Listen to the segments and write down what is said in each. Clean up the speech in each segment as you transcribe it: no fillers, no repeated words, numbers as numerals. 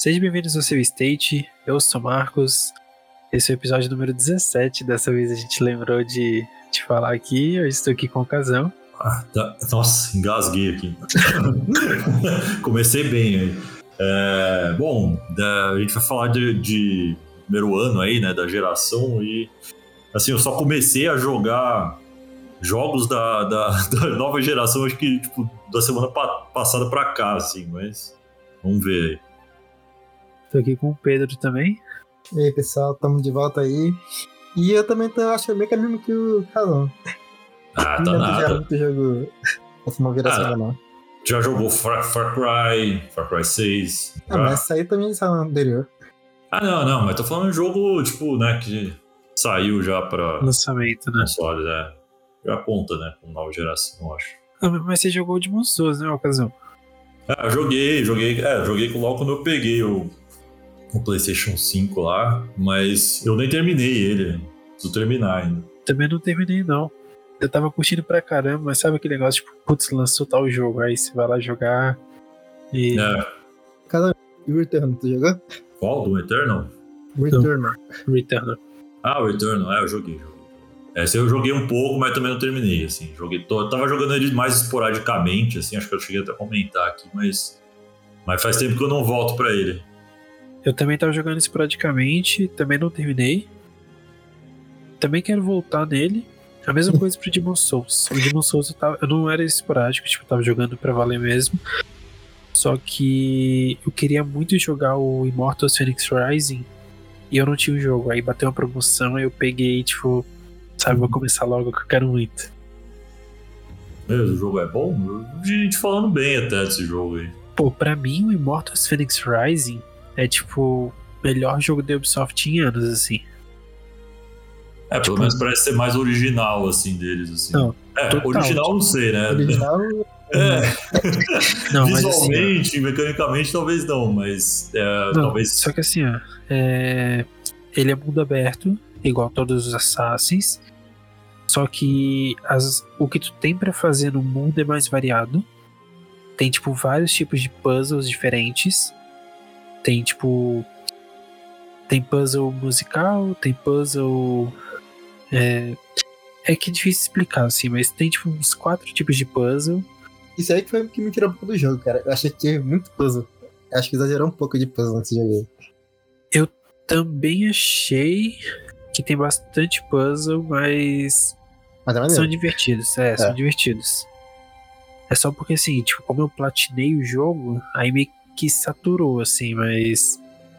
Sejam bem-vindos ao Save State, eu sou o Marcos, esse é o episódio número 17, dessa vez a gente lembrou de falar aqui, eu estou aqui com o Casão. Nossa, engasguei aqui. Comecei bem aí. Bom, a gente vai falar de primeiro ano aí, né, da geração e assim, eu só comecei a jogar jogos da nova geração, acho que tipo, da semana passada pra cá, assim, mas vamos ver aí. Tô aqui com o Pedro também. E aí, pessoal, estamos de volta aí. E eu também tô achando meio caminho que o Casão. Tá nada. Já muito jogo essa nova geração, não. Já jogou Far Cry 6. Mas isso aí também saiu no anterior. Não, mas tô falando de jogo, tipo, né, que saiu já pra lançamento, né? Console, né? Já conta, né, com nova geração, eu acho. Mas você jogou de Souls, né, Casão? Eu joguei logo quando eu peguei o PlayStation 5 lá, mas eu nem terminei ele, preciso terminar ainda. Também não terminei, não. Eu tava curtindo pra caramba, mas sabe aquele negócio, tipo, putz, lançou tal jogo, aí você vai lá jogar e... Cada e o Returnal, tu jogou? Qual? Do Eternal? Returnal. O Eternal, eu joguei. Esse eu joguei um pouco, mas também não terminei, assim. Tava jogando ele mais esporadicamente, assim, acho que eu cheguei até a comentar aqui, mas faz tempo que eu não volto pra ele. Eu também tava jogando esporadicamente, também não terminei. Também quero voltar nele. A mesma coisa pro Demon Souls. O Demon Souls eu não era esporádico, tipo, eu tava jogando pra valer mesmo. Só que eu queria muito jogar o Immortals Fenyx Rising e eu não tinha o jogo. Aí bateu uma promoção, aí eu peguei, tipo, sabe, vou começar logo que eu quero muito. O jogo é bom? Eu vi gente falando bem até desse jogo aí. Pô, pra mim o Immortals Fenyx Rising é, tipo, o melhor jogo da Ubisoft em anos, assim. Pelo tipo, menos parece ser mais original, assim, deles, assim. Não, total, original não sei, né? Original... Não, visualmente, mas, assim, mecanicamente, talvez não, mas não, talvez... Só que assim, ele é mundo aberto, igual todos os Assassins, só que o que tu tem pra fazer no mundo é mais variado. Tem, tipo, vários tipos de puzzles diferentes. Tem, tipo... Tem puzzle musical, tem puzzle... É que é difícil explicar, assim, mas tem, tipo, uns 4 tipos de puzzle. Isso aí que foi o que me tirou um pouco do jogo, cara. Eu achei que tinha muito puzzle. Acho que exagerou um pouco de puzzle nesse jogo aí. Eu também achei que tem bastante puzzle, mas são divertidos, são divertidos. É só porque, assim, tipo, como eu platinei o jogo, aí meio que saturou, assim, mas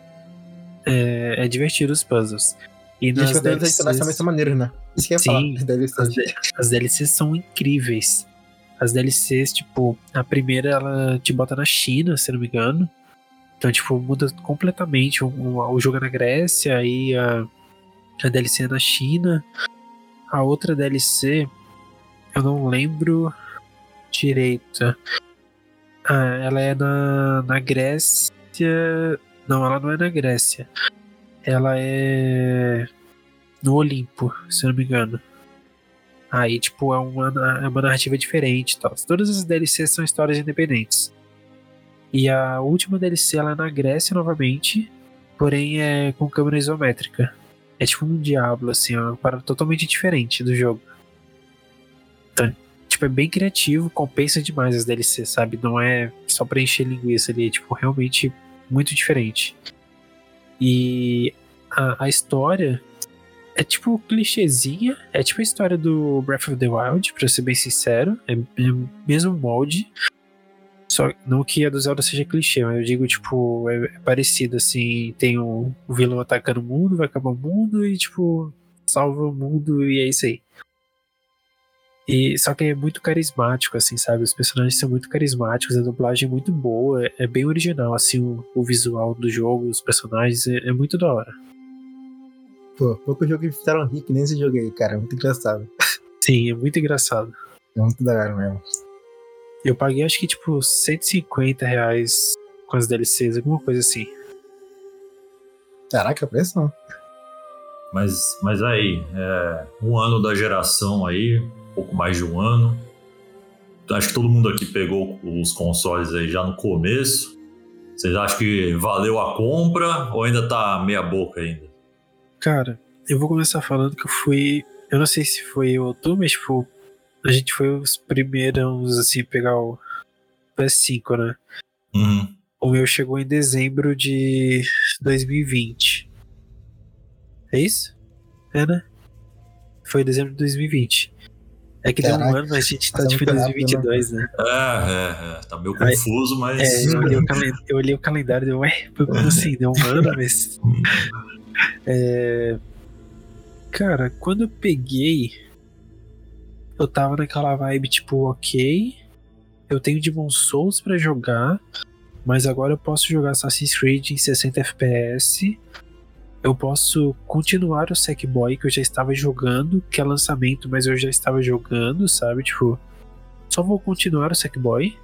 é divertido os puzzles. E nas DLCs... Vai ser maneiro, né? Isso que eu ia falar. As DLCs são incríveis. As DLCs, tipo, a primeira ela te bota na China, se não me engano. Então, tipo, muda completamente. O jogo é na Grécia, aí a DLC é na China. A outra DLC, eu não lembro direito. Ela é na Grécia. Não, ela não é na Grécia. Ela é no Olimpo, se não me engano. Aí, tipo, é uma narrativa diferente e tal. Todas as DLCs são histórias independentes. E a última DLC, ela é na Grécia novamente, porém é com câmera isométrica. É tipo um Diablo, assim, é uma parada totalmente diferente do jogo. Então, tipo, é bem criativo, compensa demais as DLCs, sabe? Não é só pra encher linguiça ali, é, tipo, realmente muito diferente. E a história é tipo clichêzinha, é tipo a história do Breath of the Wild, pra ser bem sincero, é o mesmo molde, só não que a do Zelda seja clichê, mas eu digo, tipo, é parecido, assim, tem o vilão atacando o mundo, vai acabar o mundo e, tipo, salva o mundo e é isso aí. E, só que é muito carismático, assim, sabe? Os personagens são muito carismáticos, a dublagem é muito boa, é bem original, assim, o visual do jogo, os personagens, é muito da hora. Pô, pouco jogo que fizeram rir que nem esse jogo aí, cara, é muito engraçado. Sim, é muito engraçado. É muito da hora mesmo. Eu paguei acho que tipo R$150 com as DLCs, alguma coisa assim. Caraca, preço não. Mas aí, um ano da geração aí, pouco mais de um ano. Acho que todo mundo aqui pegou os consoles aí já no começo. Vocês acham que valeu a compra ou ainda tá meia boca ainda? Cara, eu vou começar falando que eu fui... Eu não sei se foi eu ou tu, mas tipo, a gente foi os primeiros, assim, pegar o PS5, né? Uhum. O meu chegou em dezembro de 2020. É isso? É, né? Foi em dezembro de 2020. É que deu um Caraca, ano, mas a gente tá passa tipo em muito rápido, 2022, né? Tá meio confuso, mas... Eu olhei o calendário e deu, ué, como assim? Deu um ano, mas... Cara, quando eu peguei, eu tava naquela vibe tipo, ok, eu tenho Demon's Souls pra jogar, mas agora eu posso jogar Assassin's Creed em 60 FPS, eu posso continuar o Sackboy que eu já estava jogando, que é lançamento, mas eu já estava jogando, sabe? Tipo, só vou continuar o Sackboy.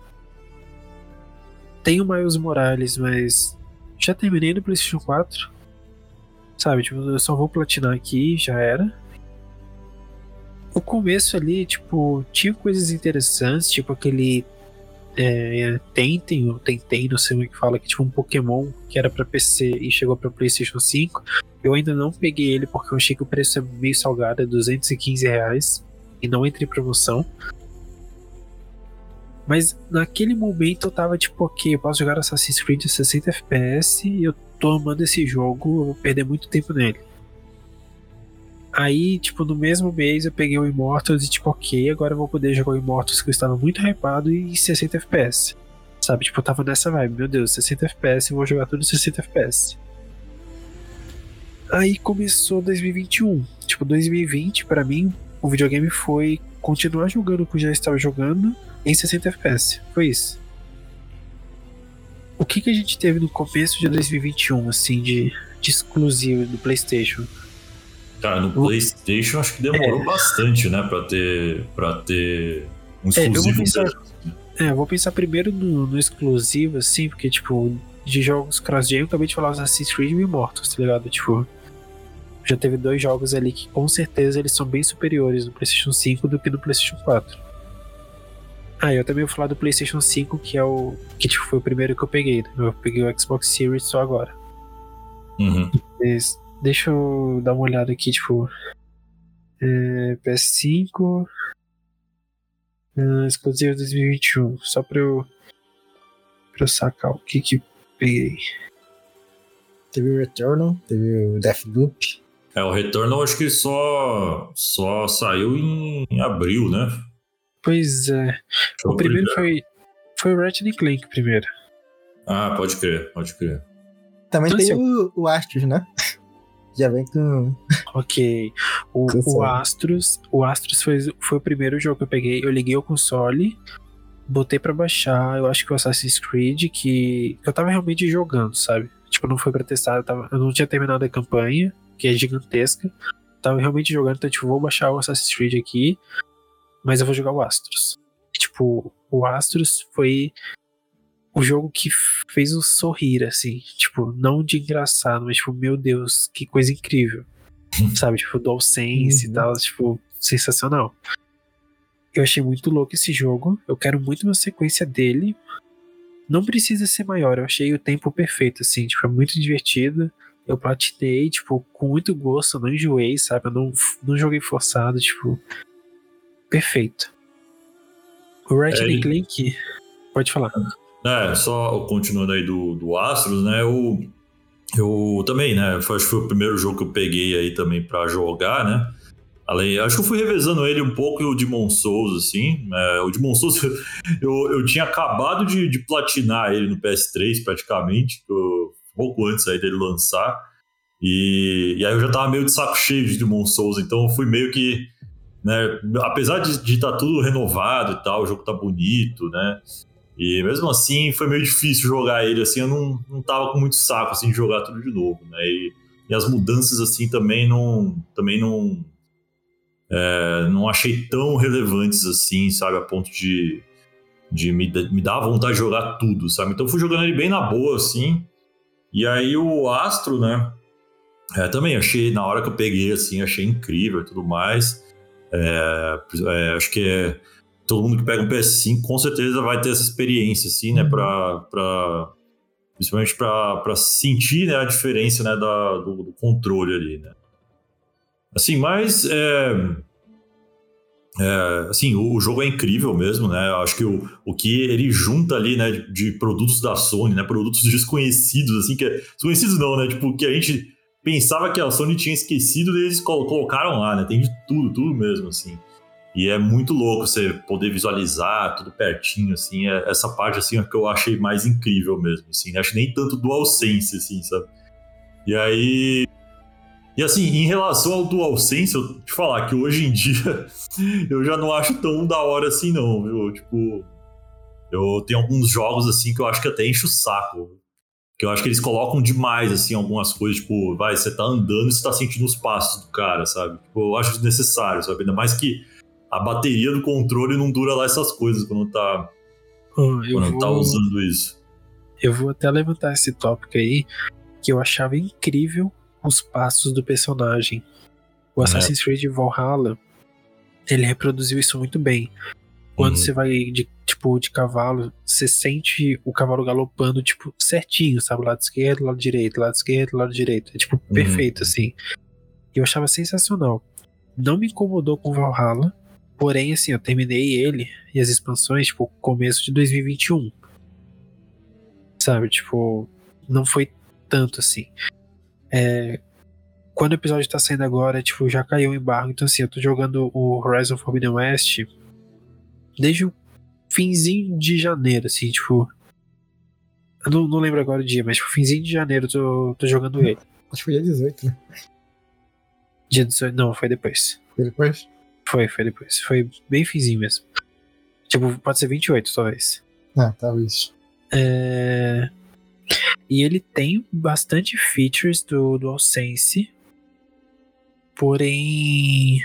Tenho Miles Morales, mas já terminei no PlayStation 4. Sabe, tipo, eu só vou platinar aqui, já era. O começo ali, tipo, tinha coisas interessantes, tipo aquele Tentem, ou Tentei, não sei como é que fala, que tipo um Pokémon que era pra PC e chegou pra PlayStation 5. Eu ainda não peguei ele porque eu achei que o preço é meio salgado, é R$215 e não entra em promoção. Mas naquele momento eu tava tipo, ok, eu posso jogar Assassin's Creed a 60 FPS e eu tô amando esse jogo, eu vou perder muito tempo nele. Aí, tipo, no mesmo mês eu peguei o Immortals e tipo, ok, agora eu vou poder jogar o Immortals que eu estava muito hypado e em 60 FPS. Sabe, tipo, eu tava nessa vibe, meu Deus, 60 FPS, eu vou jogar tudo em 60 FPS. Aí começou 2021. Tipo, 2020 pra mim, o videogame foi continuar jogando o que eu já estava jogando em 60 FPS. Foi isso. O que a gente teve no começo de 2021, assim, de exclusivo do PlayStation? Cara, no PlayStation acho que demorou bastante, né, pra ter um exclusivo. Eu vou pensar primeiro no exclusivo, assim, porque, tipo, de jogos cross-gen, eu acabei de falar os Assassin's Creed e Immortals, tá ligado? Tipo, já teve 2 jogos ali que com certeza eles são bem superiores no PlayStation 5 do que no PlayStation 4. Eu também vou falar do PlayStation 5, que é o que tipo, foi o primeiro que eu peguei, né? Eu peguei o Xbox Series só agora. Uhum. Mas deixa eu dar uma olhada aqui, tipo, PS5 exclusivo 2021, só pra eu sacar o que peguei. Teve o Returnal, teve o Deathloop. O Returnal acho que só saiu em abril, né? Pois é. O primeiro foi o Ratchet & Clank primeiro. Ah, pode crer. Também tem o Astros, né? Já vem com... Ok. O Astros foi o primeiro jogo que eu peguei. Eu liguei o console, botei pra baixar, eu acho que o Assassin's Creed, que eu tava realmente jogando, sabe? Tipo, não foi pra testar, eu não tinha terminado a campanha, que é gigantesca. Tava realmente jogando, então tipo, vou baixar o Assassin's Creed aqui, mas eu vou jogar o Astros. Tipo, o Astros foi o jogo que fez eu sorrir, assim. Tipo, não de engraçado, mas tipo, meu Deus, que coisa incrível. Sabe, tipo, DualSense e tal, tipo, sensacional. Eu achei muito louco esse jogo. Eu quero muito uma sequência dele. Não precisa ser maior, eu achei o tempo perfeito, assim, tipo, é muito divertido. Eu platinei, tipo, com muito gosto, eu não enjoei, sabe? Eu não joguei forçado, tipo, perfeito. O Ratchet & Clank, pode falar. Só continuando aí do Astros, né? Eu também, né? Acho que foi o primeiro jogo que eu peguei aí também pra jogar, né? Acho que eu fui revezando ele um pouco e o Demon's Souls, assim. O Demon's Souls, eu tinha acabado de platinar ele no PS3, praticamente, pouco antes aí dele lançar. E aí eu já tava meio de saco cheio de Demon's Souls, então eu fui meio que... né, apesar de estar tudo renovado e tal, o jogo tá bonito, né? E mesmo assim foi meio difícil jogar ele, assim, eu não tava com muito saco, assim, de jogar tudo de novo, né? E as mudanças, assim, também não achei tão relevantes, assim, sabe? A ponto de me dar vontade de jogar tudo, sabe? Então eu fui jogando ele bem na boa, assim. E aí o Astro, né? Também achei, na hora que eu peguei, assim, achei incrível e tudo mais. Acho que todo mundo que pega um PS5 com certeza vai ter essa experiência, assim, né? Pra Principalmente pra sentir, né, a diferença, né, do controle ali, né? Assim, mas assim, o jogo é incrível mesmo, né? Eu acho que o que ele junta ali, né, de produtos da Sony, né, produtos desconhecidos, assim, desconhecidos não, né? Tipo, que a gente pensava que a Sony tinha esquecido e eles colocaram lá, né? Tem de tudo mesmo, assim. E é muito louco você poder visualizar tudo pertinho, assim. Essa parte, assim, é que eu achei mais incrível mesmo, assim. Acho que nem tanto DualSense, assim, sabe? E aí... E assim, em relação ao DualSense, eu te falar que hoje em dia eu já não acho tão da hora assim, não, viu? Tipo, eu tenho alguns jogos, assim, que eu acho que até enche o saco. Que eu acho que eles colocam demais, assim, algumas coisas, tipo, você tá andando e você tá sentindo os passos do cara, sabe? Tipo, eu acho desnecessário, sabe? Ainda mais que a bateria do controle não dura lá essas coisas quando tá usando isso. Eu vou até levantar esse tópico aí, que eu achava incrível os passos do personagem. O Assassin's Creed Valhalla, ele reproduziu isso muito bem. Quando você vai de cavalo, você sente o cavalo galopando, tipo, certinho, sabe? Lado esquerdo, lado direito, lado esquerdo, lado direito. É, tipo, perfeito, assim. E eu achava sensacional. Não me incomodou com Valhalla, porém, assim, eu terminei ele e as expansões, tipo, começo de 2021. Sabe? Tipo, não foi tanto, assim. Quando o episódio tá saindo agora, tipo, já caiu o embargo. Então, assim, eu tô jogando o Horizon Forbidden West desde o finzinho de janeiro, assim, tipo... Eu não lembro agora o dia, mas tipo, finzinho de janeiro eu tô jogando ele. Acho que foi dia 18, né? Dia 18, não, foi depois. Foi depois? Foi depois. Foi bem finzinho mesmo. Tipo, pode ser 28, talvez. Ah, talvez. E ele tem bastante features do DualSense, porém...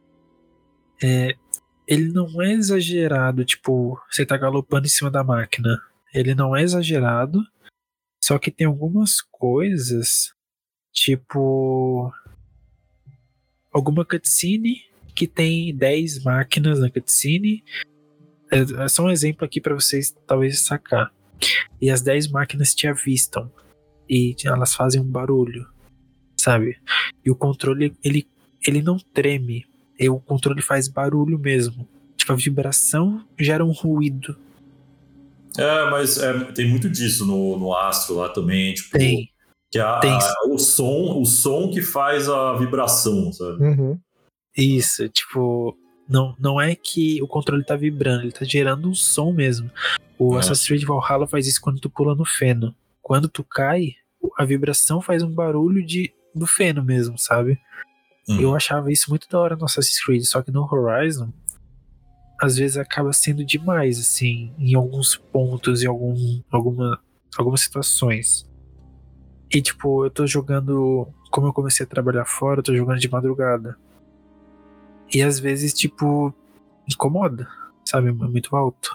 ele não é exagerado, tipo, você tá galopando em cima da máquina. Ele não é exagerado, só que tem algumas coisas, tipo... alguma cutscene que tem 10 máquinas na cutscene. É só um exemplo aqui pra vocês talvez sacar. E as 10 máquinas te avistam. E elas fazem um barulho, sabe? E o controle, ele não treme. E o controle faz barulho mesmo. Tipo, a vibração gera um ruído. Mas tem muito disso no Astro lá também, tipo... Tem. Que o som que faz a vibração, sabe? Isso, tipo... Não é que o controle tá vibrando, ele tá gerando um som mesmo. O Assassin's Creed Valhalla faz isso quando tu pula no feno. Quando tu cai, a vibração faz um barulho do feno mesmo, sabe? Eu achava isso muito da hora no Assassin's Creed, só que no Horizon, às vezes acaba sendo demais, assim, em alguns pontos, em algumas situações. E tipo, eu tô jogando, como eu comecei a trabalhar fora, eu tô jogando de madrugada. E às vezes, tipo, incomoda, sabe? É muito alto.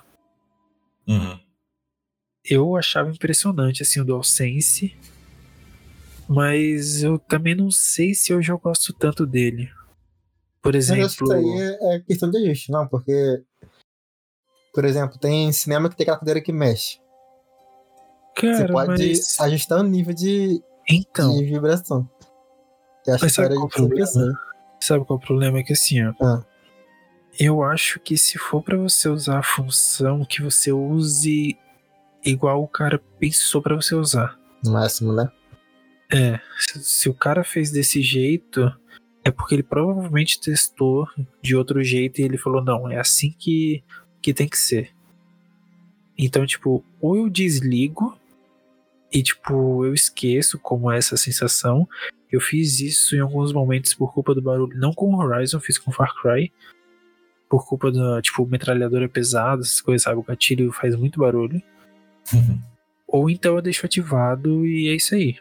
Eu achava impressionante, assim, o DualSense, mas eu também não sei se hoje eu gosto tanto dele. Por exemplo... Mas acho que isso aí é questão de ajuste, não? Porque, por exemplo, tem cinema que tem aquela cadeira que mexe. Cara, você pode ajustar o nível de vibração. Eu acho que era de supressão. Sabe qual é o problema? É que assim, ó. Eu acho que se for pra você usar a função, que você use igual o cara pensou pra você usar. No máximo, né? Se o cara fez desse jeito, é porque ele provavelmente testou de outro jeito e ele falou, não, é assim que tem que ser. Então, tipo, ou eu desligo e, tipo, eu esqueço como é essa sensação. Eu fiz isso em alguns momentos por culpa do barulho, não com o Horizon, fiz com Far Cry, por culpa da, tipo, metralhadora pesada, essas coisas, sabe? O gatilho faz muito barulho. Ou então eu deixo ativado e é isso aí.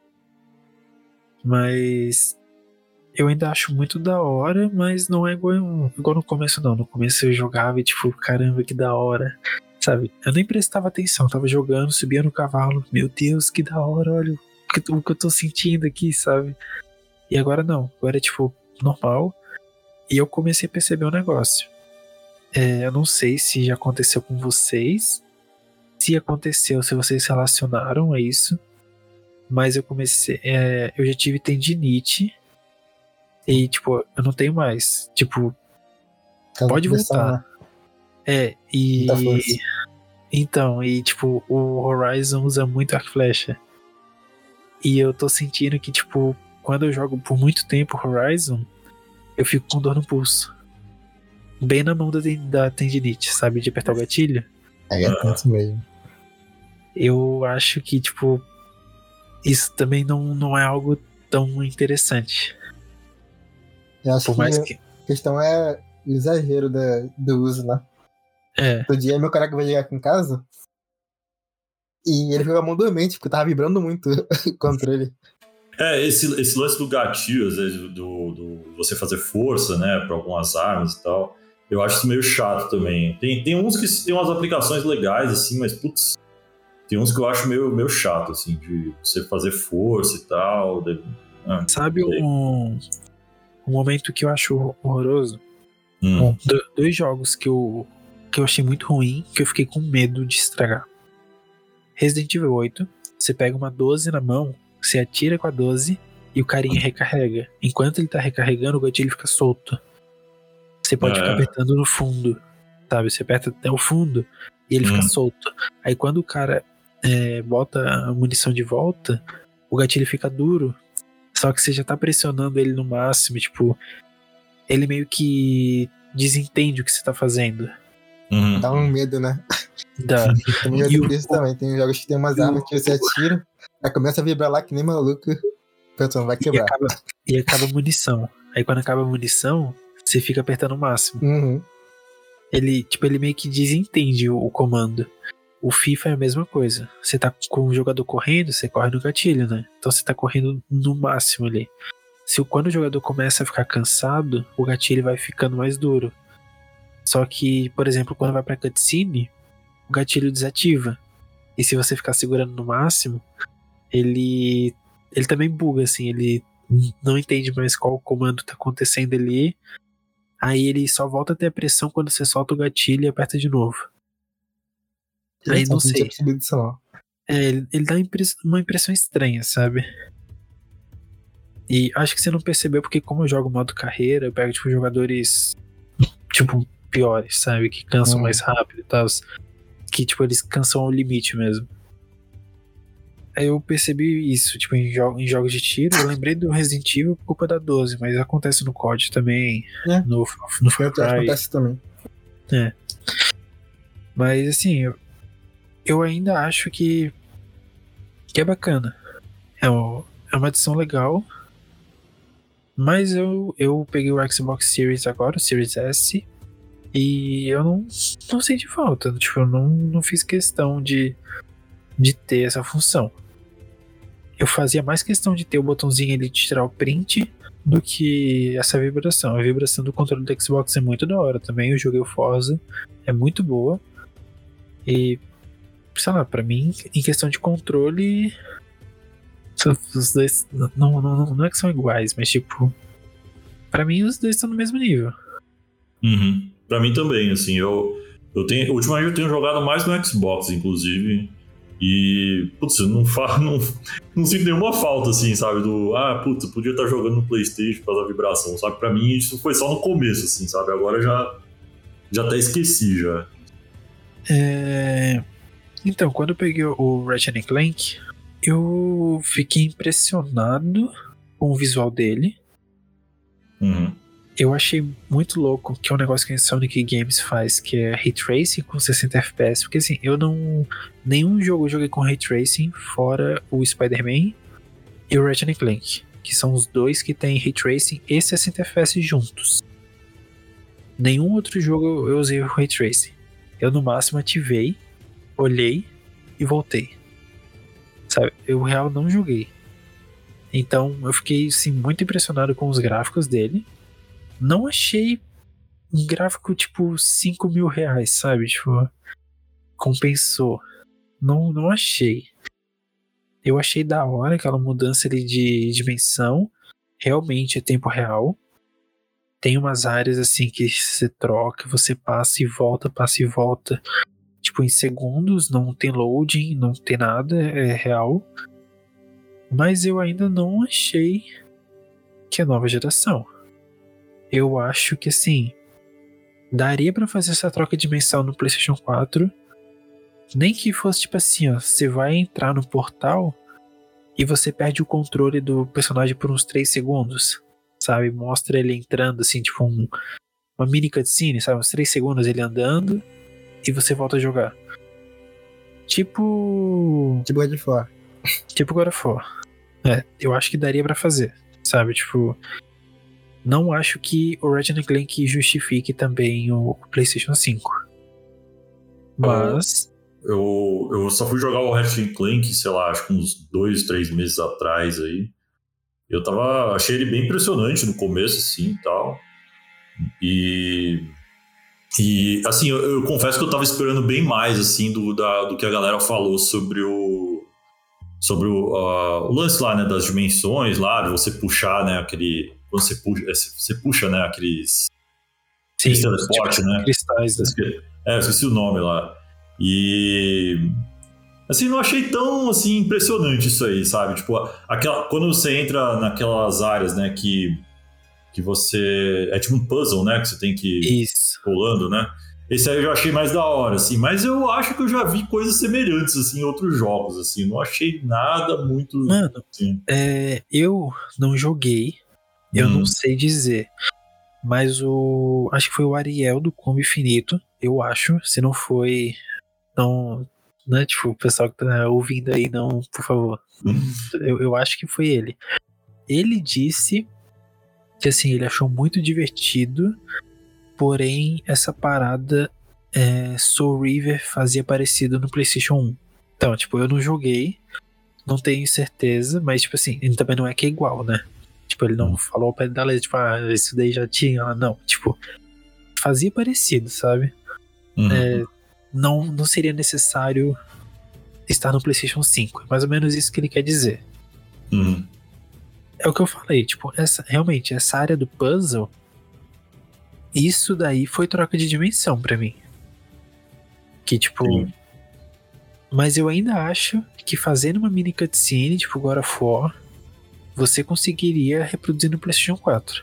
Mas eu ainda acho muito da hora, mas não é igual no começo, não. No começo eu jogava e, tipo, caramba, que da hora. Sabe? Eu nem prestava atenção, tava jogando, subia no cavalo. Meu Deus, que da hora, olha o que eu tô sentindo aqui, sabe? E agora não, agora é tipo normal. E eu comecei a perceber um negócio. Eu não sei se já aconteceu com vocês, se aconteceu, se vocês relacionaram a isso, mas eu comecei, eu já tive tendinite e, tipo, eu não tenho mais, tipo, pode voltar. E então, e tipo, o Horizon usa muito arco e flecha. E eu tô sentindo que, tipo, quando eu jogo por muito tempo Horizon, eu fico com dor no pulso. Bem na mão da tendinite, sabe? De apertar o gatilho. É tanto mesmo. Eu acho que, tipo, isso também não é algo tão interessante. Eu acho Por que mais a questão é o exagero do uso, né? Outro dia meu colega veio jogar aqui em casa e ele ficou a mão dormente, porque tava vibrando muito o controle. Esse lance do gatilho, às vezes, do você fazer força, né, pra algumas armas e tal, eu acho isso meio chato também. Tem uns que tem umas aplicações legais, assim, mas, putz, tem uns que eu acho meio chato, assim, de você fazer força e tal. Sabe um momento que eu acho horroroso? Dois jogos que eu achei muito ruim, que eu fiquei com medo de estragar. Resident Evil 8, você pega uma 12 na mão, você atira com a 12 e o carinha recarrega. Enquanto ele tá recarregando, o gatilho fica solto. Você pode ficar apertando no fundo, sabe? Você aperta até o fundo e ele fica solto. Aí quando o cara bota a munição de volta, o gatilho fica duro, só que você já tá pressionando ele no máximo, tipo, ele meio que desentende o que você tá fazendo. Dá um medo, né? Dá. Também já por isso também. Tem jogos que tem umas armas que você atira, aí começa a vibrar lá que nem maluco. Pensando, vai quebrar. E acaba a munição. Aí quando acaba a munição, você fica apertando o máximo. Ele meio que desentende o comando. O FIFA é a mesma coisa. Você tá com o jogador correndo, você corre no gatilho, né? Então você tá correndo no máximo ali. Quando o jogador começa a ficar cansado, o gatilho vai ficando mais duro. Só que, por exemplo, quando vai pra cutscene, o gatilho desativa. E se você ficar segurando no máximo, ele também buga, assim. Ele não entende mais qual comando tá acontecendo ali. Aí ele só volta a ter a pressão quando você solta o gatilho e aperta de novo. Aí não sei. Isso, não. Ele dá uma impressão estranha, sabe? E acho que você não percebeu porque como eu jogo modo carreira, eu pego tipo jogadores tipo piores, sabe? Que cansam mais rápido e tal. Que tipo eles cansam ao limite mesmo. Aí eu percebi isso, tipo, em jogos de tiro. Eu lembrei do Resident Evil por culpa da 12, mas acontece no COD também, no Far Cry. Acontece também. Mas assim, eu ainda acho que é bacana. É uma adição legal. Mas eu peguei o Xbox Series agora, o Series S, e eu não senti falta. Tipo, eu não fiz questão de ter essa função. Eu fazia mais questão de ter o botãozinho ali de tirar o print do que essa vibração. A vibração do controle do Xbox é muito da hora também. Eu joguei o Forza, é muito boa. E, sei lá, pra mim, em questão de controle, os dois não é que são iguais, mas tipo, pra mim os dois estão no mesmo nível. Pra mim também, assim, ultimamente eu tenho jogado mais no Xbox, inclusive. E, putz, eu não sinto nenhuma falta, assim, sabe? Podia estar jogando no PlayStation por causa da vibração, sabe? Pra mim, isso foi só no começo, assim, sabe? Agora já até esqueci, já. Então, quando eu peguei o Ratchet & Clank, eu fiquei impressionado com o visual dele. Eu achei muito louco, que é um negócio que a Sonic Games faz, que é Ray Tracing com 60 FPS, porque assim, nenhum jogo eu joguei com Ray Tracing, fora o Spider-Man e o Ratchet & Clank, que são os dois que tem Ray Tracing e 60 FPS juntos. Nenhum outro jogo eu usei o Ray Tracing. Eu no máximo ativei, olhei e voltei. Sabe, eu real não joguei. Então eu fiquei assim, muito impressionado com os gráficos dele. Não achei um gráfico tipo R$5.000, sabe? Tipo, compensou. Não achei. Eu achei da hora aquela mudança ali de dimensão. Realmente é tempo real. Tem umas áreas assim que você troca, você passa e volta. Tipo, tipo, em segundos, não tem loading, não tem nada, é real. Mas eu ainda não achei que é nova geração. Eu acho que, assim, daria pra fazer essa troca de dimensão no PlayStation 4. Nem que fosse, tipo assim, ó, você vai entrar no portal e você perde o controle do personagem por uns 3 segundos, sabe? Mostra ele entrando, assim, tipo uma mini cutscene, sabe? Uns 3 segundos ele andando e você volta a jogar. Tipo God of War. Tipo God of War. Eu acho que daria pra fazer, sabe? Tipo, não acho que o Ratchet & Clank justifique também o PlayStation 5. Mas... Eu só fui jogar o Ratchet & Clank, sei lá, acho que uns 2, 3 meses atrás aí. Achei ele bem impressionante no começo, assim, e tal. E assim, eu confesso que eu tava esperando bem mais, assim, do que a galera falou sobre o lance lá, né, das dimensões lá, de você puxar, né, aquele... Quando você puxa, né, aqueles teleporte, tipo, né? Cristais, né? Eu esqueci o nome lá. E... assim, não achei tão, assim, impressionante isso aí, sabe? Tipo, quando você entra naquelas áreas, né, que você... É tipo um puzzle, né, que você tem que ir rolando, né? Esse aí eu já achei mais da hora, assim. Mas eu acho que eu já vi coisas semelhantes, assim, em outros jogos, assim. Não achei nada muito... Mano, assim. Eu não joguei. Eu não sei dizer. Mas acho que foi o Ariel do Combo Infinito, eu acho. Se não foi... Não... Né, tipo, o pessoal que tá ouvindo aí, não, por favor. Eu acho que foi ele. Ele disse que, assim, ele achou muito divertido, porém, essa parada Soul River fazia parecido no PlayStation 1. Então, tipo, eu não joguei, não tenho certeza, mas, tipo assim, ele também não é que é igual, né? Tipo, ele não falou ao pé da letra, tipo, isso daí já tinha, não. Tipo, fazia parecido, sabe? Não seria necessário estar no PlayStation 5. É mais ou menos isso que ele quer dizer. É o que eu falei, tipo, realmente, essa área do puzzle, isso daí foi troca de dimensão pra mim. Que, tipo... Mas eu ainda acho que fazendo uma mini cutscene, tipo God of War, você conseguiria reproduzir no PlayStation 4.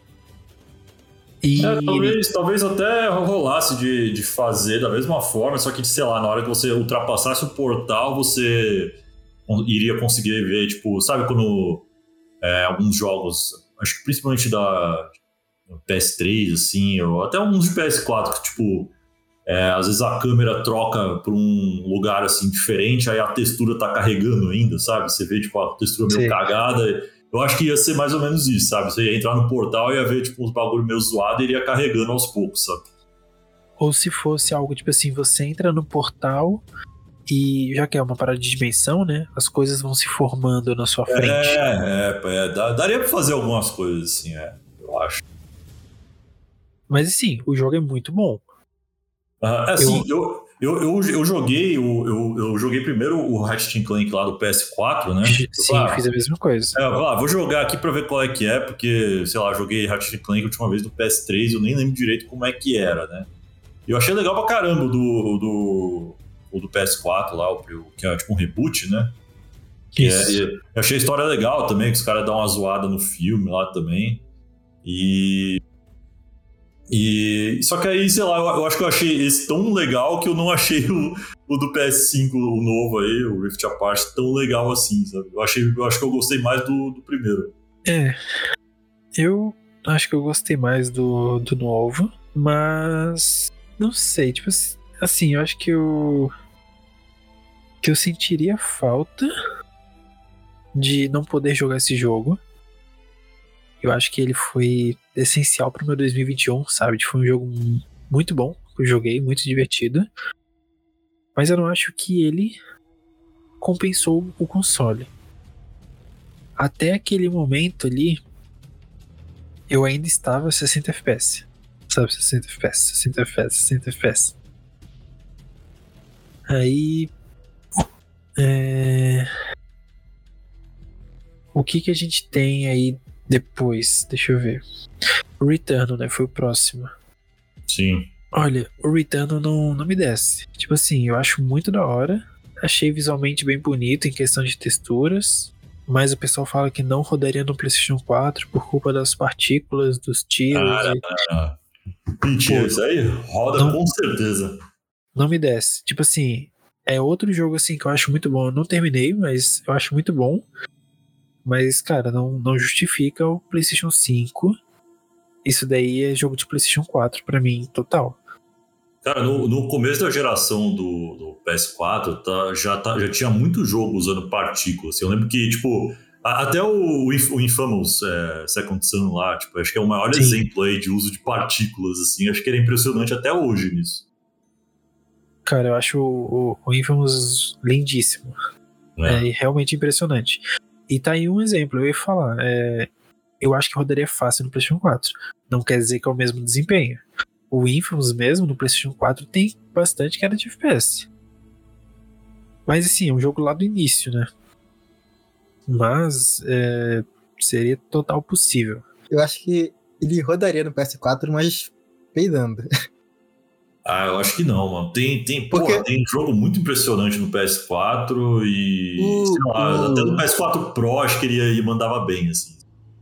Talvez até rolasse de fazer da mesma forma, só que, sei lá, na hora que você ultrapassasse o portal, você iria conseguir ver, tipo, sabe quando alguns jogos, acho que principalmente da PS3, assim, ou até alguns de PS4, que, tipo, às vezes a câmera troca pra um lugar, assim, diferente, aí a textura tá carregando ainda, sabe? Você vê, tipo, a textura meio cagada. Eu acho que ia ser mais ou menos isso, sabe? Você ia entrar no portal e ia ver, tipo, uns bagulho meio zoado e ele ia carregando aos poucos, sabe? Ou se fosse algo, tipo assim, você entra no portal e, já que é uma parada de dimensão, né? As coisas vão se formando na sua frente. Daria pra fazer algumas coisas, assim, eu acho. Mas, assim, o jogo é muito bom. Assim, eu joguei primeiro o Ratchet & Clank lá do PS4, né? Sim, fiz a mesma coisa. Vou jogar aqui pra ver qual é que é, porque, sei lá, eu joguei Ratchet & Clank a última vez no PS3 e eu nem lembro direito como é que era, né? E eu achei legal pra caramba o do PS4 lá, que é tipo um reboot, né? Eu achei a história legal também, que os caras dão uma zoada no filme lá também. Só que aí, sei lá, eu acho que eu achei esse tão legal que eu não achei o do PS5, o novo aí, o Rift Apart, tão legal assim, sabe? Eu acho que eu gostei mais do primeiro. Eu acho que eu gostei mais do novo, mas não sei, tipo assim, eu acho que eu sentiria falta de não poder jogar esse jogo. Eu acho que ele foi essencial pro meu 2021, sabe? Foi um jogo muito bom que eu joguei, muito divertido. Mas eu não acho que ele compensou o console. Até aquele momento ali, eu ainda estava 60 FPS. Sabe? 60 FPS, 60 FPS, 60 FPS. Aí... O que a gente tem aí depois? Deixa eu ver. O Returnal, né? Foi o próximo. Sim. Olha, o Returnal não me desce. Tipo assim, eu acho muito da hora. Achei visualmente bem bonito em questão de texturas. Mas o pessoal fala que não rodaria no PlayStation 4 por culpa das partículas, dos tiros. Mentira, isso aí roda com certeza. Não me desce. Tipo assim, é outro jogo assim que eu acho muito bom. Eu não terminei, mas eu acho muito bom. Mas, cara, não justifica o PlayStation 5. Isso daí é jogo de PlayStation 4 pra mim, total. Cara, no começo da geração do PS4, já tinha muito jogo usando partículas. Eu lembro que, tipo, até o Infamous Second Son lá, tipo, acho que é o maior exemplo aí de uso de partículas, assim. Acho que era impressionante até hoje nisso. Cara, eu acho o Infamous lindíssimo. É realmente impressionante. E tá aí um exemplo, eu ia falar. Eu acho que rodaria fácil no PlayStation 4. Não quer dizer que é o mesmo desempenho. O Infamous mesmo no PlayStation 4 tem bastante queda de FPS. Mas assim, é um jogo lá do início, né? Mas seria total possível. Eu acho que ele rodaria no PS4, mas peidando. Eu acho que não, mano. Tem jogo muito impressionante no PS4 e, sei lá, até no PS4 Pro acho que ele mandava bem, assim.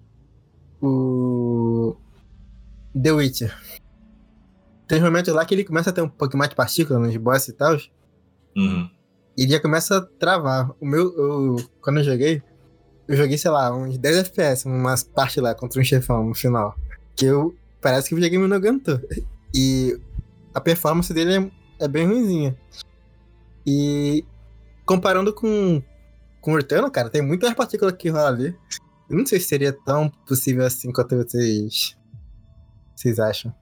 O The Witcher. Tem momentos lá que ele começa a ter um pouquinho mais de partícula nos boss e tal. Uhum. E ele já começa a travar. Quando eu joguei, sei lá, uns 10 FPS, umas partes lá contra um chefão no final. Parece que o videogame não aguentou. E a performance dele é bem ruinzinha. E comparando com o Returnal, cara, tem muitas partículas que rolam ali. Eu não sei se seria tão possível assim quanto vocês acham.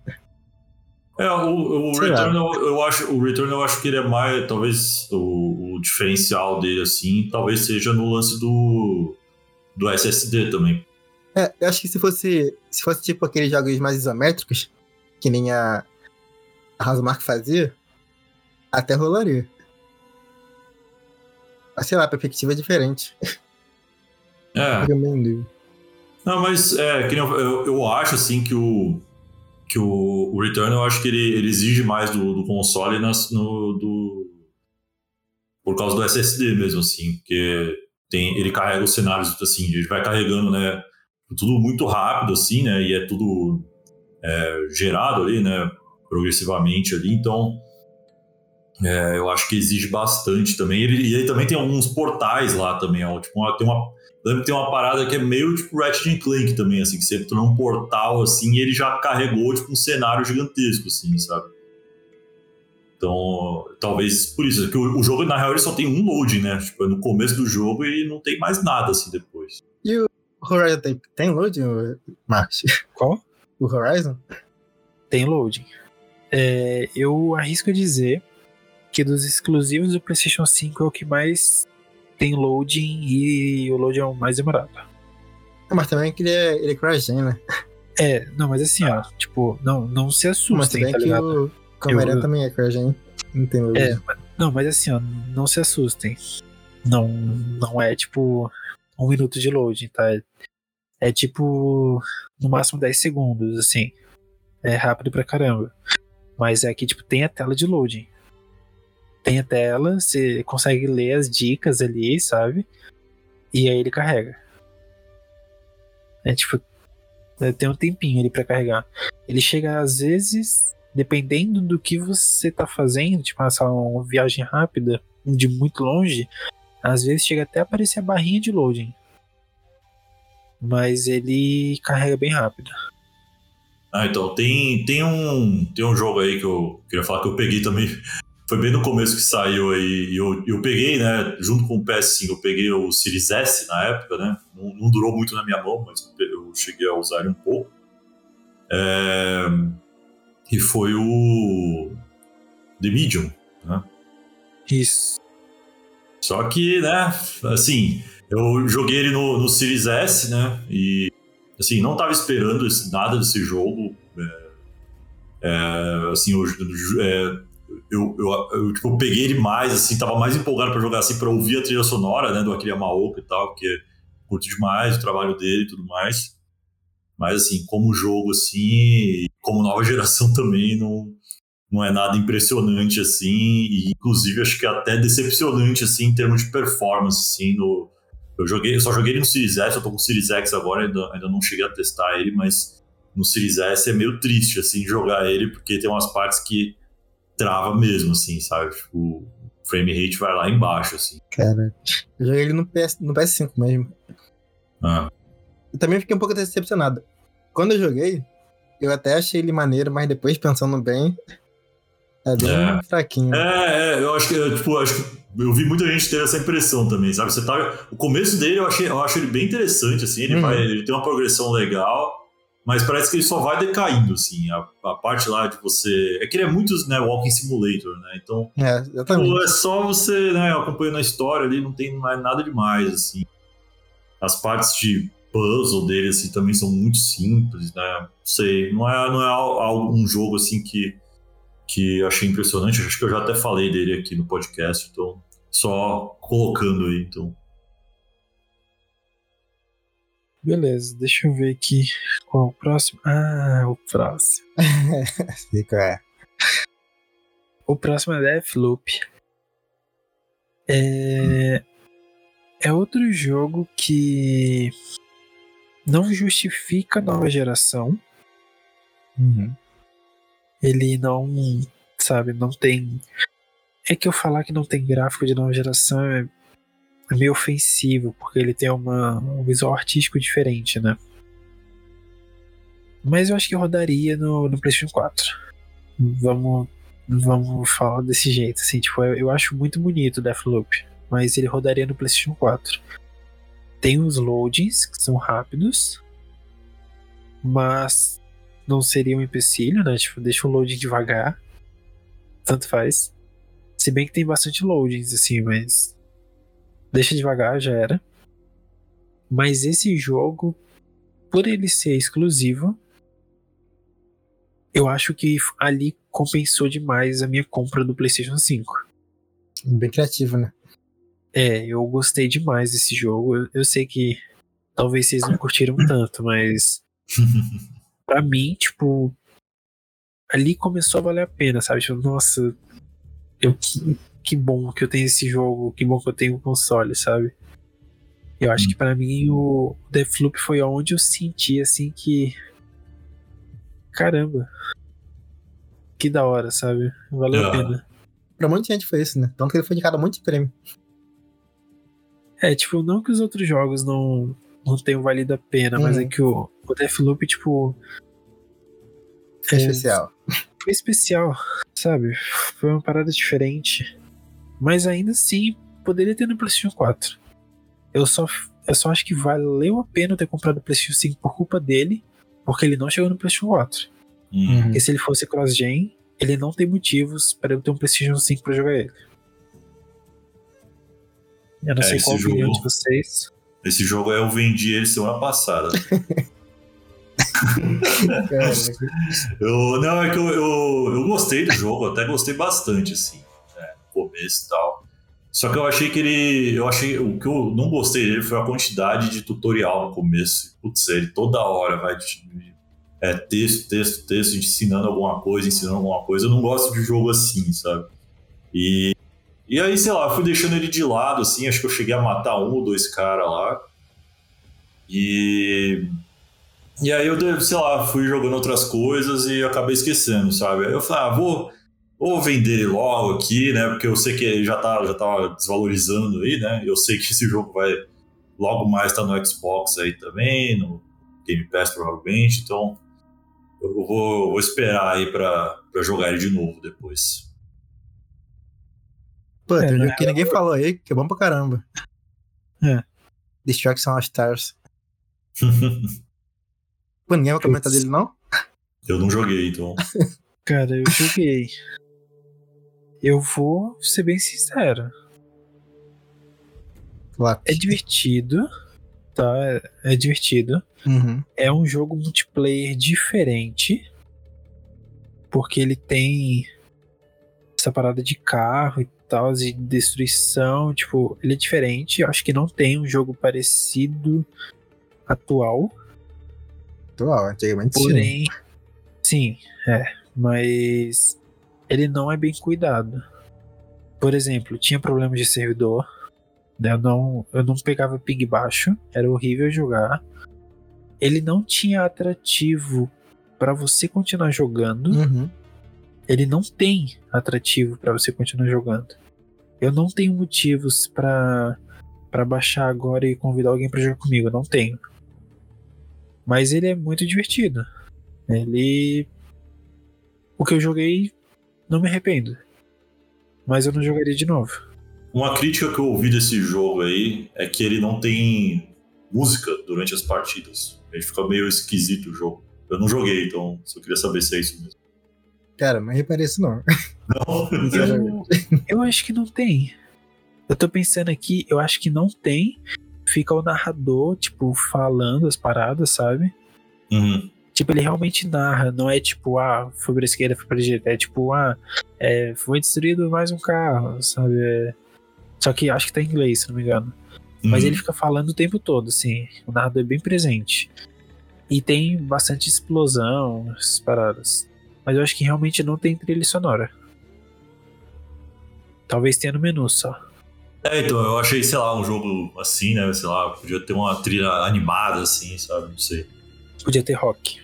O Returnal, eu acho que ele é mais, talvez, o diferencial dele, assim, talvez seja no lance do SSD também. Eu acho que se fosse tipo aqueles jogos mais isométricos, que nem a Housemarque fazia, até rolaria. Mas, sei lá, a perspectiva é diferente. Não, mas eu acho, assim, que o Returnal, eu acho que ele exige mais do console por causa do SSD mesmo, assim, porque ele carrega os cenários, assim, ele vai carregando, né, tudo muito rápido, assim, né, e é tudo gerado ali, né, progressivamente ali, então eu acho que exige bastante também. E ele também tem alguns portais lá também, tem uma parada que é meio tipo Ratchet & Clank também, assim, que você entra num portal, assim, e ele já carregou, tipo, um cenário gigantesco, assim, sabe? Então, talvez por isso, porque o jogo, na real, ele só tem um loading, né? Tipo, é no começo do jogo e não tem mais nada, assim, depois. E o Horizon tem loading, Marcos? Qual? O Horizon? Tem loading. Eu arrisco dizer que dos exclusivos do PlayStation 5 é o que mais tem loading e o loading é o mais demorado. Mas também que ele é cross-gen, né? Não, mas assim, ó, tipo, não se assustem, mas tá ligado? O Camarão também é cross-gen, não tem loading. Não, mas assim, ó, não se assustem. Não é tipo 1 minuto de loading, tá? É tipo, no máximo 10 segundos, assim. É rápido pra caramba. Mas é que, tipo, tem a tela de loading. Tem a tela, você consegue ler as dicas ali, sabe? E aí ele carrega. Tipo, tem um tempinho ali pra carregar. Ele chega, às vezes, dependendo do que você tá fazendo, tipo, uma viagem rápida, de muito longe, às vezes chega até a aparecer a barrinha de loading. Mas ele carrega bem rápido. Então, tem um jogo aí que eu queria falar que eu peguei também. Foi bem no começo que saiu aí. E eu peguei, né? Junto com o PS5, eu peguei o Series S na época, né? Não durou muito na minha mão, mas eu cheguei a usar ele um pouco. E foi o The Medium, né? Isso. Só que, né? Assim, eu joguei ele no Series S, né? E, assim, não tava esperando nada desse jogo. Assim, eu peguei ele mais, assim, tava mais empolgado pra jogar, assim, pra ouvir a trilha sonora, né, do Akira Yamaoka e tal, porque curto demais o trabalho dele e tudo mais. Mas, assim, como jogo, assim, como nova geração também, não é nada impressionante, assim, e inclusive acho que até decepcionante, assim, em termos de performance, assim, eu só joguei ele no Series S, eu tô com o Series X agora, ainda não cheguei a testar ele, mas no Series S é meio triste, assim, jogar ele, porque tem umas partes que trava mesmo, assim, sabe? Tipo, o frame rate vai lá embaixo, assim. Cara, eu joguei ele no PS5 mesmo. Eu também fiquei um pouco decepcionado. Quando eu joguei, eu até achei ele maneiro, mas depois, pensando bem, é bem fraquinho. Eu acho que eu vi muita gente ter essa impressão também, sabe? O começo dele eu acho ele bem interessante, assim, ele tem uma progressão legal, mas parece que ele só vai decaindo, assim, a parte lá de você... É que ele é muito, né, Walking Simulator, né? Então, exatamente. É só você, né, acompanhando a história ali, não tem mais nada demais, assim. As partes de puzzle dele, assim, também são muito simples, né? Não sei, não é um jogo, assim, que eu achei impressionante. Acho que eu já até falei dele aqui no podcast, então só colocando aí, então. Beleza, deixa eu ver aqui qual é o próximo. O próximo. Fica. O próximo é Deathloop. É outro jogo que não justifica a nova geração. Ele não, sabe, não tem... É que eu falar que não tem gráfico de nova geração é meio ofensivo, porque ele tem um visual artístico diferente, né? Mas eu acho que rodaria no PlayStation 4. Vamos falar desse jeito, assim, tipo, eu acho muito bonito o Deathloop, mas ele rodaria no PlayStation 4. Tem os loadings, que são rápidos, mas não seria um empecilho, né? Tipo, deixa o loading devagar, tanto faz. Se bem que tem bastante loadings, assim, mas deixa devagar, já era. Mas esse jogo, por ele ser exclusivo, eu acho que ali compensou demais a minha compra do PlayStation 5. Bem criativo, né? Eu gostei demais desse jogo. Eu sei que talvez vocês não curtiram tanto, mas pra mim, tipo, ali começou a valer a pena, sabe? Tipo, nossa, que bom que eu tenho esse jogo, que bom que eu tenho um console, sabe? Eu acho que pra mim o Deathloop foi onde eu senti, assim, que... Caramba, que da hora, sabe? Valeu a pena. Pra muita gente foi isso, né? Tanto que ele foi indicado a muito prêmio. Tipo, não que os outros jogos não tenham valido a pena, mas é que o Deathloop, tipo... Foi especial. Foi especial, sabe? Foi uma parada diferente. Mas ainda assim, poderia ter no PlayStation 4. Eu só acho que valeu a pena ter comprado o PlayStation 5 por culpa dele, porque ele não chegou no PlayStation 4. Porque se ele fosse cross-gen, ele não tem motivos para eu ter um PlayStation 5 pra jogar ele. Eu não sei qual a opinião de vocês. Esse jogo eu vendi ele semana passada. Eu gostei do jogo, até gostei bastante, assim, né, no começo e tal. Só que eu achei o que eu não gostei dele foi a quantidade de tutorial no começo. Putz, ele toda hora vai texto, ensinando alguma coisa. Eu não gosto de jogo assim, sabe? E aí, sei lá, eu fui deixando ele de lado, assim, acho que eu cheguei a matar 1 ou 2 caras lá. E aí eu, sei lá, fui jogando outras coisas e acabei esquecendo, sabe? Aí eu falei, vou vender ele logo aqui, né? Porque eu sei que ele já tá desvalorizando aí, né? Eu sei que esse jogo vai logo mais estar no Xbox aí também, no Game Pass provavelmente, então eu vou esperar aí pra jogar ele de novo depois. Pô, tem um jogo que ninguém falou aí, que é bom pra caramba. Destruction All Stars. Pô, ninguém vai comentar dele, não? Eu não joguei, então. Cara, eu joguei. Eu vou ser bem sincero. É divertido, tá? É divertido. É um jogo multiplayer diferente, porque ele tem essa parada de carro e tal, de destruição, tipo, ele é diferente. Eu acho que não tem um jogo parecido atual. Antigamente porém, sim, mas ele não é bem cuidado. Por exemplo, tinha problemas de servidor, né? Eu não pegava ping baixo, era horrível jogar. Ele não tinha atrativo pra você continuar jogando. Ele não tem atrativo pra você continuar jogando. Eu não tenho motivos pra baixar agora e convidar alguém pra jogar comigo, eu não tenho. Mas ele é muito divertido. O que eu joguei, não me arrependo. Mas eu não jogaria de novo. Uma crítica que eu ouvi desse jogo aí é que ele não tem música durante as partidas. Ele fica meio esquisito o jogo. Eu não joguei, então só queria saber se é isso mesmo. Cara, não reparei isso não. Não? Eu acho que não tem. Eu tô pensando aqui, eu acho que não tem. Fica o narrador, tipo, falando as paradas, sabe? Tipo, ele realmente narra, não é tipo, foi pra esquerda, foi pra direita. É tipo, foi destruído mais um carro, sabe? Só que acho que tá em inglês, se não me engano. Mas ele fica falando o tempo todo, assim. O narrador é bem presente. E tem bastante explosão, essas paradas. Mas eu acho que realmente não tem trilha sonora. Talvez tenha no menu só. Então, eu achei, sei lá, um jogo assim, né? Sei lá, podia ter uma trilha animada, assim, sabe? Não sei. Podia ter rock.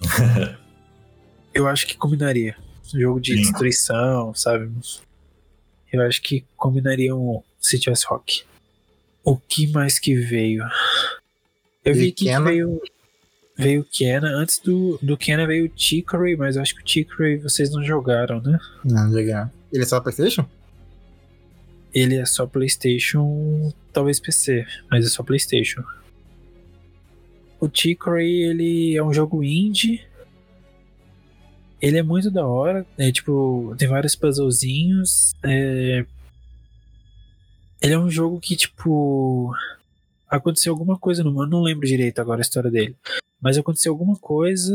Eu acho que combinaria. Um jogo de destruição, sabe? Eu acho que combinaria se tivesse rock. O que mais que veio? Eu vi que veio Kena. Antes do Kena veio o Chicory, mas eu acho que o Chicory vocês não jogaram, né? Não, jogaram. Ele é só PlayStation? Ele é só PlayStation, talvez PC, mas é só PlayStation. O Chicory, ele é um jogo indie. Ele é muito da hora. Tipo, tem vários puzzlezinhos. Ele é um jogo que, tipo, aconteceu alguma coisa no mundo. Não lembro direito agora a história dele. Mas aconteceu alguma coisa.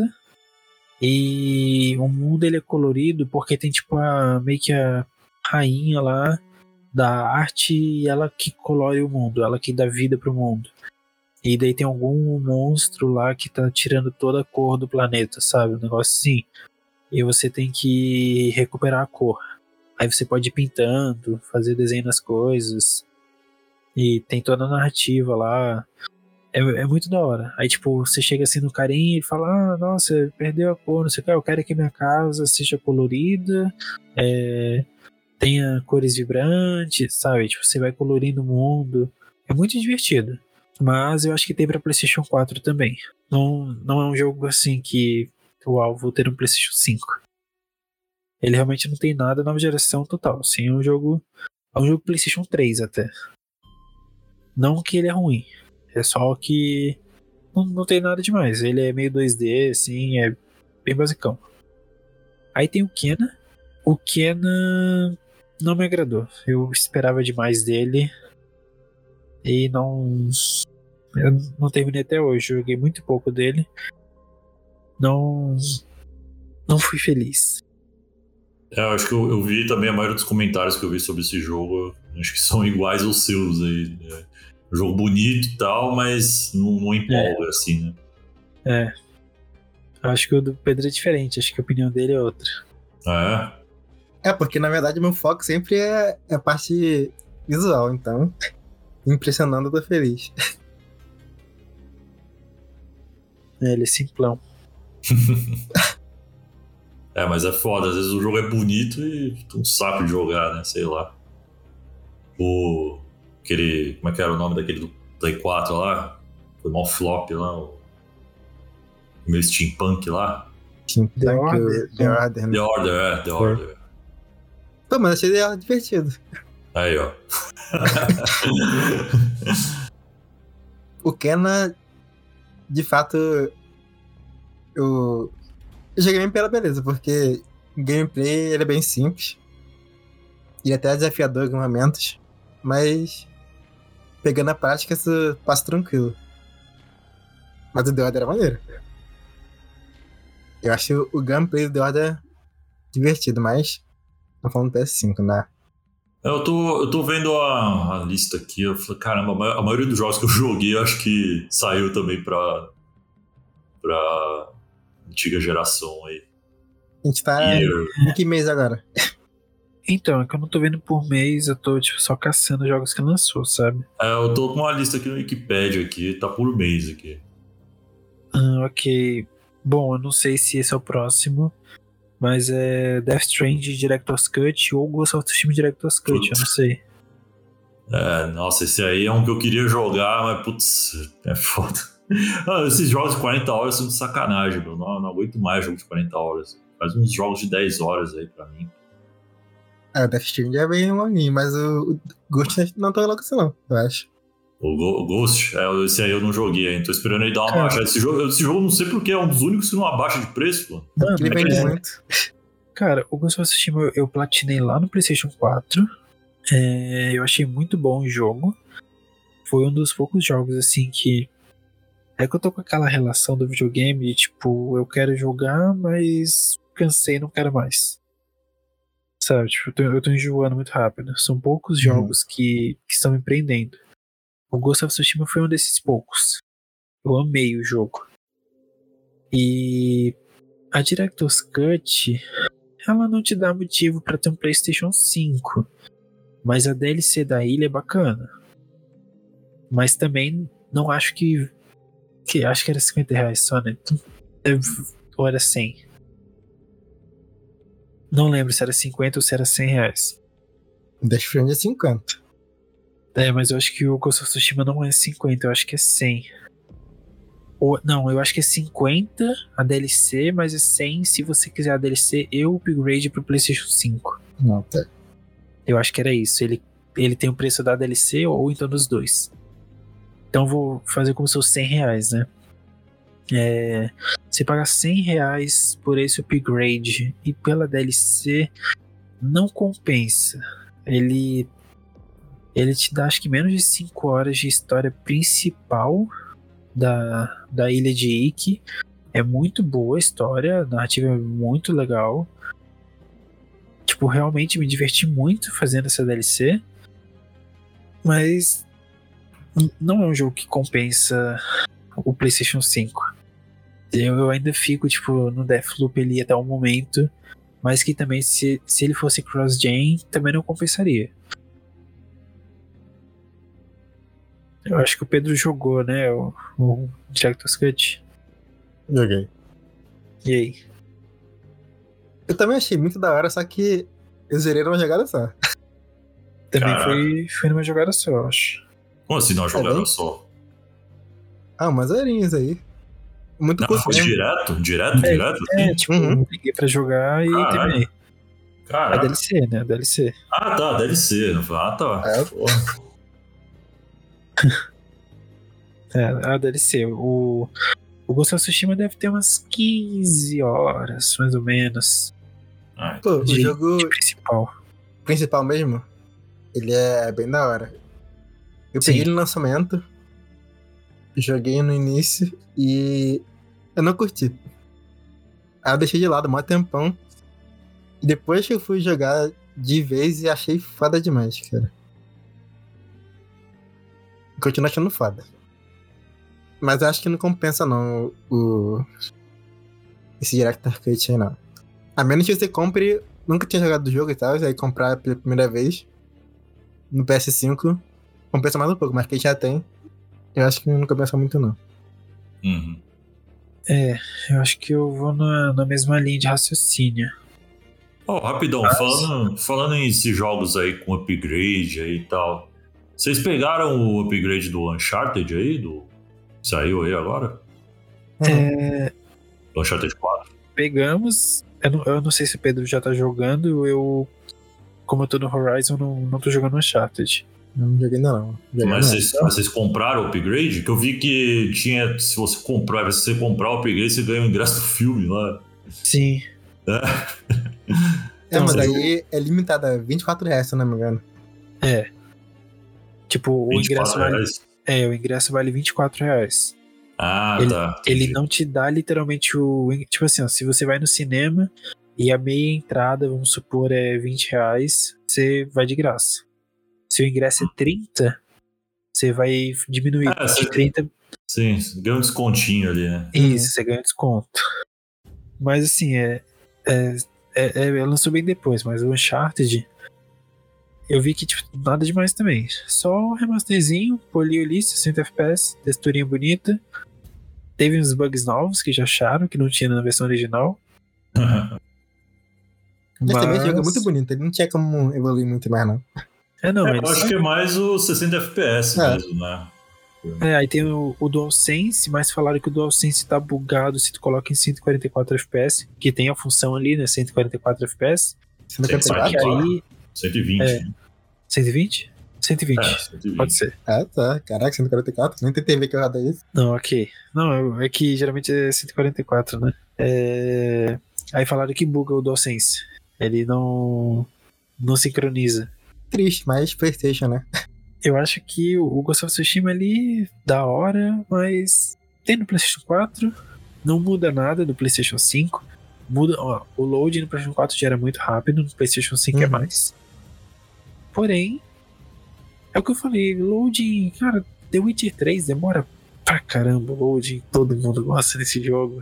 E o mundo ele é colorido porque tem, tipo, meio que a rainha lá da arte e ela que colore o mundo. Ela que dá vida pro mundo. E daí tem algum monstro lá que tá tirando toda a cor do planeta, sabe? Um negócio assim. E você tem que recuperar a cor. Aí você pode ir pintando, fazer desenho nas coisas. E tem toda a narrativa lá. É muito da hora. Aí tipo, você chega assim no carinha e fala: nossa, perdeu a cor, não sei o que. Eu quero que minha casa seja colorida. Tenha cores vibrantes, sabe? Tipo, você vai colorindo o mundo. É muito divertido. Mas eu acho que tem pra PlayStation 4 também. Não é um jogo assim que vou ter um PlayStation 5. Ele realmente não tem nada nova geração total. Assim, é um jogo PlayStation 3 até. Não que ele é ruim. É só que não tem nada demais. Ele é meio 2D, assim, é bem basicão. Aí tem o Kena. O Kena não me agradou. Eu esperava demais dele. E eu não terminei até hoje. Joguei muito pouco dele. Não fui feliz. Eu acho que eu vi também a maioria dos comentários que eu vi sobre esse jogo. Acho que são iguais aos seus aí. Jogo bonito e tal, mas não empolga assim, né? Acho que o do Pedro é diferente. Acho que a opinião dele é outra. Porque na verdade meu foco sempre é a parte visual, então impressionando, eu tô feliz. Ele é simplão. Mas é foda, às vezes o jogo é bonito e fica um saco de jogar, né? Sei lá. Como é que era o nome daquele do Play 4 lá? Foi mó flop lá, o meu steampunk lá. The Order. The Order. Pô, mas achei ela divertido. Aí, ó. O Kena, de fato, eu joguei bem pela beleza, porque o gameplay ele é bem simples. Ele é até desafiador em alguns momentos, mas pegando a prática, isso passa tranquilo. Mas o The Order é maneiro. Eu acho o gameplay do The Order divertido, mas tô falando do PS5, né? Eu tô vendo a lista aqui, eu falei, caramba, a maioria dos jogos que eu joguei, eu acho que saiu também pra antiga geração aí. A gente tá em que mês agora? Então, é que eu não tô vendo por mês, eu tô tipo, só caçando jogos que lançou, sabe? Eu tô com uma lista aqui no Wikipedia aqui, tá por mês aqui. Ok. Bom, eu não sei se esse é o próximo, mas é Death Stranding Director's Cut ou Ghost of Tsushima Director's Cut, eu não sei. Nossa, esse aí é um que eu queria jogar, mas putz, é foda. Esses jogos de 40 horas são de sacanagem, meu. Não aguento mais jogos de 40 horas. Faz uns jogos de 10 horas aí pra mim. O Death Stranding é bem longuinho, mas o Ghost não tô louco assim não, eu acho. O Ghost, esse aí eu não joguei ainda. Tô esperando ele dar uma baixada. Esse jogo, não sei porque, é um dos únicos que não abaixa de preço, pô. Ele vende muito. Cara, o Ghost of Tsushima eu platinei lá no PlayStation 4. Eu achei muito bom o jogo. Foi um dos poucos jogos, assim, que... É que eu tô com aquela relação do videogame de, tipo, eu quero jogar, mas cansei e não quero mais. Sabe, tipo, eu tô enjoando muito rápido. São poucos jogos que estão me prendendo. O Ghost of Tsushima foi um desses poucos. Eu amei o jogo. E a Director's Cut, ela não te dá motivo pra ter um PlayStation 5. Mas a DLC da ilha é bacana. Mas também não acho que acho que era R$50 só, né? Ou era 100? Não lembro se era 50 ou se era R$100. Death Stranding é 50. Mas eu acho que o Ghost of Tsushima não é 50, eu acho que é 100. Não, eu acho que é 50 a DLC, mas é 100 se você quiser a DLC e o upgrade pro PlayStation 5. Não, tá. Eu acho que era isso. Ele tem o preço da DLC ou então dos dois. Então vou fazer como se fosse R$100, né? Você paga R$100 por esse upgrade e pela DLC não compensa. Ele te dá acho que menos de 5 horas de história principal da ilha de Iki. É muito boa a história, a narrativa é muito legal. Tipo, realmente me diverti muito fazendo essa DLC. Mas não é um jogo que compensa o PlayStation 5. Eu ainda fico, tipo, no Deathloop ali até o momento. Mas que também, se ele fosse cross-gen, também não compensaria. Eu acho que o Pedro jogou, né? O Director's Cut. Joguei. E aí? Eu também achei muito da hora, só que eu zerei numa jogada só. Também foi numa jogada só, eu acho. Como assim numa jogada só? Umas horinhas aí. Muito curto. Foi direto? Assim? Tipo, eu liguei pra jogar e terminei. Caraca. A DLC, né? A DLC. Ah, tá, DLC. Ah, tá. A DLC. O Ghost of Tsushima deve ter umas 15 horas, mais ou menos. Pô, o jogo principal mesmo, ele é bem da hora. Eu peguei ele no lançamento, joguei no início e eu não curti. Aí eu deixei de lado mó tempão. E depois que eu fui jogar de vez e achei foda demais, cara. Continuo achando foda. Mas eu acho que não compensa não esse Director's Cut aí não. A menos que você compre, nunca tinha jogado o jogo e tal, aí comprar pela primeira vez no PS5, compensa mais um pouco, mas quem já tem, eu acho que não compensa muito não. Eu acho que eu vou na mesma linha de raciocínio. Rapidão, falando em esses jogos aí com upgrade aí e tal, vocês pegaram o upgrade do Uncharted aí? Saiu aí agora? Do Uncharted 4? Pegamos. Eu não sei se o Pedro já tá jogando. Como eu tô no Horizon, não tô jogando Uncharted. Não joguei ainda não. Mas vocês compraram o upgrade? Que eu vi que tinha. Se você comprar o upgrade, você ganha o ingresso do filme lá. Sim. Mas daí é limitada a R$24, se eu não me engano. Tipo, o ingresso vale. O ingresso vale R$24. Tá. Ele não te dá literalmente o. Tipo assim, ó, se você vai no cinema e a meia entrada, vamos supor, é R$20, você vai de graça. Se o ingresso é 30, você vai diminuir de 30. Sim, ganha um descontinho ali, né? Isso, você ganha desconto. Mas assim, lançou bem depois, mas o Uncharted, eu vi que tipo, nada demais também. Só um remasterzinho, poliu ali, 60 FPS, texturinha bonita. Teve uns bugs novos que já acharam, que não tinha na versão original. Mas também o jogo é muito Mas... bonito, ele não tinha como evoluir muito mais, não. não, Eu acho que é mais o 60 FPS É. mesmo, né? aí tem o DualSense, mas falaram que o DualSense tá bugado se tu coloca em 144 FPS, que tem a função ali, né, 144 FPS. Só 144? que aí... 120. É. 120? 120, 120. pode ser. Ah, tá. Caraca, 144? Nem tentei ver que eu roda isso. Não, ok. Não, é que geralmente é 144, né? Aí falaram que buga o DualSense. Ele não sincroniza. Triste, mas PlayStation, né? Eu acho que o Ghost of Tsushima ali, da hora, mas tem no PlayStation 4, não muda nada do PlayStation 5. Muda, ó, o load no PlayStation 4 já era muito rápido, no PlayStation 5 é mais. Porém, é o que eu falei, loading, cara, The Witcher 3 demora pra caramba, loading, todo mundo gosta desse jogo.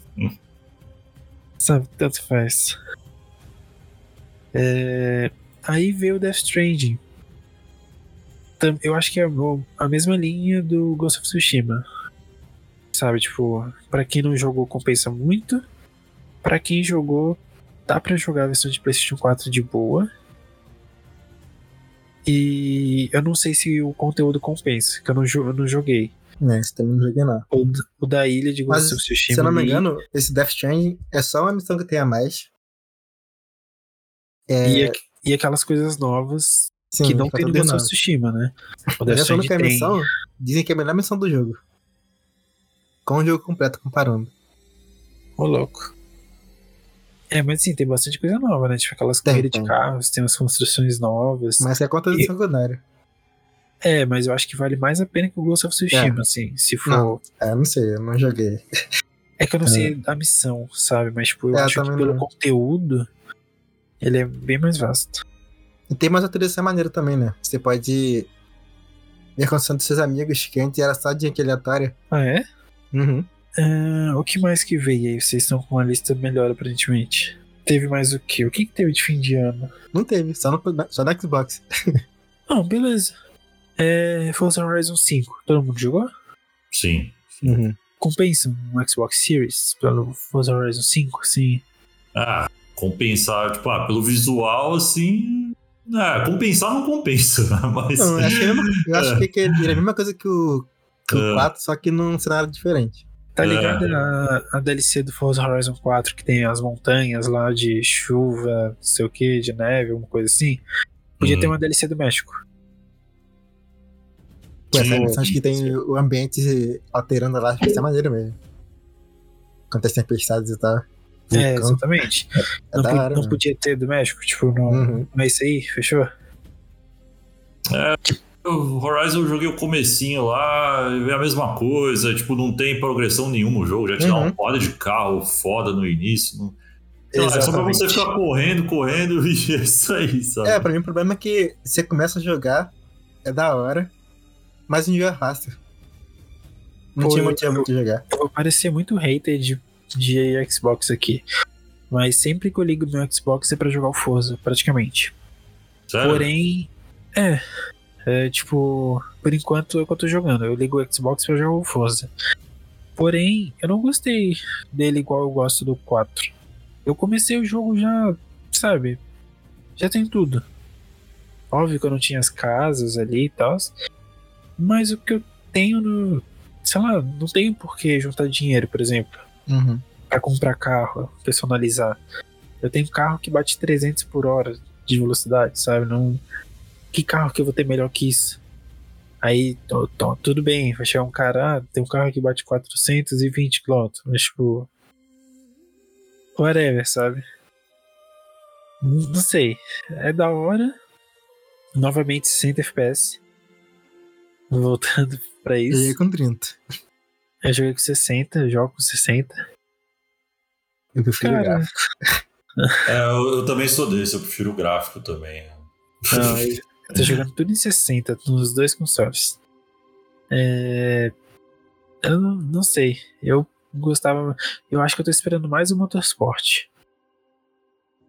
Sabe, tanto faz. Aí veio o Death Stranding. Eu acho que é a mesma linha do Ghost of Tsushima. Sabe, tipo, pra quem não jogou compensa muito. Pra quem jogou, dá pra jogar a versão de PlayStation 4 de boa. E eu não sei se o conteúdo compensa, que eu não joguei. Esse também não joguei, não. O da ilha de Ghost Mas, of Tsushima. se eu não me ali, engano, esse Death Stranding é só uma missão que tem a mais. e aquelas coisas novas Sim, que não fica tem no tudo Ghost of novo. Tsushima, né? O Mas Death essa Stranding única tem. missão, dizem que é a melhor missão do jogo. Com o jogo completo, comparando. Ô, louco. Mas assim, tem bastante coisa nova, né? Tipo aquelas Tem, corridas de tem. carros, tem umas construções novas. Mas é conta do secundário. Mas eu acho que vale mais a pena que o Ghost of Tsushima, assim, se for. Não sei, eu não joguei. É que eu não sei da missão, sabe? Mas, tipo, eu acho que também pelo não. conteúdo, ele é bem mais vasto. E tem mais outra dessa maneira também, né? Você pode ver a condição dos seus amigos, que antes era só de aleatória. Ah, é? Uhum. O que mais que veio aí? Vocês estão com uma lista melhor, aparentemente. Teve mais o quê? O que teve de fim de ano? Não teve, só no Xbox. Não, beleza. Forza Horizon 5. Todo mundo jogou? Sim. Uhum. Compensa um Xbox Series pelo Forza Horizon 5? Sim. Compensar, tipo, pelo visual, assim... compensar não compensa, mas... Não, eu acho que ele é a mesma coisa que o 4, só que num cenário diferente. Tá ligado a DLC do Forza Horizon 4, que tem as montanhas lá de chuva, não sei o que, de neve, alguma coisa assim? Podia ter uma DLC do México. Pô, essa missão acho que tem o ambiente alterando lá, acho que é maneiro mesmo. Quando tem tempestades e tal. Exatamente. Não podia ter do México? Tipo, não é isso aí? Fechou? O Horizon eu joguei o comecinho lá, é a mesma coisa, tipo, não tem progressão nenhuma o jogo, já te dá uma roda de carro foda no início. É só pra você ficar correndo e é isso aí, sabe? Pra mim o problema é que você começa a jogar, é da hora, mas o jogo é fácil. Não tinha motivo muito de jogar. Eu vou parecer muito hater de Xbox aqui, mas sempre que eu ligo meu Xbox é pra jogar o Forza, praticamente. Sério? Porém, tipo, por enquanto é o que eu tô jogando. Eu ligo o Xbox pra jogar o Forza. Porém, eu não gostei dele igual eu gosto do 4. Eu comecei o jogo já, sabe? Já tem tudo. Óbvio que eu não tinha as casas ali e tal. Mas o que eu tenho sei lá, não tenho por que juntar dinheiro, por exemplo. Pra comprar carro, personalizar. Eu tenho carro que bate 300 por hora de velocidade, sabe? Não... Que carro que eu vou ter melhor que isso? Aí, tudo bem, vai chegar um cara, tem um carro que bate 420 km, mas tipo... Whatever, sabe? Não sei. É da hora. Novamente 60 FPS. Voltando pra isso. Eu joguei com 30. Eu joguei com 60, eu jogo com 60. Eu prefiro o gráfico. Eu também sou desse, eu prefiro o gráfico também. Não, eu tô jogando tudo em 60, nos dois consoles. Eu não sei. Eu gostava. Eu acho que eu tô esperando mais o Motorsport.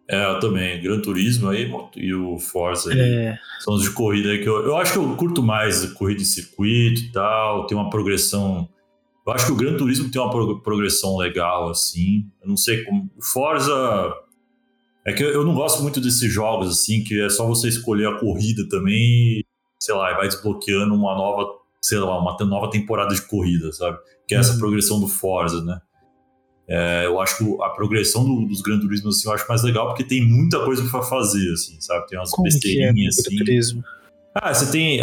Eu também. Gran Turismo aí e o Forza aí. São os de corrida aí que eu acho que eu curto mais corrida em circuito e tal. Tem uma progressão. Eu acho que o Gran Turismo tem uma progressão legal, assim. Eu não sei como. O Forza. É que eu não gosto muito desses jogos, assim, que é só você escolher a corrida também e, sei lá, e vai desbloqueando uma nova, sei lá, uma nova temporada de corrida, sabe? Que é essa progressão do Forza, né? Eu acho que a progressão dos Gran Turismo, assim, eu acho mais legal porque tem muita coisa pra fazer, assim, sabe? Tem umas besteirinhas, assim. Gran Turismo? Você tem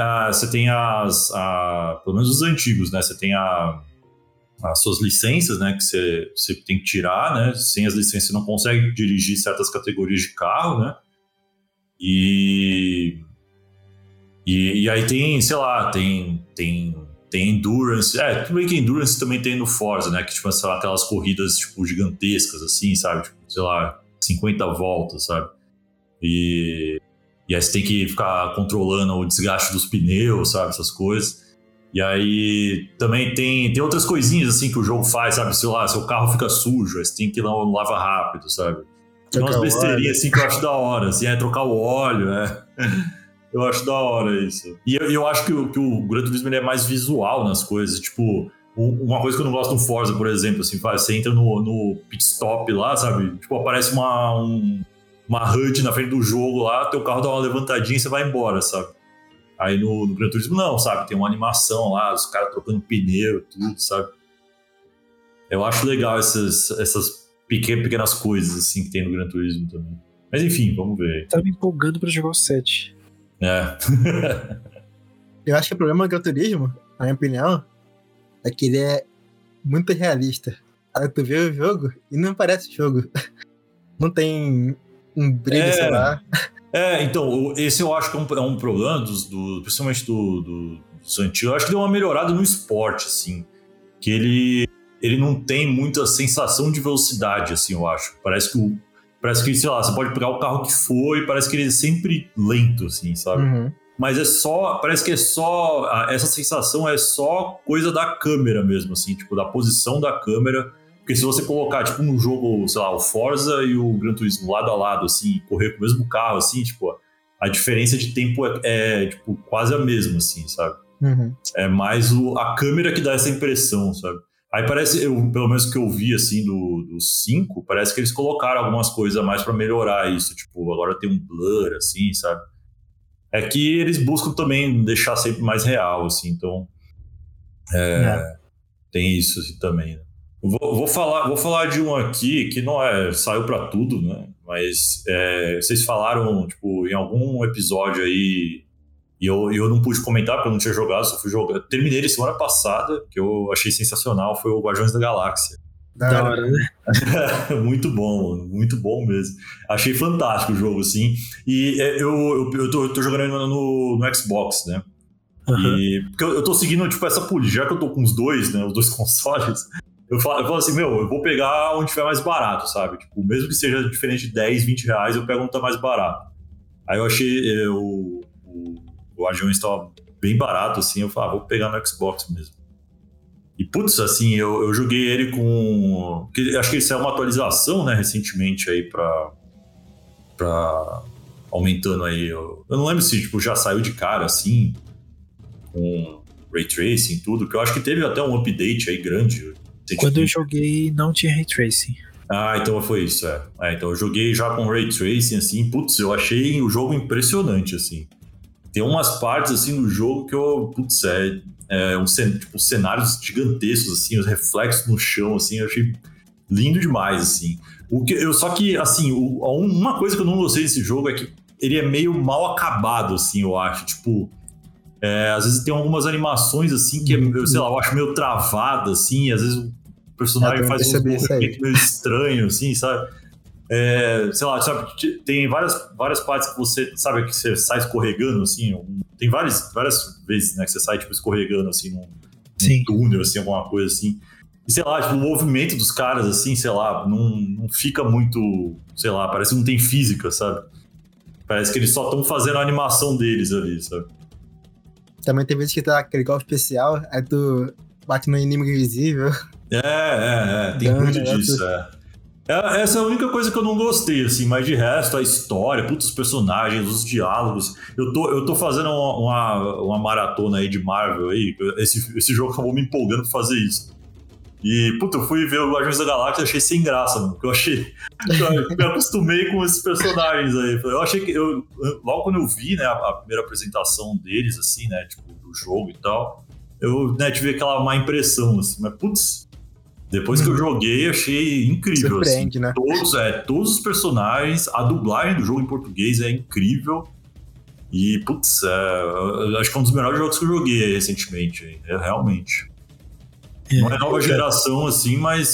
pelo menos os antigos, né? Você tem as suas licenças, né, que você tem que tirar, né? Sem as licenças você não consegue dirigir certas categorias de carro, né? E aí tem, sei lá, tem endurance. Tudo bem que endurance também tem no Forza, né? Que tipo, sei lá, aquelas corridas tipo gigantescas assim, sabe? Tipo, sei lá, 50 voltas, sabe? E aí você tem que ficar controlando o desgaste dos pneus, sabe? Essas coisas. E aí também tem outras coisinhas assim que o jogo faz, sabe? Sei lá, seu carro fica sujo, aí você tem que ir lá no lava rápido, sabe? Tem umas besteirinhas assim que eu acho da hora, assim, trocar o óleo, Eu acho da hora isso. E eu acho que o Gran Turismo ele é mais visual nas coisas, tipo, uma coisa que eu não gosto no Forza, por exemplo, assim, você entra no pit stop lá, sabe? Tipo, aparece uma HUD na frente do jogo lá, teu carro dá uma levantadinha e você vai embora, sabe? Aí no Gran Turismo não, sabe? Tem uma animação lá, os caras trocando pneu, tudo, sabe? Eu acho legal essas pequenas coisas, assim, que tem no Gran Turismo também. Mas enfim, vamos ver. Tá me empolgando pra jogar o 7. Eu acho que o problema do Gran Turismo, na minha opinião, é que ele é muito realista. Aí tu vê o jogo e não parece jogo. Não tem um brilho, sei lá. Então, esse eu acho que é um problema, principalmente dos antigos. Eu acho que deu uma melhorada no esporte, assim. Que ele não tem muita sensação de velocidade, assim, eu acho. Parece que, sei lá, você pode pegar o carro que for e parece que ele é sempre lento, assim, sabe? Uhum. Mas parece que essa sensação é só coisa da câmera mesmo, assim, tipo, da posição da câmera. Porque se você colocar, tipo, no jogo, sei lá, o Forza e o Gran Turismo lado a lado, assim, correr com o mesmo carro, assim, tipo, a diferença de tempo é tipo, quase a mesma, assim, sabe? Uhum. É mais a câmera que dá essa impressão, sabe? Aí parece, pelo menos que eu vi, assim, do 5, parece que eles colocaram algumas coisas a mais pra melhorar isso, tipo, agora tem um blur, assim, sabe? É que eles buscam também deixar sempre mais real, assim, então tem isso, assim, também, né? Vou falar de um aqui que não saiu pra tudo, né? Mas vocês falaram, tipo, em algum episódio aí, e eu não pude comentar porque eu não tinha jogado, só fui jogar. Terminei ele semana passada, que eu achei sensacional, foi o Guardiões da Galáxia. Da hora, né? Muito bom mesmo. Achei fantástico o jogo, assim. E eu tô jogando ele no Xbox, né? Uhum. Porque eu tô seguindo, tipo, essa política, já que eu tô com os dois, né? Os dois consoles. Eu falo assim, eu vou pegar onde tiver mais barato, sabe? Tipo, mesmo que seja diferente de 10, 20 reais, eu pego onde tá mais barato. Aí eu achei o Guardiões estava bem barato, assim, eu falei, vou pegar no Xbox mesmo. E, putz, assim, eu joguei ele com... Acho que isso é uma atualização, né, recentemente aí pra aumentando aí. Eu não lembro se, tipo, já saiu de cara, assim, com Ray Tracing e tudo, que eu acho que teve até um update aí grande. Quando eu joguei, não tinha Ray Tracing. Então foi isso, então eu joguei já com Ray Tracing, assim, putz, eu achei o jogo impressionante, assim. Tem umas partes, assim, do jogo que eu, putz, tipo, cenários gigantescos, assim, os reflexos no chão, assim, eu achei lindo demais, assim. Só que, assim, uma coisa que eu não gostei desse jogo é que ele é meio mal acabado, assim, eu acho, tipo... às vezes tem algumas animações, assim, que, sei lá, eu acho meio travada, assim, e às vezes o personagem faz um movimento meio estranho, assim, sabe? Sei lá, sabe, tem várias partes que você, sabe, que você sai escorregando, assim, tem várias vezes, né, que você sai, tipo, escorregando, assim, num túnel, assim, alguma coisa, assim. E, sei lá, tipo, o movimento dos caras, assim, sei lá, não fica muito, sei lá, parece que não tem física, sabe? Parece que eles só estão fazendo a animação deles ali, sabe? Também tem vezes que tá aquele golpe especial, aí tu bate no inimigo invisível. Tem muito disso, Essa é a única coisa que eu não gostei, assim, mas de resto, a história, putz, os personagens, os diálogos. Eu tô fazendo uma maratona aí de Marvel aí. Esse jogo acabou me empolgando pra fazer isso. E, puta, eu fui ver o Guardiões da Galáxia e achei sem graça, mano. Eu achei. Eu me acostumei com esses personagens aí. Eu achei que. Logo quando eu vi, né, a primeira apresentação deles, assim, né, tipo, do jogo e tal, eu, né, tive aquela má impressão, assim, mas, putz, depois que eu joguei, achei incrível. Surpreende, assim. né? Todos os personagens, a dublagem do jogo em português é incrível. E, putz, eu acho que é um dos melhores jogos que eu joguei recentemente, realmente. Não é nova geração, assim, mas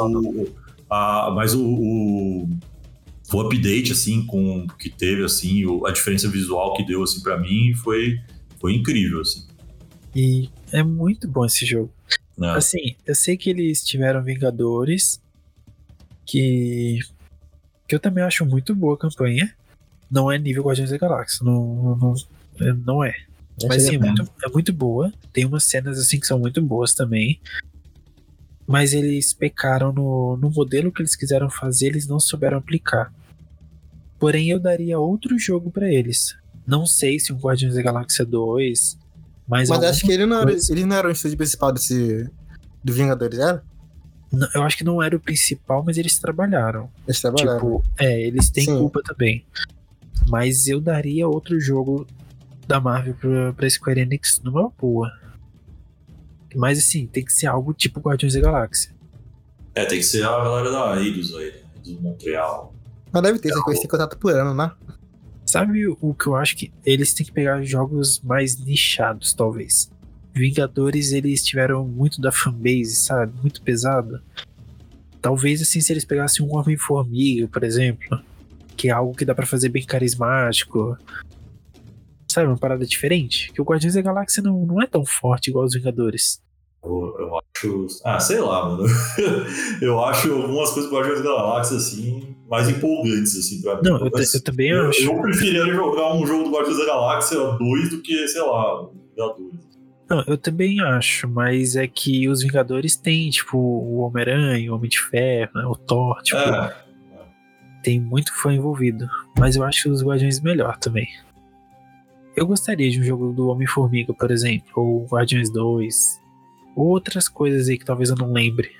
o update, assim, que teve, assim, a diferença visual que deu, assim, pra mim foi incrível, assim. E é muito bom esse jogo. Né? Assim, eu sei que eles tiveram Vingadores, que eu também acho muito boa a campanha. Não é nível Guardiões da Galáxia, não é. Mas sim, é muito boa. Tem umas cenas assim que são muito boas também. Mas eles pecaram no modelo que eles quiseram fazer, eles não souberam aplicar. Porém, eu daria outro jogo pra eles. Não sei se um Guardiões da Galáxia 2. Mas acho que ele não era o estúdio principal do Vingadores, era? Não, eu acho que não era o principal, mas eles trabalharam. Eles trabalharam. Tipo, eles têm culpa também. Mas eu daria outro jogo da Marvel pra Square Enix numa boa. Mas assim, tem que ser algo tipo Guardiões da Galáxia. Tem que ser a galera da Eidos aí, do Montreal. Mas deve ter, esse contrato por ano, né? Sabe o que eu acho que eles têm que pegar jogos mais nichados, talvez. Vingadores, eles tiveram muito da fanbase, sabe? Muito pesado. Talvez assim, se eles pegassem um Homem-Formiga, por exemplo, que é algo que dá pra fazer bem carismático. Sabe, uma parada diferente. Que o Guardiões da Galáxia não é tão forte igual os Vingadores. Eu acho... sei lá, mano. Eu acho algumas coisas do Guardiões da Galáxia, assim, mais empolgantes, assim, pra mim. Não, eu também acho. Eu preferia jogar um jogo do Guardiões da Galáxia 2 do que, sei lá, Vingadores. Não, eu também acho, mas é que os Vingadores têm, tipo, o Homem-Aranha, o Homem de Ferro, né, o Thor, tipo... Tem muito fã envolvido. Mas eu acho os Guardiões melhor também. Eu gostaria de um jogo do Homem-Formiga, por exemplo, ou Guardiões 2, outras coisas aí que talvez eu não lembre.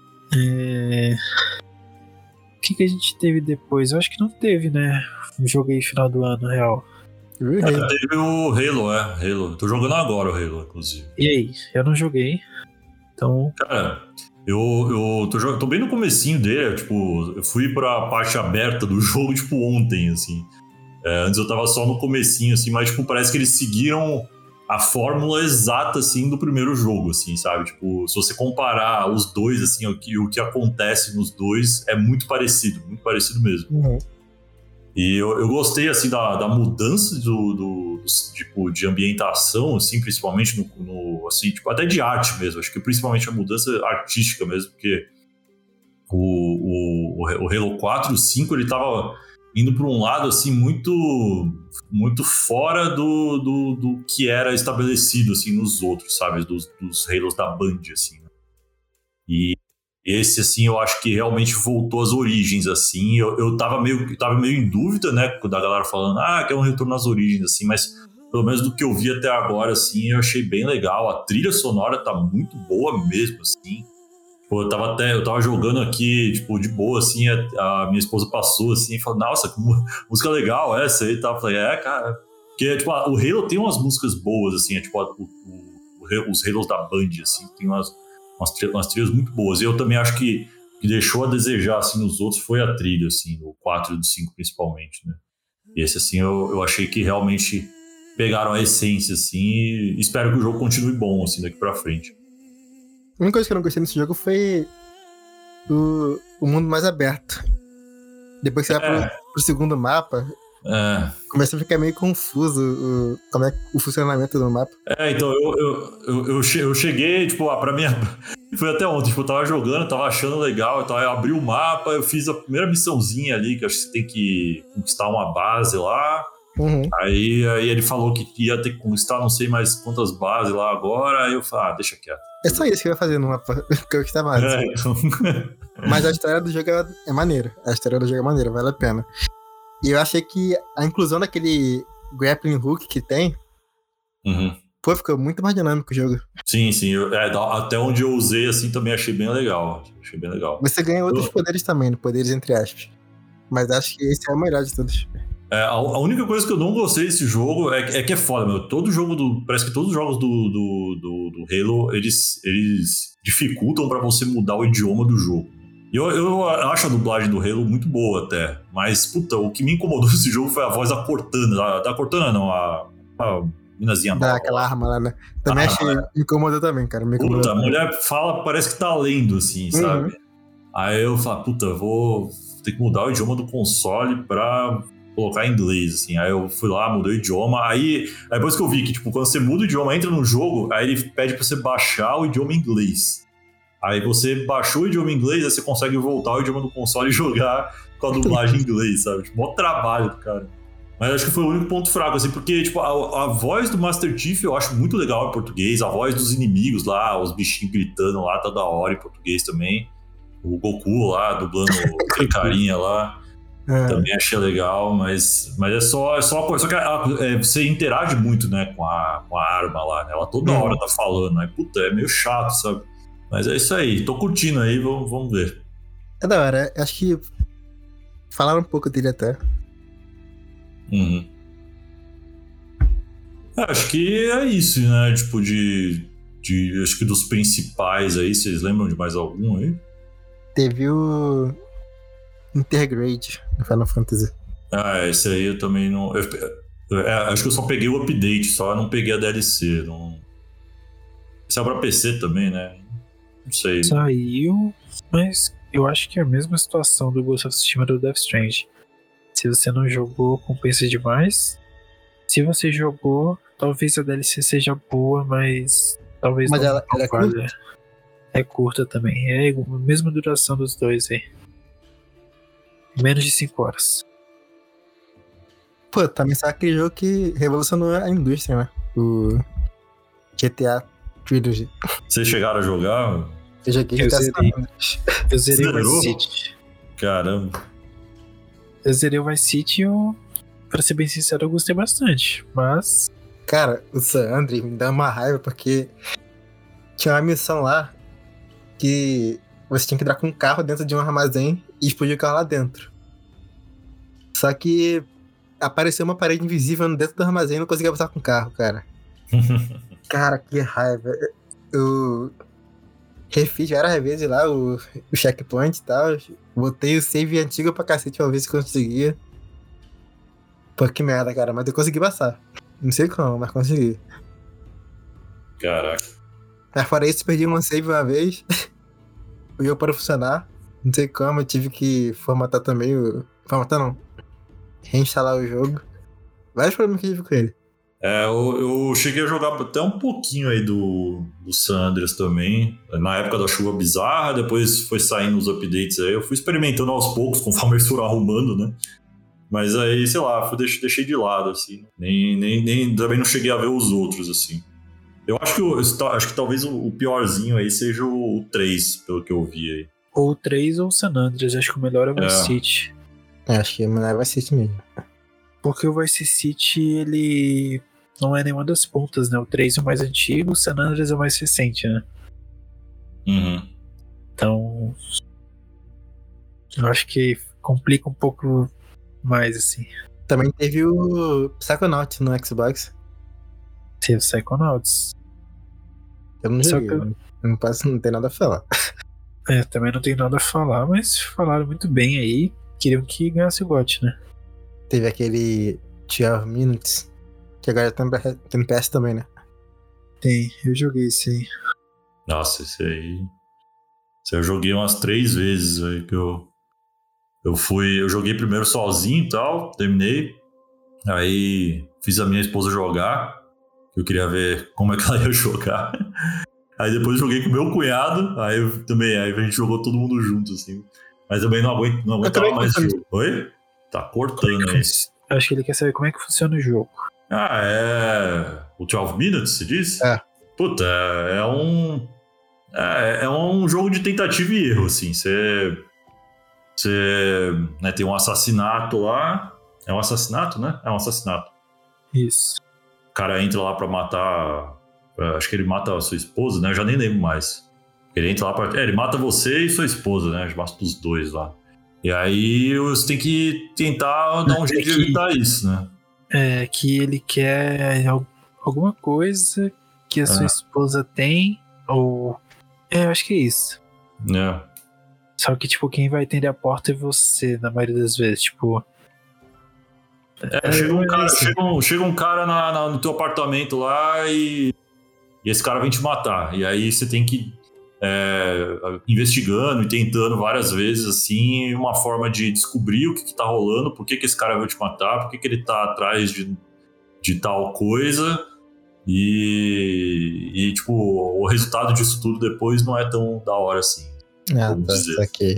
O que a gente teve depois? Eu acho que não teve, né? Um jogo aí final do ano, real. Teve o Halo, Halo. Tô jogando agora o Halo, inclusive. E aí? Eu não joguei. Então... Cara, eu tô bem no comecinho dele, tipo, eu fui pra parte aberta do jogo, tipo, ontem, assim. Antes eu tava só no comecinho, assim, mas, tipo, parece que eles seguiram a fórmula exata, assim, do primeiro jogo, assim, sabe? Tipo, se você comparar os dois, assim, o que acontece nos dois é muito parecido mesmo. Uhum. E eu gostei, assim, da mudança tipo, de ambientação, assim, principalmente no assim, tipo, até de arte mesmo. Acho que principalmente a mudança artística mesmo, porque o Halo 4 e o 5, ele tava indo para um lado, assim, muito fora do que era estabelecido, assim, nos outros, sabe? Dos Halos da Band, assim. E esse, assim, eu acho que realmente voltou às origens, assim. Eu tava meio em dúvida, né, da galera falando, que é um retorno às origens, assim, mas pelo menos do que eu vi até agora, assim, eu achei bem legal. A trilha sonora tá muito boa mesmo, assim. Pô, eu tava jogando aqui, tipo, de boa, assim, a minha esposa passou, assim, e falou, nossa, que música legal essa aí, tá? Eu falei, cara... Porque, tipo, o Halo tem umas músicas boas, assim, tipo, os Halos da Band, assim, tem umas trilhas muito boas. E eu também acho que deixou a desejar, assim, nos outros foi a trilha, assim, do 4 e do 5 principalmente, né? E esse, assim, eu achei que realmente pegaram a essência, assim, e espero que o jogo continue bom, assim, daqui pra frente. A única coisa que eu não gostei nesse jogo foi o mundo mais aberto. Depois que você vai pro segundo mapa, começa a ficar meio confuso como é o funcionamento do mapa. Então eu cheguei, tipo, pra mim, foi até ontem, tipo, eu tava jogando, tava achando legal, então eu abri o mapa, eu fiz a primeira missãozinha ali, que acho que você tem que conquistar uma base lá. Uhum. Aí ele falou que ia ter que conquistar não sei mais quantas bases lá agora, aí eu falei, deixa quieto. É só isso que eu ia fazer no mapa, que eu estava antes. Então... Mas a história do jogo é maneira. A história do jogo é maneira, vale a pena. E eu achei que a inclusão daquele grappling hook que tem, pô, ficou muito mais dinâmico o jogo. Sim. Até onde eu usei, assim, também achei bem legal. Você ganha outros poderes também, poderes entre aspas. Mas acho que esse é o melhor de todos. A única coisa que eu não gostei desse jogo é que é foda, meu. Parece que todos os jogos do Halo, eles dificultam pra você mudar o idioma do jogo. E eu acho a dublagem do Halo muito boa até. Mas, puta, o que me incomodou nesse jogo foi a voz da Cortana. Da Cortana não, a minazinha nova. Daquela arma lá, né? Também achei, me incomodou também, cara. Puta, a mulher fala, parece que tá lendo, assim, sabe? Aí eu falo, puta, vou ter que mudar o idioma do console pra colocar em inglês, assim. Aí eu fui lá, mudei o idioma. Aí depois que eu vi que, tipo, quando você muda o idioma, entra no jogo, aí ele pede pra você baixar o idioma em inglês. Aí você baixou o idioma em inglês, aí você consegue voltar o idioma do console e jogar com a dublagem em inglês, sabe? Tipo, mó trabalho do cara. Mas acho que foi o único ponto fraco, assim, porque, tipo, a voz do Master Chief eu acho muito legal em português, a voz dos inimigos lá, os bichinhos gritando lá, tá da hora em português também. O Goku lá, dublando aquele carinha lá, também achei legal, mas é só uma coisa. Só que você interage muito, né, com a arma lá, né? Ela toda hora tá falando, aí, puta, é meio chato, sabe? Mas é isso aí, tô curtindo aí, vamos ver. É da hora, acho que falaram um pouco dele até. Acho que é isso, né? Tipo, acho que dos principais aí, vocês lembram de mais algum aí? Teve o Intergrade no Final Fantasy. Esse aí eu também não. Acho que eu só peguei o update, só não peguei a DLC. Não... Saiu pra PC também, né? Não sei. Saiu, mas eu acho que é a mesma situação do Ghost of Tsushima do Death Stranding. Se você não jogou, compensa demais. Se você jogou, talvez a DLC seja boa, mas talvez mas não ela é curta? É curta também. É a mesma duração dos dois aí. Menos de 5 horas. Pô, também sabe aquele jogo que revolucionou a indústria, né? O GTA Trilogy. Vocês chegaram a jogar? Eu joguei GTA San Andreas. Eu zerei o Vice City. Caramba. Eu zerei o Vice City e pra ser bem sincero, eu gostei bastante. Mas... Cara, o San Andreas me dá uma raiva porque tinha uma missão lá que você tinha que entrar com um carro dentro de um armazém e explodir o carro lá dentro. Só que apareceu uma parede invisível dentro do armazém e não conseguia passar com o carro, cara. Cara, que raiva. Eu refiz várias vezes lá o checkpoint e tal. Botei o save antigo pra cacete pra ver se conseguia. Pô, que merda, cara. Mas eu consegui passar. Não sei como, mas consegui. Caraca. Mas fora isso, perdi uma save uma vez. O jogo parou de funcionar. Não sei como, eu tive que formatar também o... Formatar não. Reinstalar o jogo. Vários problemas que eu tive com ele. Eu cheguei a jogar até um pouquinho aí do San Andreas também. Na época da chuva bizarra, depois foi saindo os updates aí. Eu fui experimentando aos poucos, conforme eles foram arrumando, né? Mas aí, sei lá, deixei de lado, assim. Nem também não cheguei a ver os outros, assim. Eu acho que talvez o piorzinho aí seja o 3, pelo que eu vi aí. Ou o 3 ou o San Andreas, acho que o melhor é o Vice City. Acho que o melhor é o Vice City mesmo. Porque o Vice City, ele não é nenhuma das pontas, né? O 3 é o mais antigo, o San Andreas é o mais recente, né? Então, eu acho que complica um pouco mais, assim. Também teve o Psychonauts no Xbox. Teve o Psychonauts. Eu não joguei, não tem nada a falar. Também não tem nada a falar, mas falaram muito bem aí. Queriam que ganhasse o GOT, né? Teve aquele 12 Minutes, que agora tem no PS também, né? Tem, eu joguei esse aí. Nossa, esse aí... Esse eu joguei umas 3 vezes aí que eu joguei primeiro sozinho e tal, terminei. Aí fiz a minha esposa jogar, eu queria ver como é que ela ia jogar. Aí depois joguei com o meu cunhado, aí a gente jogou todo mundo junto, assim. Mas também não aguentava mais o jogo. Oi? Tá cortando aí. Acho que ele quer saber como é que funciona o jogo. O 12 Minutes, você disse? É. Puta, é É um jogo de tentativa e erro, assim. Você né, tem um assassinato lá. É um assassinato, né? É um assassinato. Isso. O cara entra lá pra matar... Acho que ele mata a sua esposa, né? Eu já nem lembro mais. Ele entra lá pra... ele mata você e sua esposa, né? Ele mata os dois lá. E aí você tem que tentar dar um jeito de evitar isso, né? É que ele quer alguma coisa que a sua esposa tem, ou... eu acho que é isso. É. Só que, tipo, quem vai atender a porta é você, na maioria das vezes, tipo... chega um cara no teu apartamento lá e esse cara vem te matar. E aí você tem que investigando e tentando várias vezes, assim, uma forma de descobrir o que tá rolando, por que esse cara veio te matar, por que ele tá atrás de tal coisa. E, tipo, o resultado disso tudo depois não é tão da hora assim. Tá, isso aqui.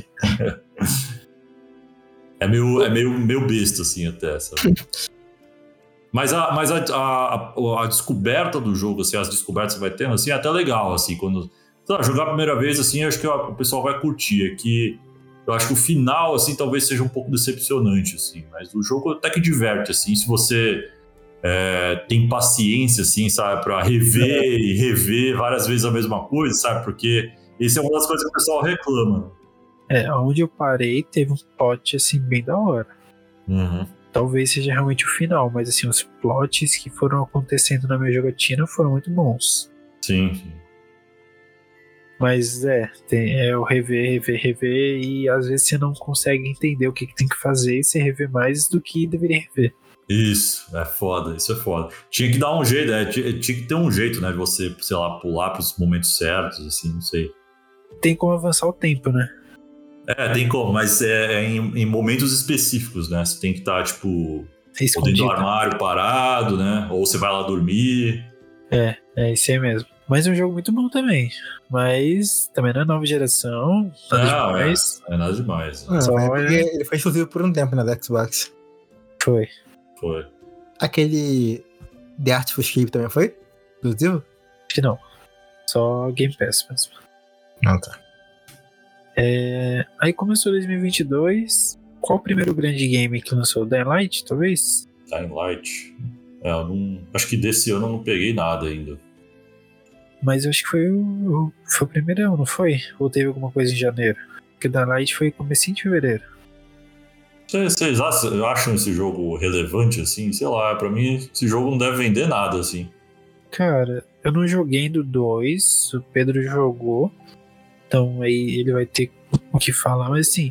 É meio besta, assim, até, sabe? Mas a descoberta do jogo, assim, as descobertas que você vai tendo, assim, é até legal, assim, quando... jogar a primeira vez, assim, acho que o pessoal vai curtir. É que eu acho que o final, assim, talvez seja um pouco decepcionante, assim, mas o jogo até que diverte, assim, se você tem paciência, assim, sabe, pra rever e rever várias vezes a mesma coisa, sabe, porque isso é uma das coisas que o pessoal reclama. Onde eu parei teve um plot, assim, bem da hora. Uhum. Talvez seja realmente o final, mas, assim, os plots que foram acontecendo na minha jogatina foram muito bons. Sim. Mas o rever, e às vezes você não consegue entender o que tem que fazer e você rever mais do que deveria rever. Isso é foda. Tinha que dar um jeito, tinha que ter um jeito, né, de você, sei lá, pular pros momentos certos, assim, não sei. Tem como avançar o tempo, né? Tem como, mas em momentos específicos, né, você tem que estar, tipo, ou dentro do armário parado, né, ou você vai lá dormir. É isso aí mesmo. Mas é um jogo muito bom também. Mas também não é nova geração. Nada demais. É nada demais. Ele foi exclusivo por um tempo na Xbox. Foi. Aquele The Artful Escape também foi? Exclusivo? Acho que não. Só Game Pass mesmo. Não, tá. Aí começou 2022. Qual o primeiro grande game que lançou? Dying Light, talvez? Dying Light? Acho que desse ano eu não peguei nada ainda. Mas eu acho que foi o primeirão, não foi? Ou teve alguma coisa em janeiro? Porque Dying Light foi comecinho de fevereiro. Vocês acham esse jogo relevante, assim? Sei lá, pra mim esse jogo não deve vender nada, assim. Cara, eu não joguei do 2, o Pedro jogou, então aí ele vai ter o que falar, mas assim,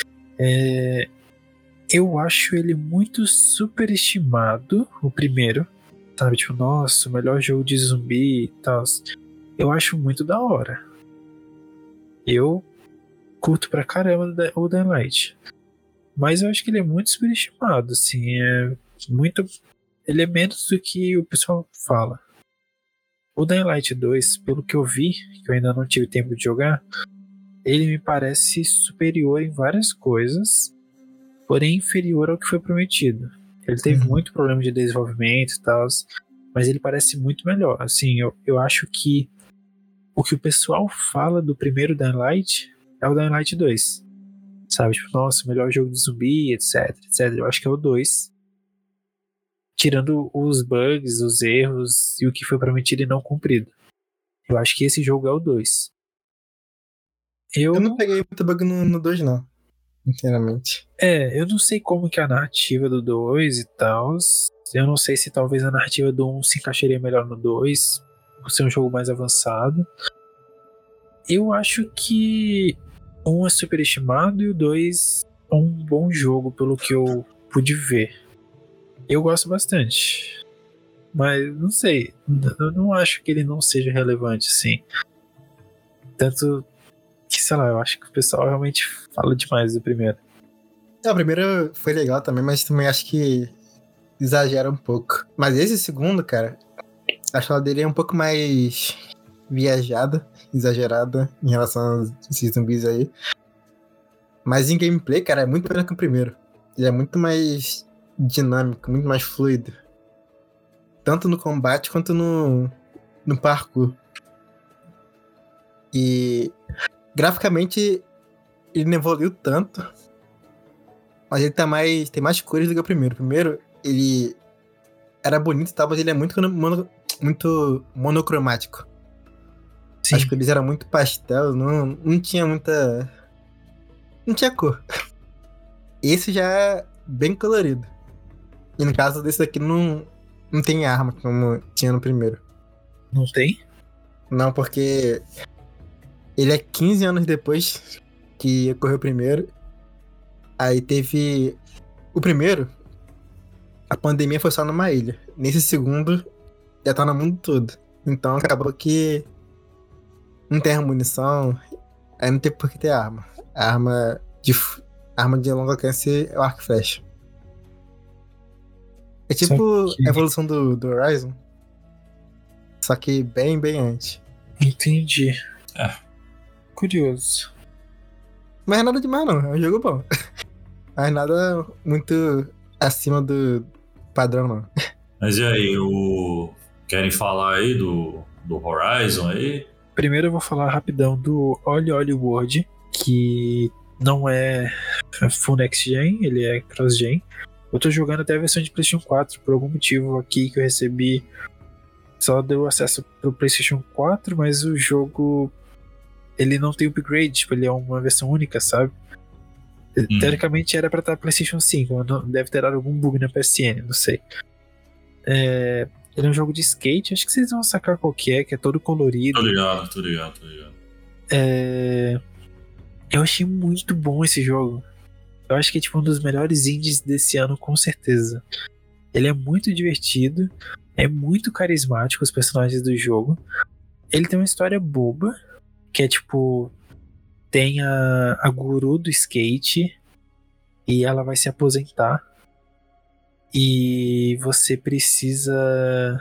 eu acho ele muito superestimado, o primeiro, sabe? Tipo, nossa, o melhor jogo de zumbi e tal. Eu acho muito da hora. Eu curto pra caramba o Dying Light. Mas eu acho que ele é muito superestimado, assim, ele é menos do que o pessoal fala. O Dying Light 2, pelo que eu vi, que eu ainda não tive tempo de jogar, ele me parece superior em várias coisas, porém inferior ao que foi prometido. Ele teve muito problema de desenvolvimento e tal, mas ele parece muito melhor. Assim, eu acho que o que o pessoal fala do primeiro Dying Light é o Dying Light 2. Sabe, tipo, nossa, o melhor jogo de zumbi, etc. Eu acho que é o 2. Tirando os bugs, os erros e o que foi prometido e não cumprido. Eu acho que esse jogo é o 2. Eu não peguei muito bug no 2, não. Inteiramente. Eu não sei como que é a narrativa do 2 e tal. Eu não sei se talvez a narrativa do 1 se encaixaria melhor no 2, por ser um jogo mais avançado. Eu acho que um é superestimado e o 2 é um bom jogo, pelo que eu pude ver. Eu gosto bastante. Mas não sei, eu não acho que ele não seja relevante, assim. Tanto que, sei lá, eu acho que o pessoal realmente fala demais do primeiro. O primeiro foi legal também, mas também acho que exagera um pouco. Mas esse segundo, cara, a fala dele é um pouco mais viajada, exagerada em relação a esses zumbis aí. Mas em gameplay, cara, é muito melhor que o primeiro. Ele é muito mais dinâmico, muito mais fluido. Tanto no combate quanto no parkour. E graficamente ele não evoluiu tanto, mas ele tem mais cores do que o primeiro. O primeiro, ele era bonito e tal, mas ele é muito monocromático. Sim. As cores eram muito pastel, não tinha muita... Não tinha cor. Esse já é bem colorido. E no caso desse daqui não tem arma, como tinha no primeiro. Não tem? Não, porque ele é 15 anos depois que ocorreu o primeiro. Aí teve... O primeiro, a pandemia foi só numa ilha. Nesse segundo, já tá no mundo todo. Então acabou que não tem munição, aí não tem por que ter arma. A arma de longo alcance é o arco e flecha. É tipo a evolução do Horizon. Só que bem, bem antes. Entendi. Curioso. Mas é nada demais não, é um jogo bom. Mas nada muito acima do padrão não. Mas e aí, querem falar aí do Horizon aí? Primeiro eu vou falar rapidão do Oli Oli World, que não é full next gen, ele é cross gen. Eu tô jogando até a versão de PlayStation 4, por algum motivo aqui que eu recebi só deu acesso pro PlayStation 4, mas o jogo ele não tem upgrade, tipo, ele é uma versão única, sabe? Teoricamente era pra estar PlayStation 5, deve ter dado algum bug na PSN, não sei. Ele é um jogo de skate, acho que vocês vão sacar qual que é todo colorido. Tô ligado. Eu achei muito bom esse jogo. Eu acho que é tipo um dos melhores indies desse ano, com certeza. Ele é muito divertido, é muito carismático os personagens do jogo. Ele tem uma história boba, que é tipo... Tem a guru do skate e ela vai se aposentar. E você precisa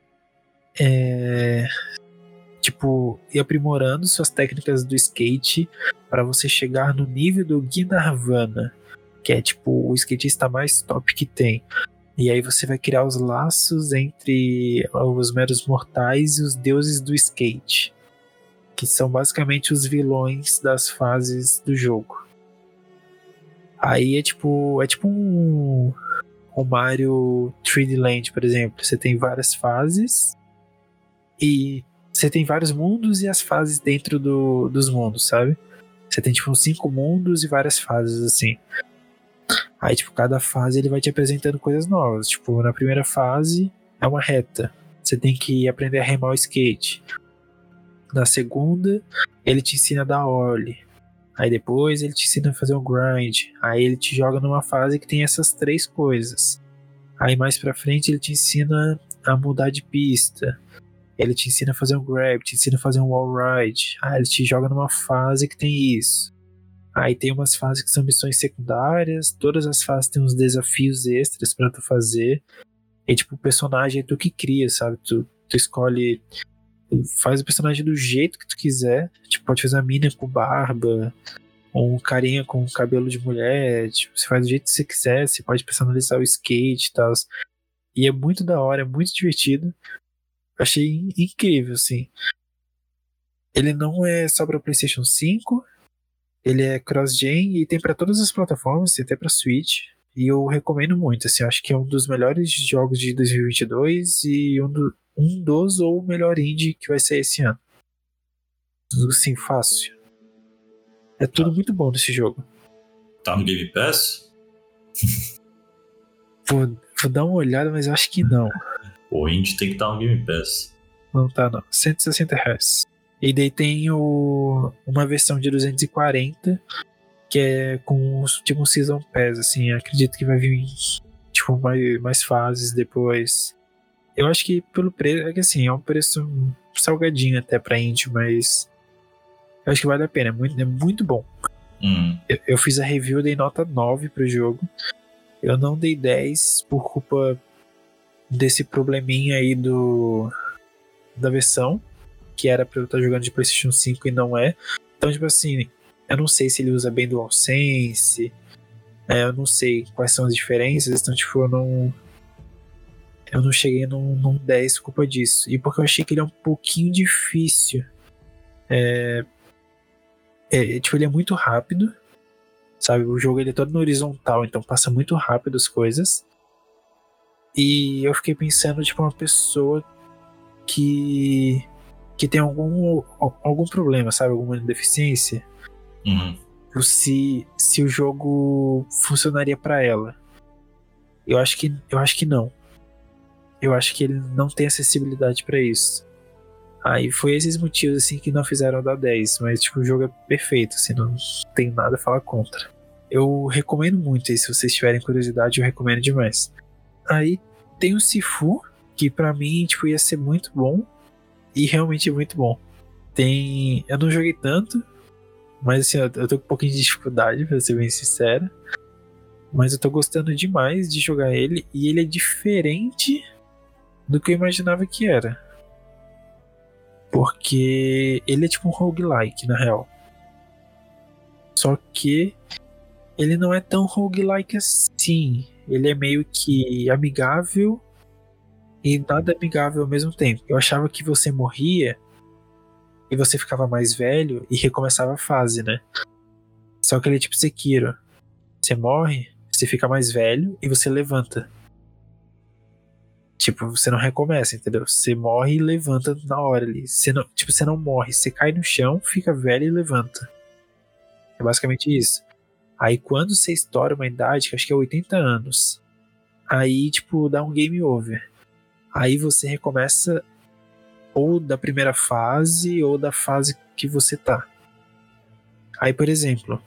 ir aprimorando suas técnicas do skate para você chegar no nível do Ginarvana, que é tipo o skatista mais top que tem. E aí você vai criar os laços entre os meros mortais e os deuses do skate, que são basicamente os vilões das fases do jogo. Aí é tipo um Mario 3D Land, por exemplo. Você tem várias fases e você tem vários mundos e as fases dentro dos mundos, sabe? Você tem tipo uns 5 mundos e várias fases assim. Aí tipo, cada fase ele vai te apresentando coisas novas. Tipo, na primeira fase é uma reta. Você tem que aprender a remar o skate. Na segunda, ele te ensina a dar ollie. Aí depois ele te ensina a fazer um grind. Aí ele te joga numa fase que tem essas 3 coisas. Aí mais pra frente ele te ensina a mudar de pista. Ele te ensina a fazer um grab, te ensina a fazer um wall ride. Aí ele te joga numa fase que tem isso. Aí tem umas fases que são missões secundárias. Todas as fases têm uns desafios extras pra tu fazer. E tipo, o personagem é tu que cria, sabe? Tu escolhe... Faz o personagem do jeito que tu quiser. Tipo, pode fazer uma mina com barba, ou um carinha com cabelo de mulher. Tipo, você faz do jeito que você quiser. Você pode personalizar o skate e tal. E é muito da hora, é muito divertido. Eu achei incrível, assim. Ele não é só pra PlayStation 5. Ele é cross-gen e tem pra todas as plataformas, tem até pra Switch. E eu recomendo muito, assim. Eu acho que é um dos melhores jogos de 2022 e um dos ou o melhor indie que vai ser esse ano. Assim, fácil. É tudo muito bom nesse jogo. Tá no Game Pass? Vou dar uma olhada, mas eu acho que não. O indie tem que estar no Game Pass. Não tá, não. R$160. E daí tem uma versão de 240, que é com tipo um Season Pass, assim. Acredito que vai vir tipo mais fases depois. Eu acho que pelo preço, é que assim, é um preço salgadinho até pra indie, mas eu acho que vale a pena, é muito bom. Eu fiz a review, dei nota 9 pro jogo. Eu não dei 10 por culpa desse probleminha aí da versão, que era pra eu estar jogando de PlayStation 5 e não é. Então, tipo assim, eu não sei se ele usa bem DualSense, eu não sei quais são as diferenças, então, tipo, eu não cheguei num 10 por culpa disso. E porque eu achei que ele é um pouquinho difícil. Tipo, ele é muito rápido, sabe? O jogo ele é todo no horizontal, então passa muito rápido as coisas. E eu fiquei pensando, tipo, uma pessoa que tem algum problema, sabe? Alguma deficiência. Uhum. Se o jogo funcionaria pra ela. Eu acho que não. Eu acho que ele não tem acessibilidade pra isso. Aí foi esses motivos assim que não fizeram dar 10, mas tipo, o jogo é perfeito, assim, não tem nada a falar contra. Eu recomendo muito, e se vocês tiverem curiosidade, eu recomendo demais. Aí tem o Sifu, que pra mim tipo, ia ser muito bom, e realmente muito bom. Eu não joguei tanto, mas assim, eu tô com um pouquinho de dificuldade, pra ser bem sincero. Mas eu tô gostando demais de jogar ele, e ele é diferente do que eu imaginava que era. Porque ele é tipo um roguelike, na real. Só que ele não é tão roguelike assim. Ele é meio que amigável e nada amigável ao mesmo tempo. Eu achava que você morria e você ficava mais velho e recomeçava a fase, né? Só que ele é tipo Sekiro. Você morre, você fica mais velho e você levanta. Tipo, você não recomeça, entendeu? Você morre e levanta na hora ali. Você não morre, você cai no chão, fica velho e levanta. É basicamente isso. Aí quando você estoura uma idade, que acho que é 80 anos, aí, tipo, dá um game over. Aí você recomeça ou da primeira fase ou da fase que você tá. Aí, por exemplo,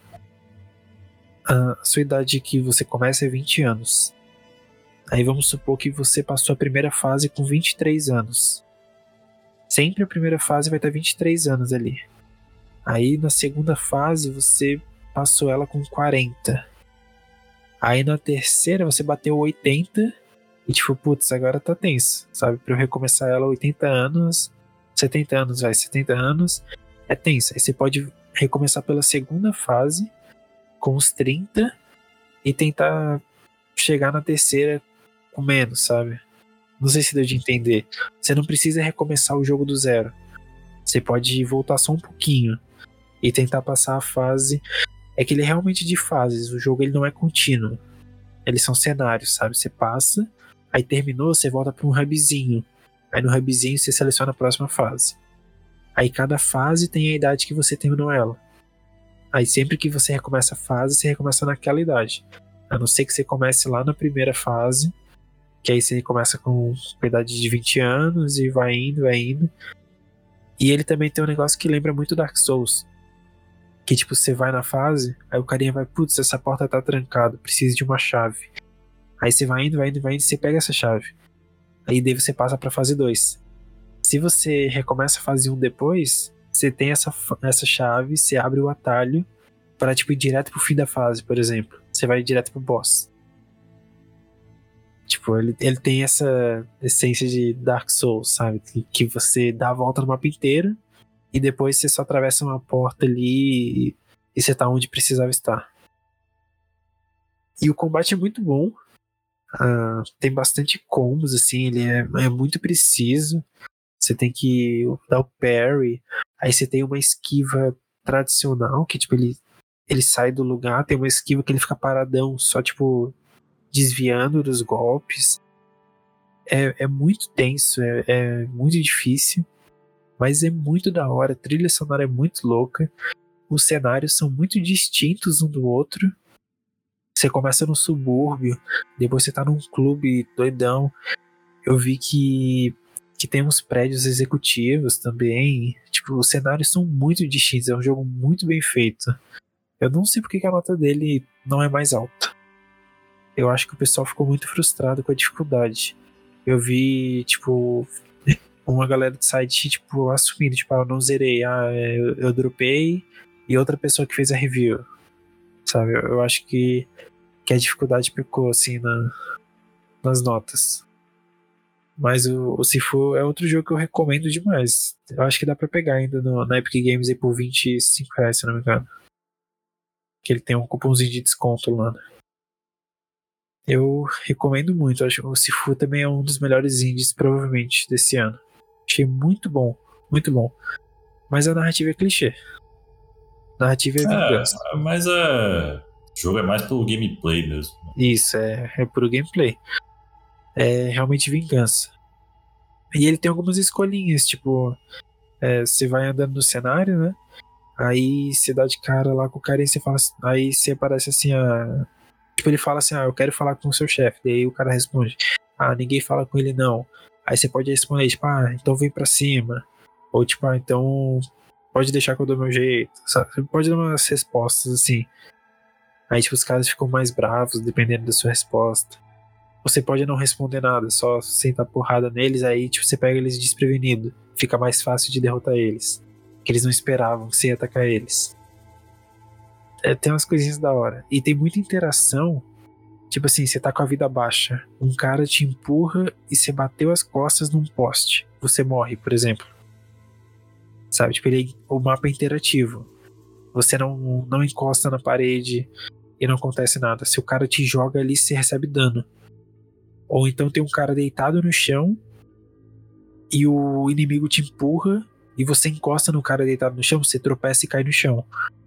a sua idade que você começa é 20 anos. Aí vamos supor que você passou a primeira fase com 23 anos. Sempre a primeira fase vai estar 23 anos ali. Aí na segunda fase você passou ela com 40. Aí na terceira você bateu 80 e tipo, putz, agora tá tenso, sabe? Pra eu recomeçar ela 80 anos, 70 anos, 70 anos, é tenso. Aí você pode recomeçar pela segunda fase com os 30 e tentar chegar na terceira com menos, sabe? Não sei se deu de entender. Você não precisa recomeçar o jogo do zero. Você pode voltar só um pouquinho e tentar passar a fase. É que ele é realmente de fases. O jogo ele não é contínuo. Eles são cenários, sabe? Você passa, aí terminou, você volta para um hubzinho. Aí no hubzinho você seleciona a próxima fase. Aí cada fase tem a idade que você terminou ela. Aí sempre que você recomeça a fase, você recomeça naquela idade. A não ser que você comece lá na primeira fase, que aí você começa com a idade de 20 anos e vai indo, vai indo. E ele também tem um negócio que lembra muito Dark Souls. Que tipo, você vai na fase, aí o carinha vai, putz, essa porta tá trancada, precisa de uma chave. Aí você vai indo, vai indo, vai indo, e você pega essa chave. Aí daí você passa pra fase 2. Se você recomeça a fase 1 depois, você tem essa chave, você abre o atalho pra tipo, ir direto pro fim da fase, por exemplo. Você vai direto pro boss. Tipo, ele tem essa essência de Dark Souls, sabe? Que você dá a volta no mapa inteiro e depois você só atravessa uma porta ali e você tá onde precisava estar. E o combate é muito bom. Tem bastante combos, assim, ele é muito preciso. Você tem que dar o parry. Aí você tem uma esquiva tradicional, que tipo, ele sai do lugar, tem uma esquiva que ele fica paradão, só tipo, desviando dos golpes. É muito tenso, é muito difícil, mas é muito da hora. A trilha sonora é muito louca. Os cenários são muito distintos um do outro. Você começa no subúrbio, depois você tá num clube doidão. Eu vi que tem uns prédios executivos também. Tipo, os cenários são muito distintos. É um jogo muito bem feito. Eu não sei porque que a nota dele não é mais alta. Eu acho que o pessoal ficou muito frustrado com a dificuldade. Eu vi, tipo, uma galera do site, tipo, assumindo, tipo, eu não zerei, eu dropei, e outra pessoa que fez a review, sabe? Eu acho que a dificuldade pecou, assim, nas notas. Mas o Sifu é outro jogo que eu recomendo demais. Eu acho que dá pra pegar ainda na Epic Games aí por R$25, se não me engano. Que ele tem um cupomzinho de desconto lá, né? Eu recomendo muito. Acho que o Sifu também é um dos melhores indies, provavelmente, desse ano. Achei muito bom, muito bom. Mas a narrativa é clichê. A narrativa é vingança. Mas o jogo é mais pelo gameplay mesmo. Isso, é puro gameplay. É realmente vingança. E ele tem algumas escolhinhas, tipo, você vai andando no cenário, né? Aí você dá de cara lá com o cara e você fala assim, aí você aparece assim, tipo, ele fala assim, eu quero falar com o seu chefe. Daí o cara responde, ninguém fala com ele não. Aí você pode responder, tipo, então vem pra cima. Ou tipo, então pode deixar que eu dou meu jeito. Sabe? Você pode dar umas respostas assim. Aí tipo, os caras ficam mais bravos dependendo da sua resposta. Você pode não responder nada, só sentar porrada neles, aí tipo, você pega eles desprevenido. Fica mais fácil de derrotar eles. Que eles não esperavam que você ia atacar eles. Tem umas coisinhas da hora. E tem muita interação. Tipo assim, você tá com a vida baixa. Um cara te empurra e você bateu as costas num poste. Você morre, por exemplo. Sabe? Tipo, o mapa é interativo. Você não encosta na parede e não acontece nada. Se o cara te joga ali, você recebe dano. Ou então tem um cara deitado no chão e o inimigo te empurra e você encosta no cara deitado no chão, você tropeça e cai no chão.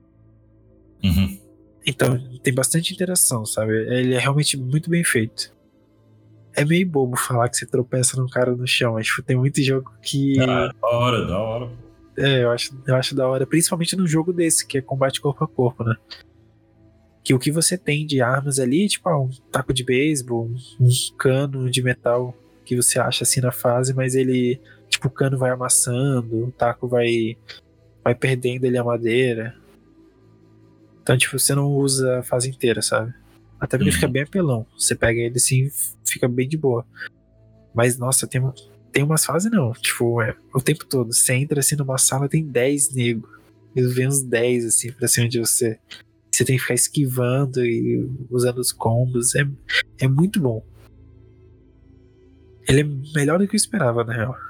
Uhum. Então, tem bastante interação, sabe? Ele é realmente muito bem feito. É meio bobo falar que você tropeça num cara no chão, mas tem muito jogo que... Da hora. Eu acho da hora, principalmente num jogo desse, que é combate corpo a corpo, né? Que o que você tem de armas ali, tipo, um taco de beisebol, um cano de metal que você acha assim na fase, mas ele, tipo, o cano vai amassando, o taco vai perdendo ali a madeira. Então, tipo, você não usa a fase inteira, sabe? Até porque fica bem apelão. Você pega ele assim, fica bem de boa. Mas, nossa, tem umas fases não. Tipo, o tempo todo. Você entra assim numa sala, tem 10 negros. Eles vêm uns 10 assim pra cima de você. Você tem que ficar esquivando e usando os combos. É muito bom. Ele é melhor do que eu esperava, na real.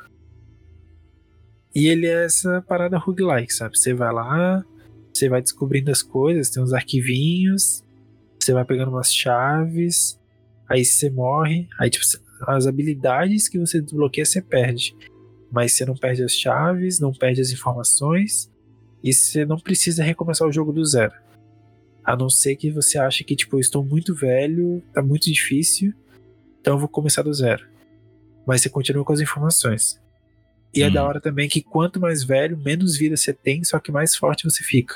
E ele é essa parada roguelike, sabe? Você vai lá, você vai descobrindo as coisas, tem uns arquivinhos, você vai pegando umas chaves, aí você morre, aí tipo, as habilidades que você desbloqueia você perde. Mas você não perde as chaves, não perde as informações, e você não precisa recomeçar o jogo do zero. A não ser que você ache que, tipo, eu estou muito velho, tá muito difícil, então eu vou começar do zero. Mas você continua com as informações. E é da hora também que quanto mais velho, menos vida você tem, só que mais forte você fica.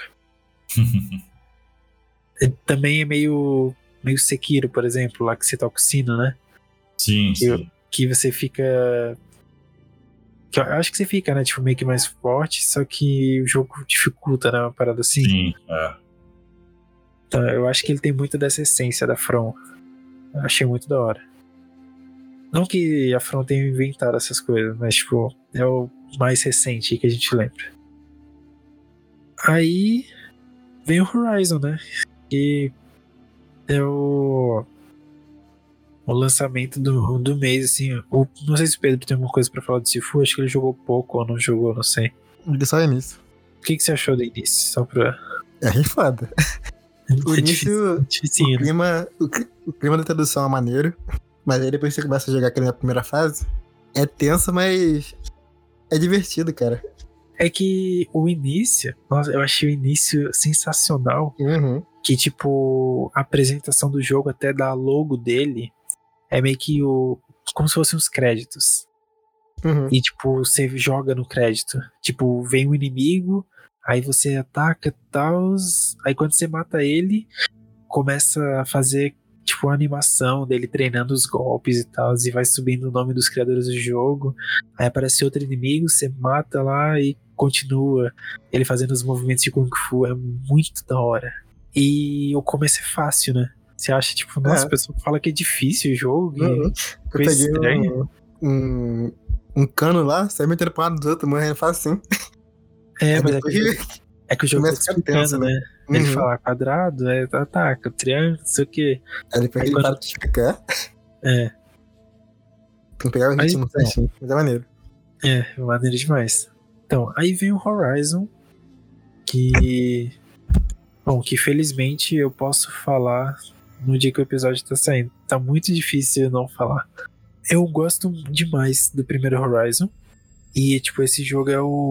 Também é meio Sekiro, por exemplo, lá que você toca o sino, né? Sim. Que você fica... Que eu acho que você fica, né? Tipo, meio que mais forte, só que o jogo dificulta, né? Uma parada assim. Sim, Então, eu acho que ele tem muito dessa essência da From. Eu achei muito da hora. Não que a From tenha inventado essas coisas, mas, tipo, é o mais recente que a gente lembra. Aí vem o Horizon, né? Que é o lançamento do mês, assim. Não sei se o Pedro tem alguma coisa pra falar do Sifu. Acho que ele jogou pouco ou não jogou, não sei. Ele só é início. O que você achou do início? Só pra... É rifada. O início, o clima da tradução é maneiro, mas aí depois que você começa a jogar aquele na primeira fase, é tenso, mas é divertido, cara. É que o início, nossa, eu achei o início sensacional. Uhum. Que, tipo, a apresentação do jogo, até da logo dele, é meio que como se fossem os créditos. Uhum. E, tipo, você joga no crédito. Tipo, vem um inimigo, aí você ataca e tal. Aí quando você mata ele, começa a fazer, tipo, a animação dele treinando os golpes e tal. E vai subindo o nome dos criadores do jogo. Aí aparece outro inimigo, você mata lá e continua ele fazendo os movimentos de Kung Fu. É muito da hora. E o começo é fácil, né? Você acha, tipo, nossa, a pessoa fala que é difícil o jogo. Eu peguei estranho. Um cano lá, sai metendo pro lado dos outros, morrendo fácil assim. Mas é que o jogo tá explicando, tenso, né? Ele fala quadrado, ataca, triângulo, não sei o que. Aí depois ele para de explicar. Tem que pegar o ritmo certinho, mas é maneiro. É maneiro demais. Então, aí vem o Horizon, que felizmente eu posso falar no dia que o episódio tá saindo. Tá muito difícil eu não falar. Eu gosto demais do primeiro Horizon. E, tipo, esse jogo é o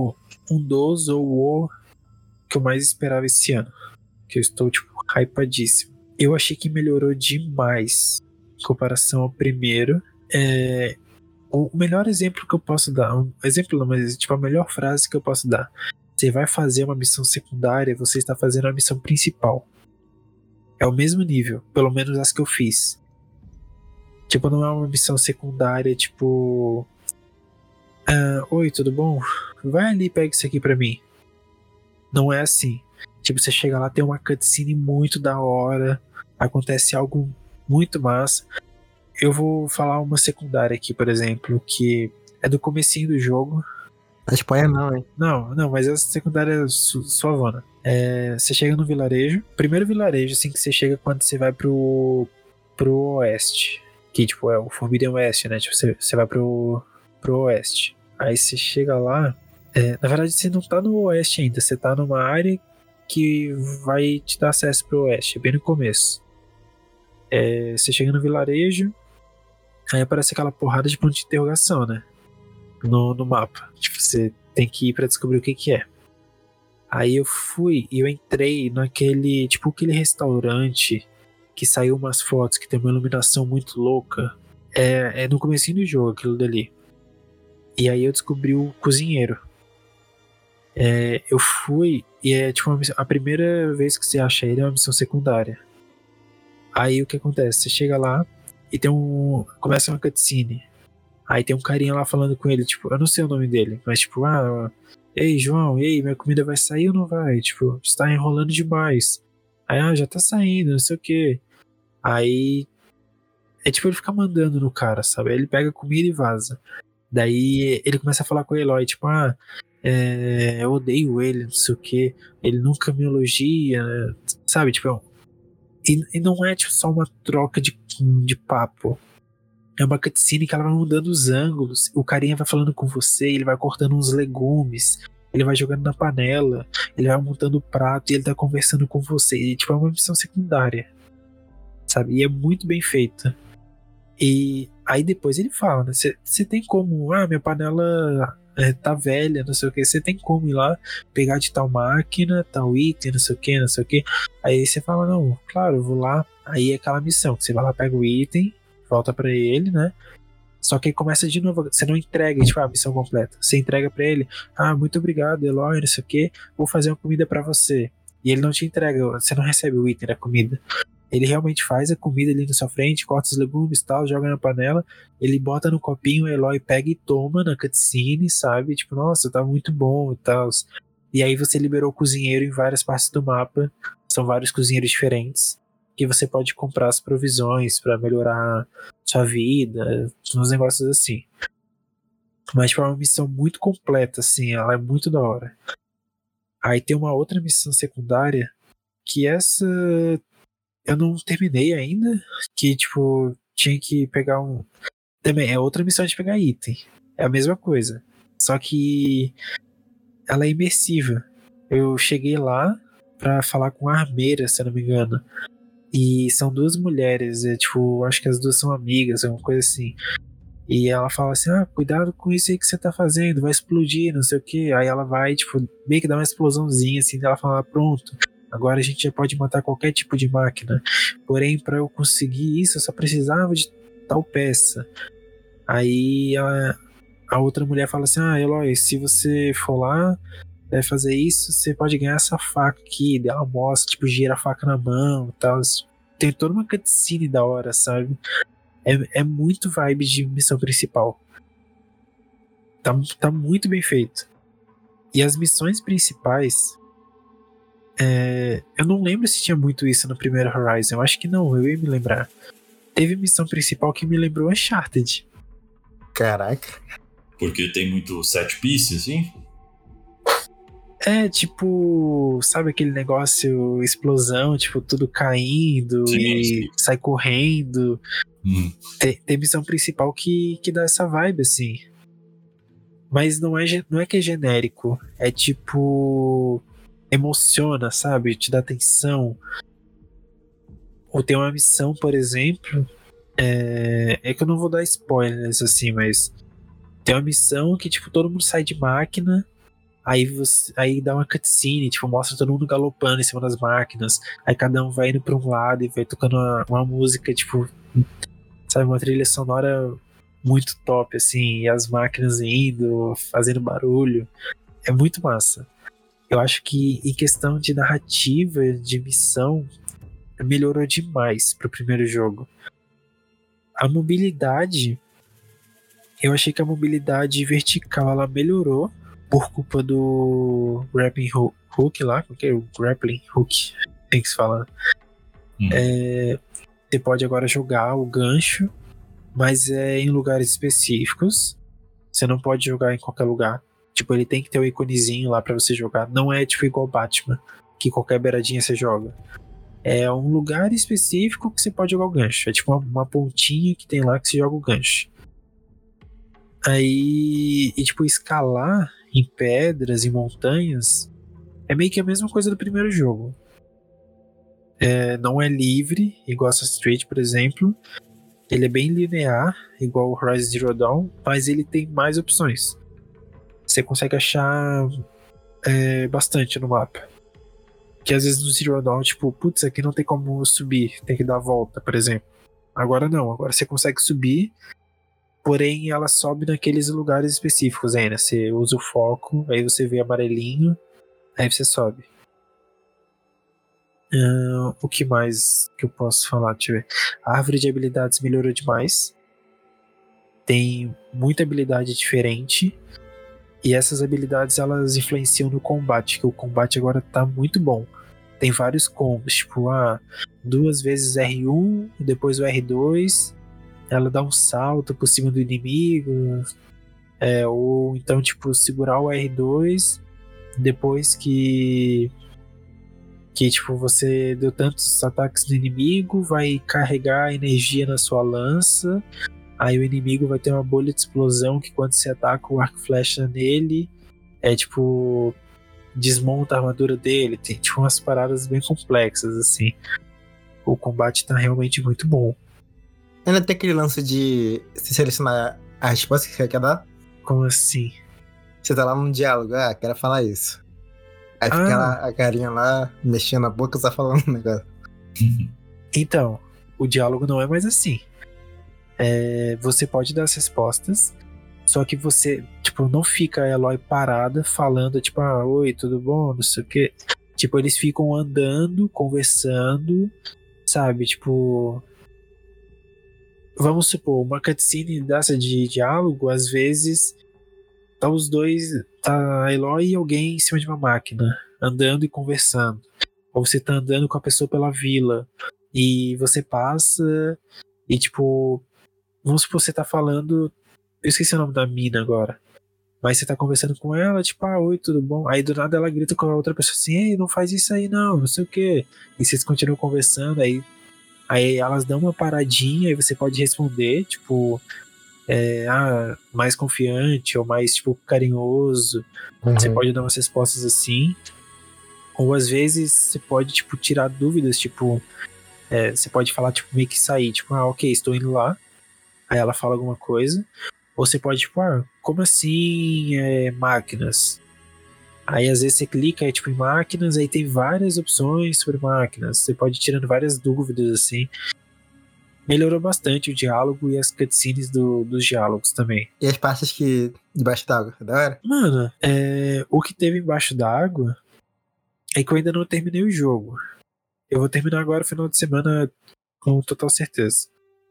um dos ou o que eu mais esperava esse ano. Que eu estou, tipo, hypadíssimo. Eu achei que melhorou demais em comparação ao primeiro. O melhor exemplo que eu posso dar, exemplo não, mas tipo a melhor frase que eu posso dar. Você vai fazer uma missão secundária, você está fazendo a missão principal. É o mesmo nível, pelo menos as que eu fiz. Tipo, não é uma missão secundária, tipo... Oi, tudo bom? Vai ali e pega isso aqui pra mim. Não é assim. Tipo, você chega lá, tem uma cutscene muito da hora, acontece algo muito massa. Eu vou falar uma secundária aqui, por exemplo, que é do comecinho do jogo. Não spoiler não, hein? Não, mas essa secundária é suavona. Você chega no vilarejo. Primeiro vilarejo, assim, que você chega quando você vai pro oeste. Que, tipo, é o Forbidden West, né? Tipo, você vai pro oeste. Aí você chega lá... na verdade, você não tá no oeste ainda. Você tá numa área que vai te dar acesso pro oeste. É bem no começo. Você chega no vilarejo... Aí aparece aquela porrada de ponto de interrogação, né? No mapa. Tipo, você tem que ir pra descobrir o que é. Aí eu fui e eu entrei naquele... Tipo, aquele restaurante que saiu umas fotos que tem uma iluminação muito louca. É no comecinho do jogo, aquilo dali. E aí eu descobri o cozinheiro. Eu fui e é tipo a primeira vez que você acha ele é uma missão secundária. Aí o que acontece? Você chega lá e começa uma cutscene. Aí tem um carinha lá falando com ele, tipo, eu não sei o nome dele, mas tipo, ei João, ei, minha comida vai sair ou não vai? Tipo, você tá enrolando demais. Aí, já tá saindo, não sei o que. Aí, tipo, ele fica mandando no cara, sabe? Aí ele pega a comida e vaza. Daí ele começa a falar com o Eloy, tipo, eu odeio ele, não sei o que. Ele nunca me elogia, sabe? Tipo, e não é tipo, só uma troca de papo. É uma cutscene que ela vai mudando os ângulos. O carinha vai falando com você, ele vai cortando uns legumes, ele vai jogando na panela, ele vai montando o prato e ele tá conversando com você. E, tipo, é uma missão secundária, sabe? E é muito bem feita. E aí depois ele fala, né? Você tem como... minha panela tá velha, não sei o que. Você tem como ir lá, pegar de tal máquina, tal item, não sei o que, não sei o que. Aí você fala, não, claro, eu vou lá. Aí é aquela missão, que você vai lá, pega o item, volta pra ele, né? Só que aí começa de novo, você não entrega, tipo, a missão completa. Você entrega pra ele, muito obrigado, Eloy, não sei o que, vou fazer uma comida pra você. E ele não te entrega, você não recebe o item da comida. Ele realmente faz a comida ali na sua frente, corta os legumes e tal, joga na panela, ele bota no copinho, o Eloy pega e toma na cutscene, sabe? Tipo, nossa, tá muito bom e tal. E aí você liberou o cozinheiro em várias partes do mapa, são vários cozinheiros diferentes, que você pode comprar as provisões pra melhorar sua vida, uns negócios assim. Mas tipo, é uma missão muito completa, assim, ela é muito da hora. Aí tem uma outra missão secundária, que essa eu não terminei ainda, que tipo, tinha que pegar também é outra missão de pegar item. É a mesma coisa. Só que ela é imersiva. Eu cheguei lá pra falar com a armeira, se eu não me engano. E são duas mulheres, tipo, acho que as duas são amigas, alguma coisa assim. E ela fala assim, cuidado com isso aí que você tá fazendo, vai explodir, não sei o que. Aí ela vai, tipo, meio que dá uma explosãozinha, assim, ela fala, pronto, agora a gente já pode matar qualquer tipo de máquina. Porém, pra eu conseguir isso, eu só precisava de tal peça. Aí a outra mulher fala assim, Eloy, se você for lá fazer isso, você pode ganhar essa faca aqui. Daí ela mostra, tipo, gira a faca na mão e tal. Tem toda uma cutscene da hora, sabe? É muito vibe de missão principal. Tá muito bem feito. E as missões principais, eu não lembro se tinha muito isso no primeiro Horizon. Eu acho que não, eu ia me lembrar. Teve missão principal que me lembrou Uncharted. Caraca. Porque tem muito set piece, assim? Tipo, sabe aquele negócio, explosão, tipo, tudo caindo sim. Sai correndo. Tem missão principal que dá essa vibe, assim. Mas não é que é genérico. É tipo, emociona, sabe? Te dá atenção. Ou tem uma missão, por exemplo, é que eu não vou dar spoilers, assim, mas tem uma missão que, tipo, todo mundo sai de máquina. Aí dá uma cutscene, tipo, mostra todo mundo galopando em cima das máquinas. Aí cada um vai indo pra um lado e vai tocando uma música, tipo, sabe, uma trilha sonora muito top, assim, e as máquinas indo, fazendo barulho. É muito massa. Eu acho que em questão de narrativa, de missão, melhorou demais pro primeiro jogo. A mobilidade, eu achei que a mobilidade vertical ela melhorou por culpa do grappling hook lá, porque é o grappling hook, tem que se falar. Você pode agora jogar o gancho, mas é em lugares específicos. Você não pode jogar em qualquer lugar. Tipo, ele tem que ter o iconezinho lá pra você jogar. Não é tipo igual Batman, que qualquer beiradinha você joga. É um lugar específico que você pode jogar o gancho. É tipo uma pontinha que tem lá que você joga o gancho. Aí, e tipo, escalar em pedras, em montanhas, é meio que a mesma coisa do primeiro jogo. Não é livre, igual Assassin's Creed, por exemplo. Ele é bem linear, igual o Horizon Zero Dawn, mas ele tem mais opções. Você consegue achar bastante no mapa. Que às vezes no Zero Dawn, tipo, putz, aqui não tem como subir, tem que dar a volta, por exemplo. Agora não, agora você consegue subir, porém ela sobe naqueles lugares específicos ainda. Você usa o foco, aí você vê amarelinho, aí você sobe. O que mais que eu posso falar? Deixa eu ver. A árvore de habilidades melhorou demais. Tem muita habilidade diferente. E essas habilidades elas influenciam no combate, que o combate agora tá muito bom. Tem vários combos, tipo, 2 vezes R1, depois o R2, ela dá um salto por cima do inimigo, ou então, tipo, segurar o R2, depois que tipo, você deu tantos ataques no inimigo, vai carregar energia na sua lança, aí o inimigo vai ter uma bolha de explosão que quando você ataca o arco e flecha nele, tipo, desmonta a armadura dele. Tem tipo umas paradas bem complexas, assim. O combate tá realmente muito bom. Ainda tem aquele lance de se selecionar a resposta que você quer dar? Como assim? Você tá lá num diálogo, quero falar isso. Aí fica lá a carinha lá, mexendo a boca, só falando um negócio. Então, o diálogo não é mais assim. Você pode dar as respostas, só que você, tipo, não fica a Eloy parada falando, tipo, oi, tudo bom, não sei o quê. Tipo, eles ficam andando, conversando, sabe? Tipo, vamos supor, uma cutscene dessa de diálogo, às vezes tá os dois, tá a Eloy e alguém em cima de uma máquina, andando e conversando. Ou você tá andando com a pessoa pela vila e você passa e, tipo, vamos supor, você tá falando, eu esqueci o nome da mina agora, mas você tá conversando com ela, tipo, oi, tudo bom? Aí do nada ela grita com a outra pessoa assim, ei, não faz isso aí não sei o que. E vocês continuam conversando, aí elas dão uma paradinha e você pode responder, tipo, mais confiante ou mais, tipo, carinhoso. Você pode dar umas respostas assim. Ou às vezes você pode, tipo, tirar dúvidas, tipo, você pode falar, tipo, meio que sair, tipo, ok, estou indo lá. Aí ela fala alguma coisa. Ou você pode, tipo, como assim máquinas? Aí às vezes você clica tipo, em máquinas, aí tem várias opções sobre máquinas. Você pode ir tirando várias dúvidas, assim. Melhorou bastante o diálogo e as cutscenes dos diálogos também. E as partes que debaixo d'água, da hora? Mano, o que teve embaixo d'água é que eu ainda não terminei o jogo. Eu vou terminar agora no final de semana com total certeza.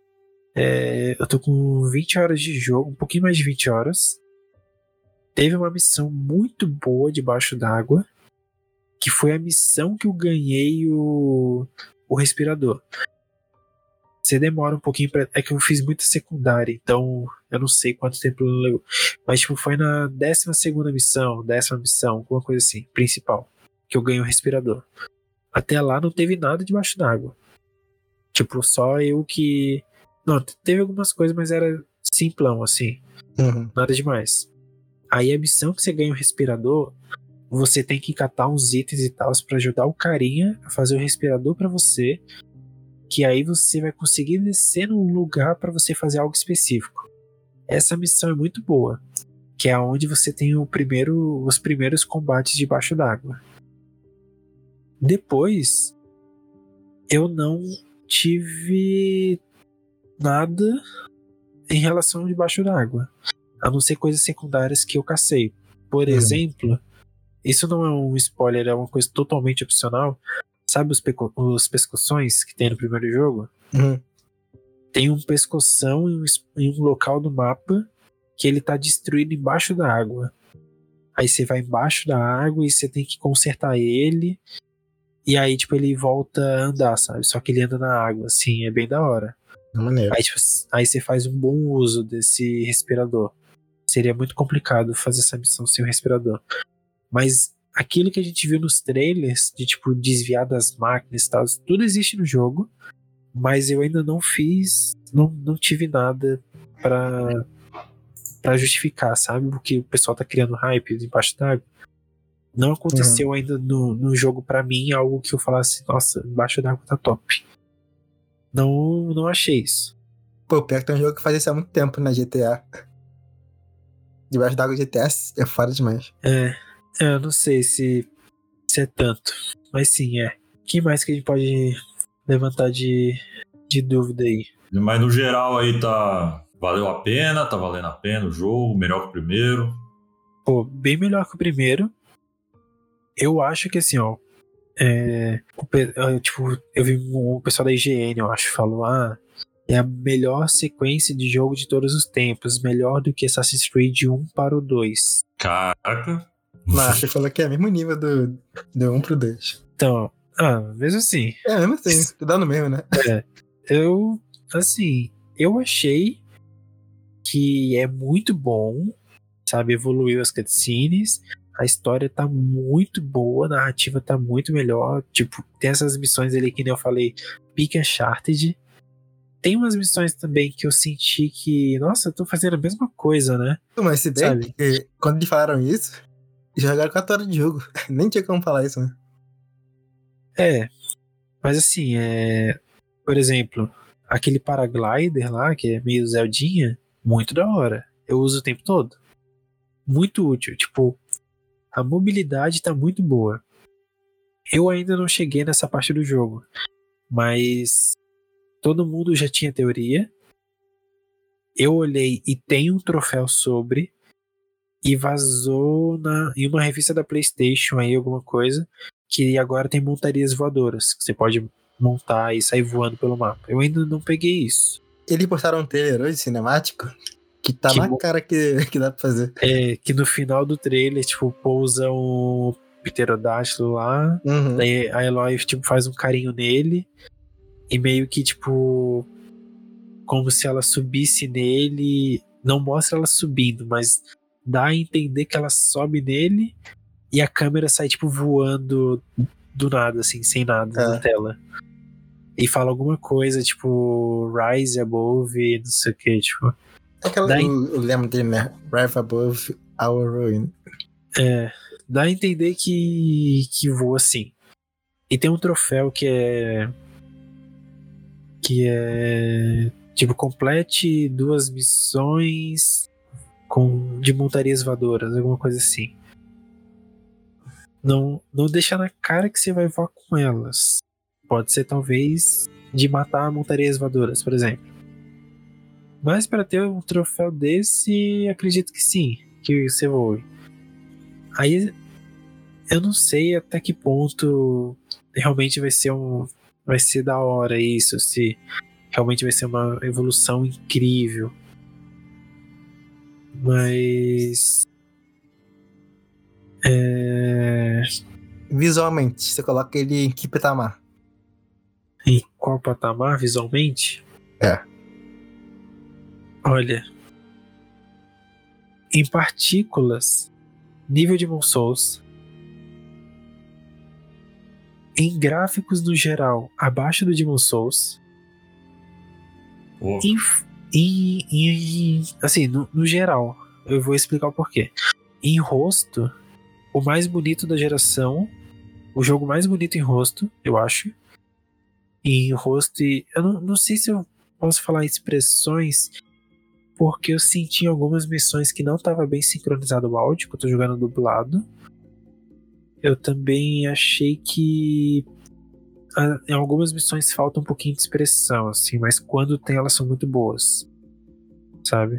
Eu tô com 20 horas de jogo, um pouquinho mais de 20 horas. Teve uma missão muito boa debaixo d'água, que foi a missão que eu ganhei o respirador. Você demora um pouquinho pra... É que eu fiz muita secundária, então eu não sei quanto tempo levou. Mas tipo, foi na 10ª missão, 10ª missão, alguma coisa assim, principal, que eu ganhei o respirador. Até lá não teve nada debaixo d'água. Tipo, só eu que... Não, teve algumas coisas, mas era simplão, assim. Nada demais. Aí a missão que você ganha o respirador, você tem que catar uns itens e tal pra ajudar o carinha a fazer o respirador pra você, que aí você vai conseguir descer num lugar pra você fazer algo específico. Essa missão é muito boa. que é onde você tem os primeiros combates debaixo d'água. Depois, eu não tive nada em relação ao debaixo d'água, a não ser coisas secundárias que eu cacei. Por exemplo, isso não é um spoiler, é uma coisa totalmente opcional. Sabe os pescoções que tem no primeiro jogo? Tem um pescoção em um local do mapa que ele tá destruído embaixo da água. Aí você vai embaixo da água e você tem que consertar ele. E aí, tipo, ele volta a andar, sabe? Só que ele anda na água, assim, é bem da hora. Maneiro. Aí, tipo, aí você faz um bom uso desse respirador. Seria muito complicado fazer essa missão sem o respirador. Mas aquilo que a gente viu nos trailers, de, tipo, desviar das máquinas e tal, tudo existe no jogo. Mas eu ainda não fiz, não tive nada pra justificar, sabe? Porque o pessoal tá criando hype embaixo d'água. Não aconteceu ainda no jogo pra mim algo que eu falasse, nossa, embaixo d'água tá top. Não achei isso. Pô, pior que tem um jogo que faz isso há muito tempo na GTA. Debaixo d'água GTA é foda demais. Eu não sei se é tanto. Mas sim, é. O que mais que a gente pode levantar de dúvida aí? Mas no geral aí valeu a pena, tá valendo a pena o jogo, melhor que o primeiro. Pô, bem melhor que o primeiro. Eu acho que assim, ó. Eu vi o pessoal da IGN, eu acho, falou: é a melhor sequência de jogo de todos os tempos, melhor do que Assassin's Creed 1 para o 2. Caraca. Mas você falou que é o mesmo nível do 1 pro 2. Então, mesmo assim. É, mesmo assim, tu dá no mesmo, né? Eu achei que é muito bom, sabe? Evoluiu as cutscenes, a história tá muito boa, a narrativa tá muito melhor. Tipo, tem essas missões ali que nem eu falei, pique Uncharted. Tem umas missões também que eu senti que, nossa, eu tô fazendo a mesma coisa, né? Mas se bem que quando eles falaram isso, jogaram 4 horas de jogo. Nem tinha como falar isso, né? Mas assim, por exemplo, aquele paraglider lá, que é meio Zeldinha, muito da hora. Eu uso o tempo todo. Muito útil. Tipo, a mobilidade tá muito boa. Eu ainda não cheguei nessa parte do jogo, mas todo mundo já tinha teoria. Eu olhei e tem um troféu sobre, e vazou em uma revista da PlayStation aí, alguma coisa, que agora tem montarias voadoras, que você pode montar e sair voando pelo mapa. Eu ainda não peguei isso. Eles postaram um trailer hoje, cinemático, que tá na cara que dá pra fazer. Que no final do trailer, tipo, pousa um pterodátilo lá, daí a Eloy, tipo, faz um carinho nele, e meio que, tipo, como se ela subisse nele, não mostra ela subindo, mas dá a entender que ela sobe nele, e a câmera sai, tipo, voando do nada, assim, sem nada na tela. E fala alguma coisa, tipo, rise above, não sei o que, tipo. O lema dele, né? Rise above our ruin. Dá a entender que voa assim. E tem um troféu que é tipo, complete 2 missões de montarias voadoras, alguma coisa assim. Não deixa na cara que você vai voar com elas. Pode ser talvez de matar montarias voadoras, por exemplo. Mas para ter um troféu desse, acredito que sim, que você voe. Aí eu não sei até que ponto realmente vai ser da hora isso, se realmente vai ser uma evolução incrível. Mas visualmente, você coloca ele em que patamar? Em qual patamar visualmente? Olha, em partículas, nível de Demon Souls. Em gráficos no geral, abaixo do Demon Souls. Assim, no geral, eu vou explicar o porquê. Em rosto, o mais bonito da geração, o jogo mais bonito em rosto, eu acho. Em rosto, e eu não sei se eu posso falar expressões. porque eu senti em algumas missões que não estava bem sincronizado o áudio, que eu tô jogando dublado. Eu também achei que em algumas missões falta um pouquinho de expressão, assim, mas quando tem elas são muito boas, sabe?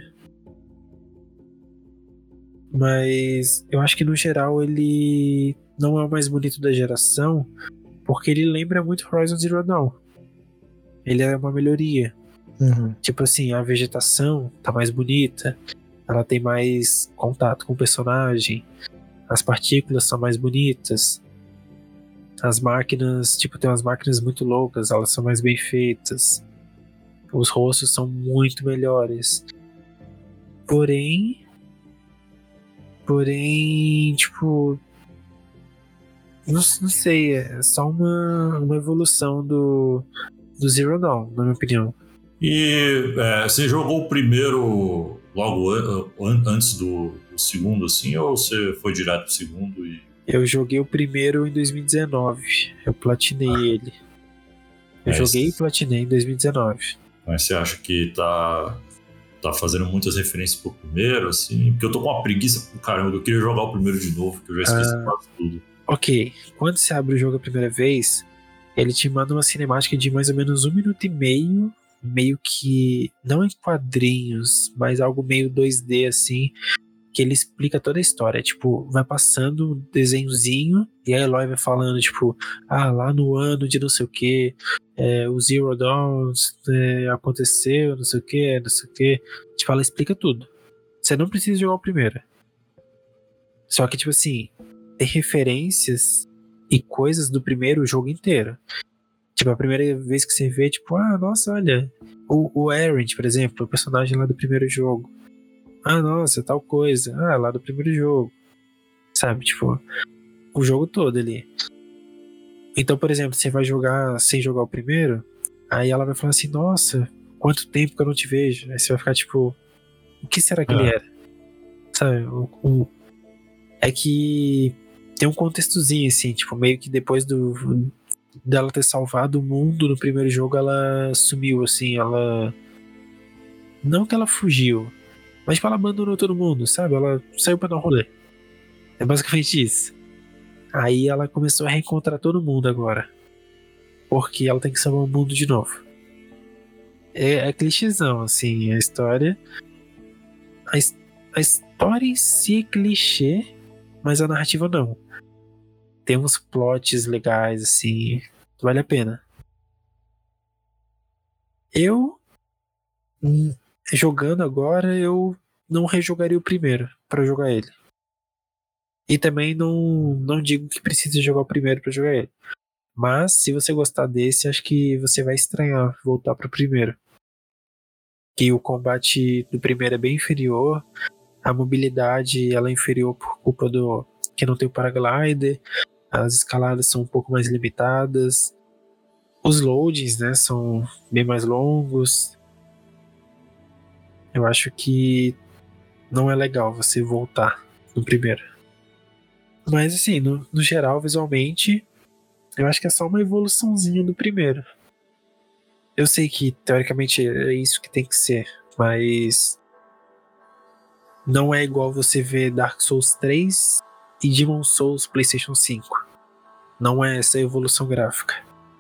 Mas eu acho que no geral ele não é o mais bonito da geração, porque ele lembra muito Horizon Zero Dawn. Ele é uma melhoria. Tipo assim, a vegetação tá mais bonita, ela tem mais contato com o personagem, as partículas são mais bonitas, as máquinas, tipo, tem umas máquinas muito loucas, elas são mais bem feitas, os rostos são muito melhores. Porém, tipo, não sei, é só uma evolução do Zero Dawn, na minha opinião. E você jogou o primeiro logo antes do segundo, assim, ou você foi direto pro segundo? Eu joguei o primeiro em 2019. Eu platinei ele. Eu joguei e platinei em 2019. Mas você acha que tá fazendo muitas referências pro primeiro, assim? Porque eu tô com uma preguiça pro caramba. Eu queria jogar o primeiro de novo, que eu já esqueci quase tudo. Ok. Quando você abre o jogo a primeira vez, ele te manda uma cinemática de mais ou menos 1 minuto e meio, meio que, não em quadrinhos, mas algo meio 2D, assim, que ele explica toda a história. Tipo, vai passando um desenhozinho e a Eloy vai falando, tipo, lá no ano de não sei o que, o Zero Dawn aconteceu, não sei o que, não sei o que. Tipo, ela explica tudo. Você não precisa jogar o primeiro. Só que, tipo assim, tem referências e coisas do primeiro jogo inteiro. Tipo, a primeira vez que você vê, tipo, nossa, olha, o Erend, por exemplo, o personagem lá do primeiro jogo. Nossa, tal coisa. Lá do primeiro jogo. Sabe, tipo, o jogo todo ali. Então, por exemplo, você vai jogar sem jogar o primeiro, aí ela vai falar assim, nossa, quanto tempo que eu não te vejo. Aí você vai ficar tipo, o que será que ele era? Sabe, é que tem um contextozinho, assim, tipo, meio que depois dela ter salvado o mundo no primeiro jogo, ela sumiu, assim, ela... Não que ela fugiu, mas tipo, ela abandonou todo mundo, sabe? Ela saiu pra dar um rolê. É basicamente isso. Aí ela começou a reencontrar todo mundo agora. Porque ela tem que salvar o mundo de novo. É clichêzão, assim, a história. A história em si é clichê, mas a narrativa não. Tem uns plots legais, assim, vale a pena. Eu, jogando agora, eu não rejogaria o primeiro pra jogar ele. E também não digo que precisa jogar o primeiro pra jogar ele. Mas, se você gostar desse, acho que você vai estranhar voltar pro primeiro. Que o combate do primeiro é bem inferior, a mobilidade ela é inferior por culpa do que não tem o paraglider, as escaladas são um pouco mais limitadas, os loadings, né, são bem mais longos. Eu acho que não é legal você voltar no primeiro. Mas assim, no geral, visualmente, eu acho que é só uma evoluçãozinha do primeiro. Eu sei que teoricamente é isso que tem que ser, mas não é igual você ver Dark Souls 3 e Demon Souls PlayStation 5. Não é essa evolução gráfica.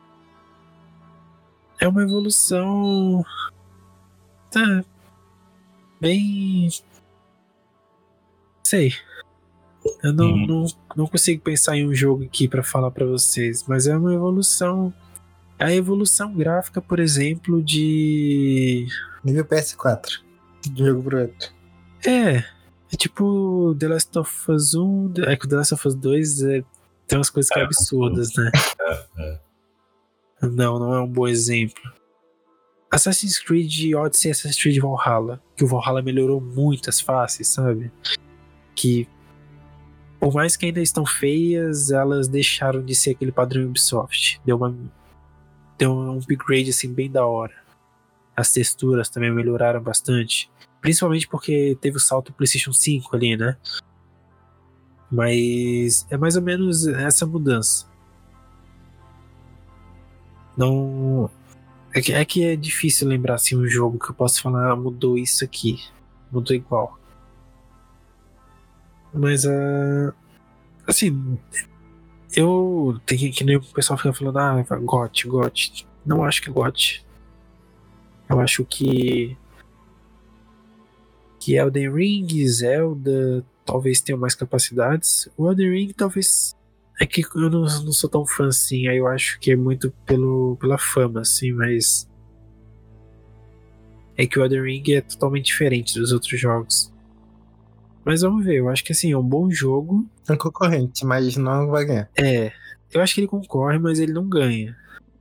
É uma evolução bem... sei. Eu não consigo pensar em um jogo aqui pra falar pra vocês, mas é uma evolução. A evolução gráfica, por exemplo, de... Nível PS4. De um jogo pro outro. É tipo The Last of Us 1. É que o The Last of Us 2 tem umas coisas que é absurdas, né? Não é um bom exemplo. Assassin's Creed Odyssey e Assassin's Creed Valhalla. Que o Valhalla melhorou muito as faces, sabe? Que, por mais que ainda estão feias, elas deixaram de ser aquele padrão Ubisoft. Deu um upgrade assim bem da hora. As texturas também melhoraram bastante. Principalmente porque teve o salto PlayStation 5 ali, né? Mas é mais ou menos essa mudança. Não... É que é difícil lembrar assim um jogo que eu posso falar, mudou isso aqui. Mudou igual. Mas assim, tem que nem o pessoal fica falando, GOT. Não acho que é GOT. Eu acho que Elden Ring, Zelda talvez tenham mais capacidades. O Elden Ring talvez é que eu não sou tão fã assim, aí eu acho que é muito pela fama assim, mas é que o Elden Ring é totalmente diferente dos outros jogos. Mas vamos ver, eu acho que assim, é um bom jogo. É um concorrente, mas não vai ganhar. Eu acho que ele concorre, mas ele não ganha.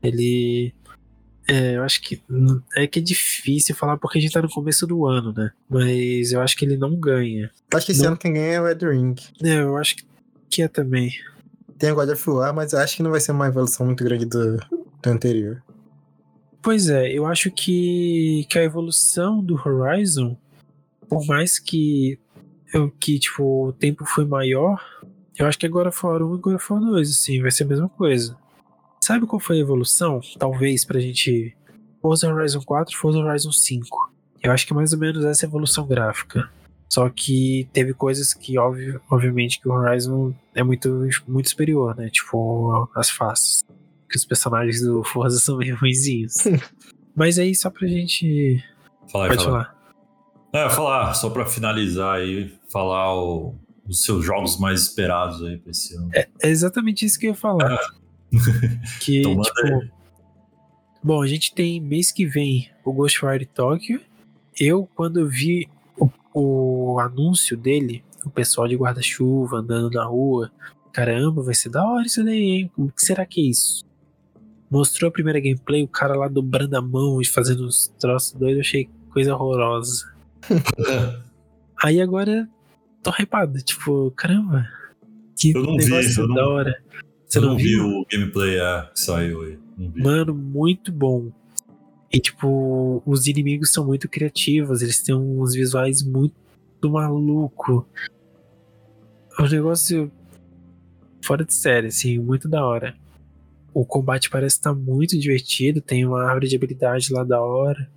Eu acho que é difícil falar porque a gente tá no começo do ano, né? Mas eu acho que ele não ganha. Eu acho que esse ano quem ganha é o Elden Ring. Eu acho que é também. Tem o God of War, mas eu acho que não vai ser uma evolução muito grande do anterior. Pois é, eu acho que a evolução do Horizon, por mais que tipo, o tempo foi maior, eu acho que agora fora 1 e agora fora 2, assim, vai ser a mesma coisa. Sabe qual foi a evolução? Talvez pra gente. Forza Horizon 4 e Forza Horizon 5. Eu acho que é mais ou menos essa evolução gráfica. Só que teve coisas que, obviamente, que o Horizon é muito, muito superior, né? Tipo, as faces. Que os personagens do Forza são meio ruinzinhos. Mas aí, só pra gente. Pode falar. Falar, só pra finalizar aí, falar os seus jogos mais esperados aí pra esse ano. É exatamente isso que eu ia falar. Que, tipo. Bom, a gente tem mês que vem o Ghostwire Tokyo. Eu, quando eu vi o anúncio dele, o pessoal de guarda-chuva andando na rua, caramba, vai ser da hora isso daí, hein? O que será que é isso? Mostrou a primeira gameplay, o cara lá dobrando a mão e fazendo uns troços doidos, eu achei coisa horrorosa. Aí agora tô hypado, tipo, caramba, que negócio da hora. Você não viu? Vi o gameplay que saiu aí. Mano, muito bom. E tipo, os inimigos são muito criativos, eles têm uns visuais muito maluco. É um negócio fora de série, assim, muito da hora. O combate parece estar muito divertido, tem uma árvore de habilidade lá da hora.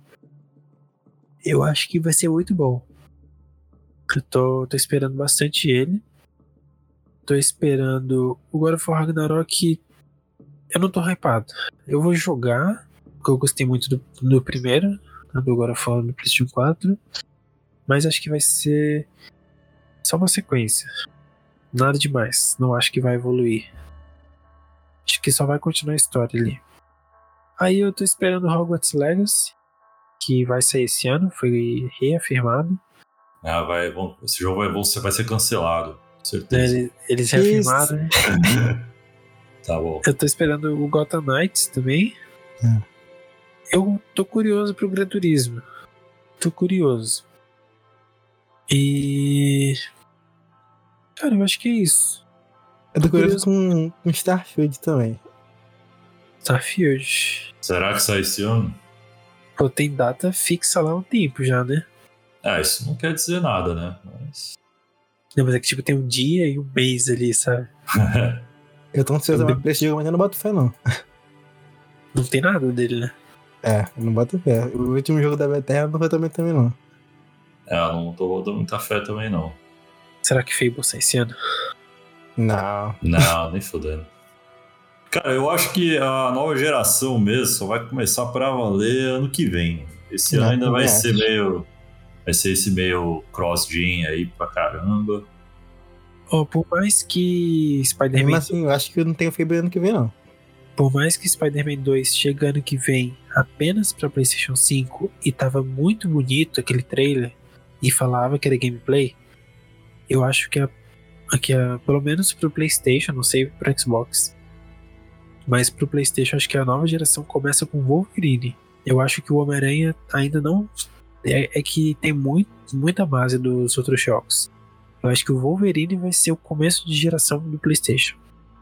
Eu acho que vai ser muito bom. Eu tô esperando bastante ele. Tô esperando o God of War Ragnarok. Eu não tô hypado. Eu vou jogar, porque eu gostei muito do primeiro, né, do God of War no PlayStation 4. Mas acho que vai ser só uma sequência. Nada demais. Não acho que vai evoluir. Acho que só vai continuar a história ali. Aí eu tô esperando Hogwarts Legacy, que vai sair esse ano, foi reafirmado. Esse jogo vai ser cancelado, com certeza. Eles reafirmaram, né? Tá bom. Eu tô esperando o Gotham Knights também. Eu tô curioso pro Gran Turismo. Tô curioso. E... Cara, eu acho que é isso. Eu tô curioso com Starfield também. Starfield. Será que sai esse ano? Pô, tem data fixa lá há um tempo já, né? Isso não quer dizer nada, né? Não, mas é que tipo, tem um dia e um mês ali, sabe? Eu tô ansioso pra esse jogo, mas eu não boto fé, não. Não tem nada dele, né? Eu não boto fé. O último jogo da Bethesda não foi também não. Eu não tô botando muita fé também, não. Será que Fable sai esse ano? Não. Não, nem fodendo. Cara, eu acho que a nova geração mesmo só vai começar pra valer ano que vem. Esse ano ainda vai ser meio... Vai ser esse meio cross-gen aí pra caramba. Por mais que Spider-Man... Mas assim, eu acho que eu não tenho Fable ano que vem, não. Por mais que Spider-Man 2 chegue ano que vem apenas pra PlayStation 5 e tava muito bonito aquele trailer e falava que era gameplay, eu acho que pelo menos pro PlayStation, não sei pro Xbox, mas pro PlayStation acho que a nova geração começa com Wolverine. Eu acho que o Homem-Aranha ainda não... É que tem muita base dos outros jogos. Eu acho que o Wolverine vai ser o começo de geração do PlayStation.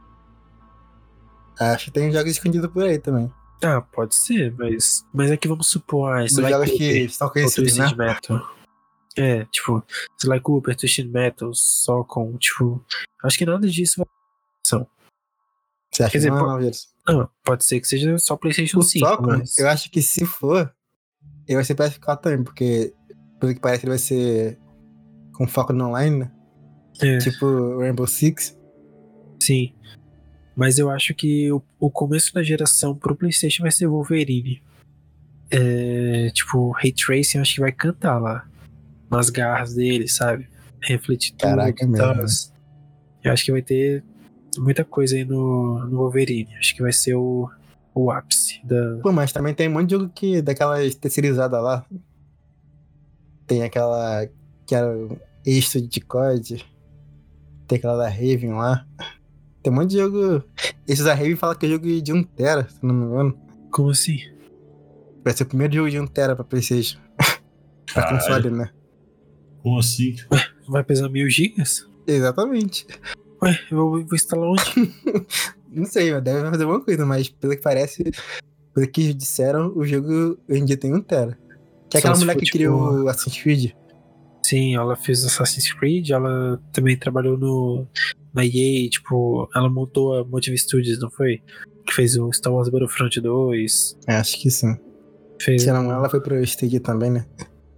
Acho que tem jogos escondidos por aí também. Pode ser, mas é que vamos supor... Sly jogos que estão conhecidos, né? Metal. Tipo, Sly Cooper, Twisted Metal, só com, tipo... Acho que nada disso vai ser. Você acha Quer dizer, que não é nova geração? Não, pode ser que seja só PlayStation O 5, Soccer, mas... eu acho que se for, ele vai ser PS4 também, porque pelo que parece ele vai ser com foco no online, né? É, Tipo Rainbow Six. sim. Mas eu acho que o começo da geração pro PlayStation vai ser Wolverine. Tipo, Ray Tracing eu acho que vai cantar lá. Nas garras dele, sabe? Refletir tudo Caraca, e mesmo, tal. né? Eu acho que vai ter muita coisa aí no Wolverine. Acho que vai ser o ápice da... Pô, mas também tem um monte de jogo daquela terceirizada lá. Tem aquela que era o extra de COD. Tem aquela da Raven lá. Tem um monte de jogo. Esse da Raven fala que é jogo de 1 tera, se não me engano. Como assim? Vai ser o primeiro jogo de 1 tera pra PlayStation. Pra Caralho. console, né? Como assim? Vai pesar 1000 gigas? Exatamente. Ué, eu vou instalar onde? Não sei, mas deve fazer alguma coisa, mas pelo que parece, pelo que disseram, o jogo hoje em dia tem 1 tera. Que é Só aquela se mulher for, que tipo, criou o Assassin's Creed. Sim, ela fez Assassin's Creed, ela também trabalhou na EA, tipo, ela montou a Motive Studios, não foi? Que fez o Star Wars Battlefront 2, Acho que sim. fez... Se não, ela foi pro Stadia também, né?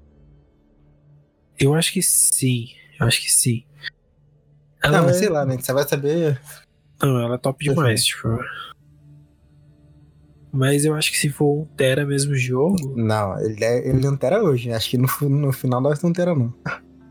Eu acho que sim, Ela Ah, mas sei lá, né? Você vai saber. Não, ela é top demais, tipo... Mas eu acho que se for 1 tera mesmo o jogo... Não, ele não tera hoje. Acho que no final nós não tera, não.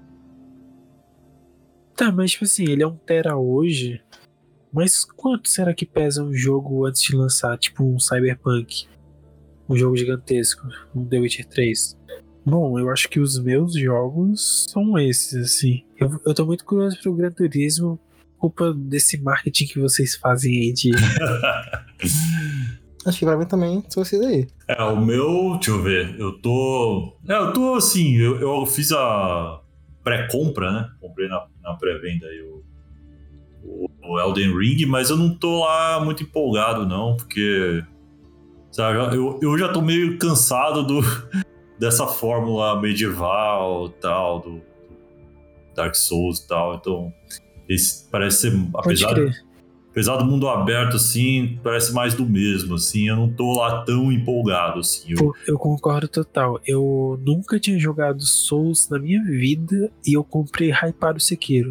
Tá, mas tipo assim, ele é 1 tera hoje, mas quanto será que pesa um jogo antes de lançar? Tipo um Cyberpunk, um jogo gigantesco, um The Witcher 3. Bom, eu acho que os meus jogos são esses, assim. Eu tô muito curioso pro Gran Turismo, culpa desse marketing que vocês fazem aí de... Acho que pra mim também são vocês aí. O meu, deixa eu ver, eu tô assim, eu fiz a pré-compra, né? Comprei na pré-venda aí o Elden Ring, mas eu não tô lá muito empolgado, não, porque sabe, eu já tô meio cansado dessa fórmula medieval tal, do Dark Souls e tal, então esse parece ser, apesar do mundo aberto, assim, parece mais do mesmo, assim, eu não tô lá tão empolgado, assim. Eu concordo total. Eu nunca tinha jogado Souls na minha vida e eu comprei hypado Sekiro.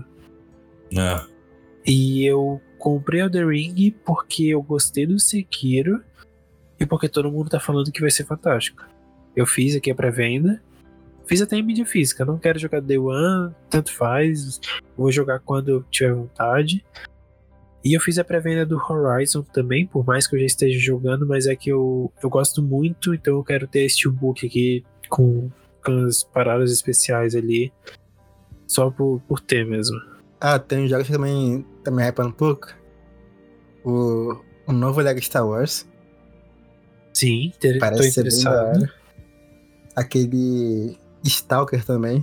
E eu comprei Elden Ring porque eu gostei do Sekiro e porque todo mundo tá falando que vai ser fantástico. Eu fiz aqui a pré-venda, fiz até em mídia física, não quero jogar Day One, tanto faz, vou jogar quando eu tiver vontade. E eu fiz a pré-venda do Horizon também, por mais que eu já esteja jogando, mas é que eu gosto muito, então eu quero ter esse steelbook aqui com as paradas especiais ali, só por ter mesmo. Ah, tem um jogo que também hypando um pouco. O novo Lego Star Wars. Sim, tô Parece ser bem da interessado. hora. Aquele Stalker também.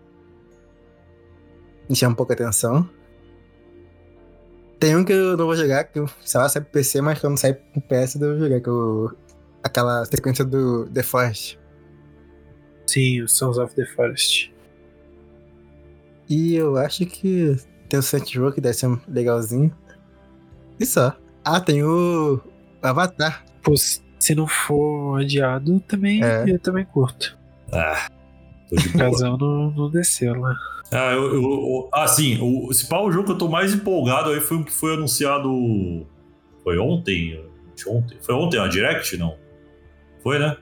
Me chama um pouco a atenção. Tem um que eu não vou jogar, que sei lá, sai pro PC, mas quando sai pro PS eu devo jogar, que é aquela sequência do The Forest. Sim, o Sons of the Forest. E eu acho que tem o Saints Row, que deve ser legalzinho. E só. Ah, tem o Avatar. Pô, se não for adiado, eu também curto. Tô de boa. O casal não desceu lá. Sim, se pá, o jogo que eu tô mais empolgado aí foi o que foi anunciado. Foi ontem? Foi ontem a Direct? Não. Foi, né?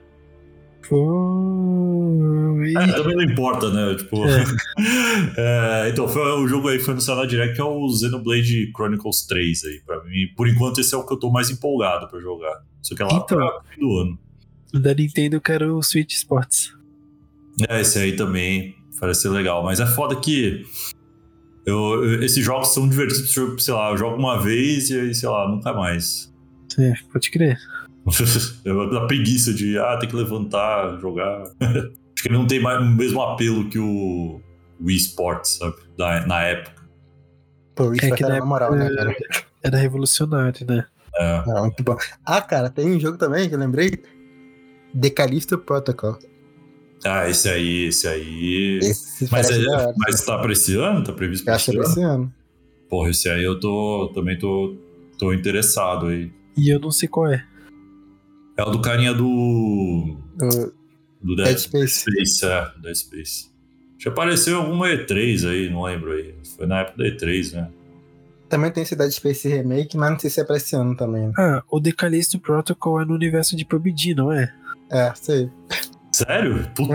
Foi. Também não importa, né? Tipo. Então, o jogo aí foi anunciado na Direct, que é o Xenoblade Chronicles 3 aí. Pra mim, por enquanto, esse é o que eu tô mais empolgado pra jogar. Isso aqui é lá pro fim do ano. Da Nintendo eu quero o Switch Sports. Esse aí também parece ser legal, mas é foda que esses jogos são divertidos, sei lá, eu jogo uma vez e aí, sei lá, nunca mais. Pode crer. A preguiça de, tem que levantar, jogar. Acho que ele não tem mais o mesmo apelo que o Wii Sports, sabe, na época. Pô, o Wii Sports era na moral, né, cara? Era revolucionário, né? Muito bom. Ah, cara, tem um jogo também que eu lembrei. The Callisto Protocol. Esse aí. Esse mas tá pra esse ano? Tá previsto pra esse ano? Porra, esse aí eu também tô Tô interessado aí. E eu não sei qual é. É o do carinha do Dead Space. Dead Space. Já apareceu em alguma E3 aí, não lembro aí. Foi na época da E3, né? Também tem Dead Space Remake, mas não sei se é pra esse ano também. Ah, o The Callisto Protocol é no universo de PUBG, não é? É, sei. Sério? Puta.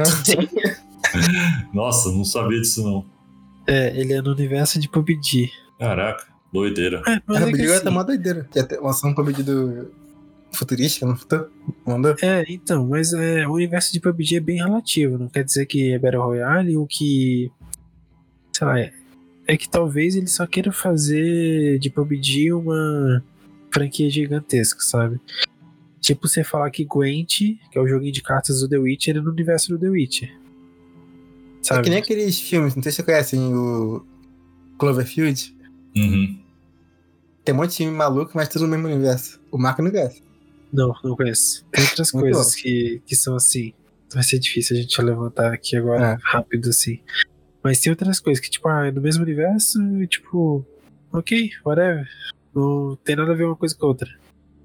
Nossa, não sabia disso não. É, ele é no universo de PUBG. Caraca, doideira. É, mas Cara, é o que Bill assim, tá mó doideira. Ia lançar um PUBG do futurística no futuro. Mandou? então, mas o universo de PUBG é bem relativo. Não quer dizer que é Battle Royale ou que... Sei lá, é que talvez ele só queira fazer de PUBG uma franquia gigantesca, sabe? Tipo você falar que Gwent, que é o joguinho de cartas do The Witcher, é no universo do The Witcher. Sabe? É que nem aqueles filmes, não sei se você conhece, o Cloverfield. Uhum. Tem um monte de filme maluco, mas tudo no mesmo universo. O Marco não conhece. Não conheço. Tem outras Muito coisas que são assim. Vai ser difícil a gente levantar aqui agora rápido assim. Mas tem outras coisas que, tipo, é no mesmo universo, e, tipo, ok, whatever. Não tem nada a ver uma coisa com a outra.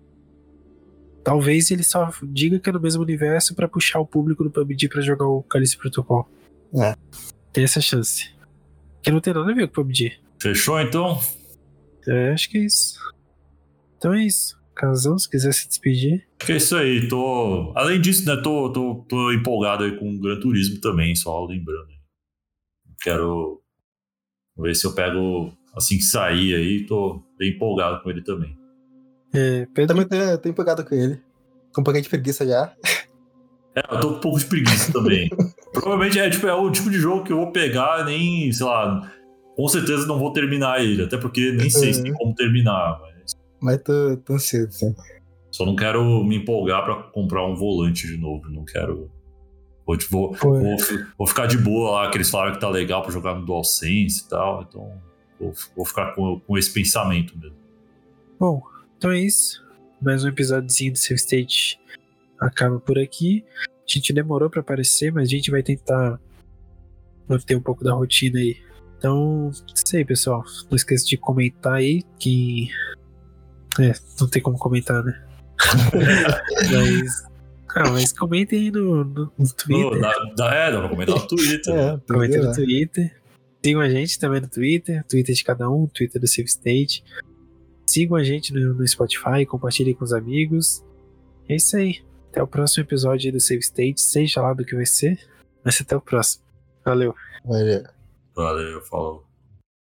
Talvez ele só diga que é no mesmo universo pra puxar o público do PUBG pra jogar o Callisto Protocol. É. Tem essa chance. Que não tem nada a ver com o PUBG. Fechou então? Acho que é isso. Então é isso. Casão, se quiser se despedir. Acho que é isso aí. Além disso, né? Tô empolgado aí com o Gran Turismo também, só lembrando. Quero ver se eu pego assim que sair aí. Tô bem empolgado com ele também. Pedro. Também tô empolgado com ele. Com um pouquinho de preguiça já. Eu tô com um pouco de preguiça também. Provavelmente é o tipo de jogo que eu vou pegar, nem, sei lá, com certeza não vou terminar ele, até porque nem sei se tem como terminar. Mas tô ansioso, sim. Só não quero me empolgar pra comprar um volante de novo. Não quero. Vou ficar de boa lá, que eles falaram que tá legal pra jogar no DualSense e tal. Então vou ficar com esse pensamento mesmo. Bom, então é isso. Mais um episódiozinho do Save State acaba por aqui. A gente demorou pra aparecer, mas a gente vai tentar manter um pouco da rotina aí. Então, isso aí, pessoal. Não esqueça de comentar aí que... não tem como comentar, né? mas comentem aí no Twitter. Dá pra comentar no Twitter. Comentem no Twitter. Sigam a gente também no Twitter. Twitter de cada um, Twitter do Save State. Sigam a gente no Spotify, compartilhem com os amigos. É isso aí. Até o próximo episódio aí do Save State, seja lá do que vai ser. Mas até o próximo. Valeu. Valeu, falou.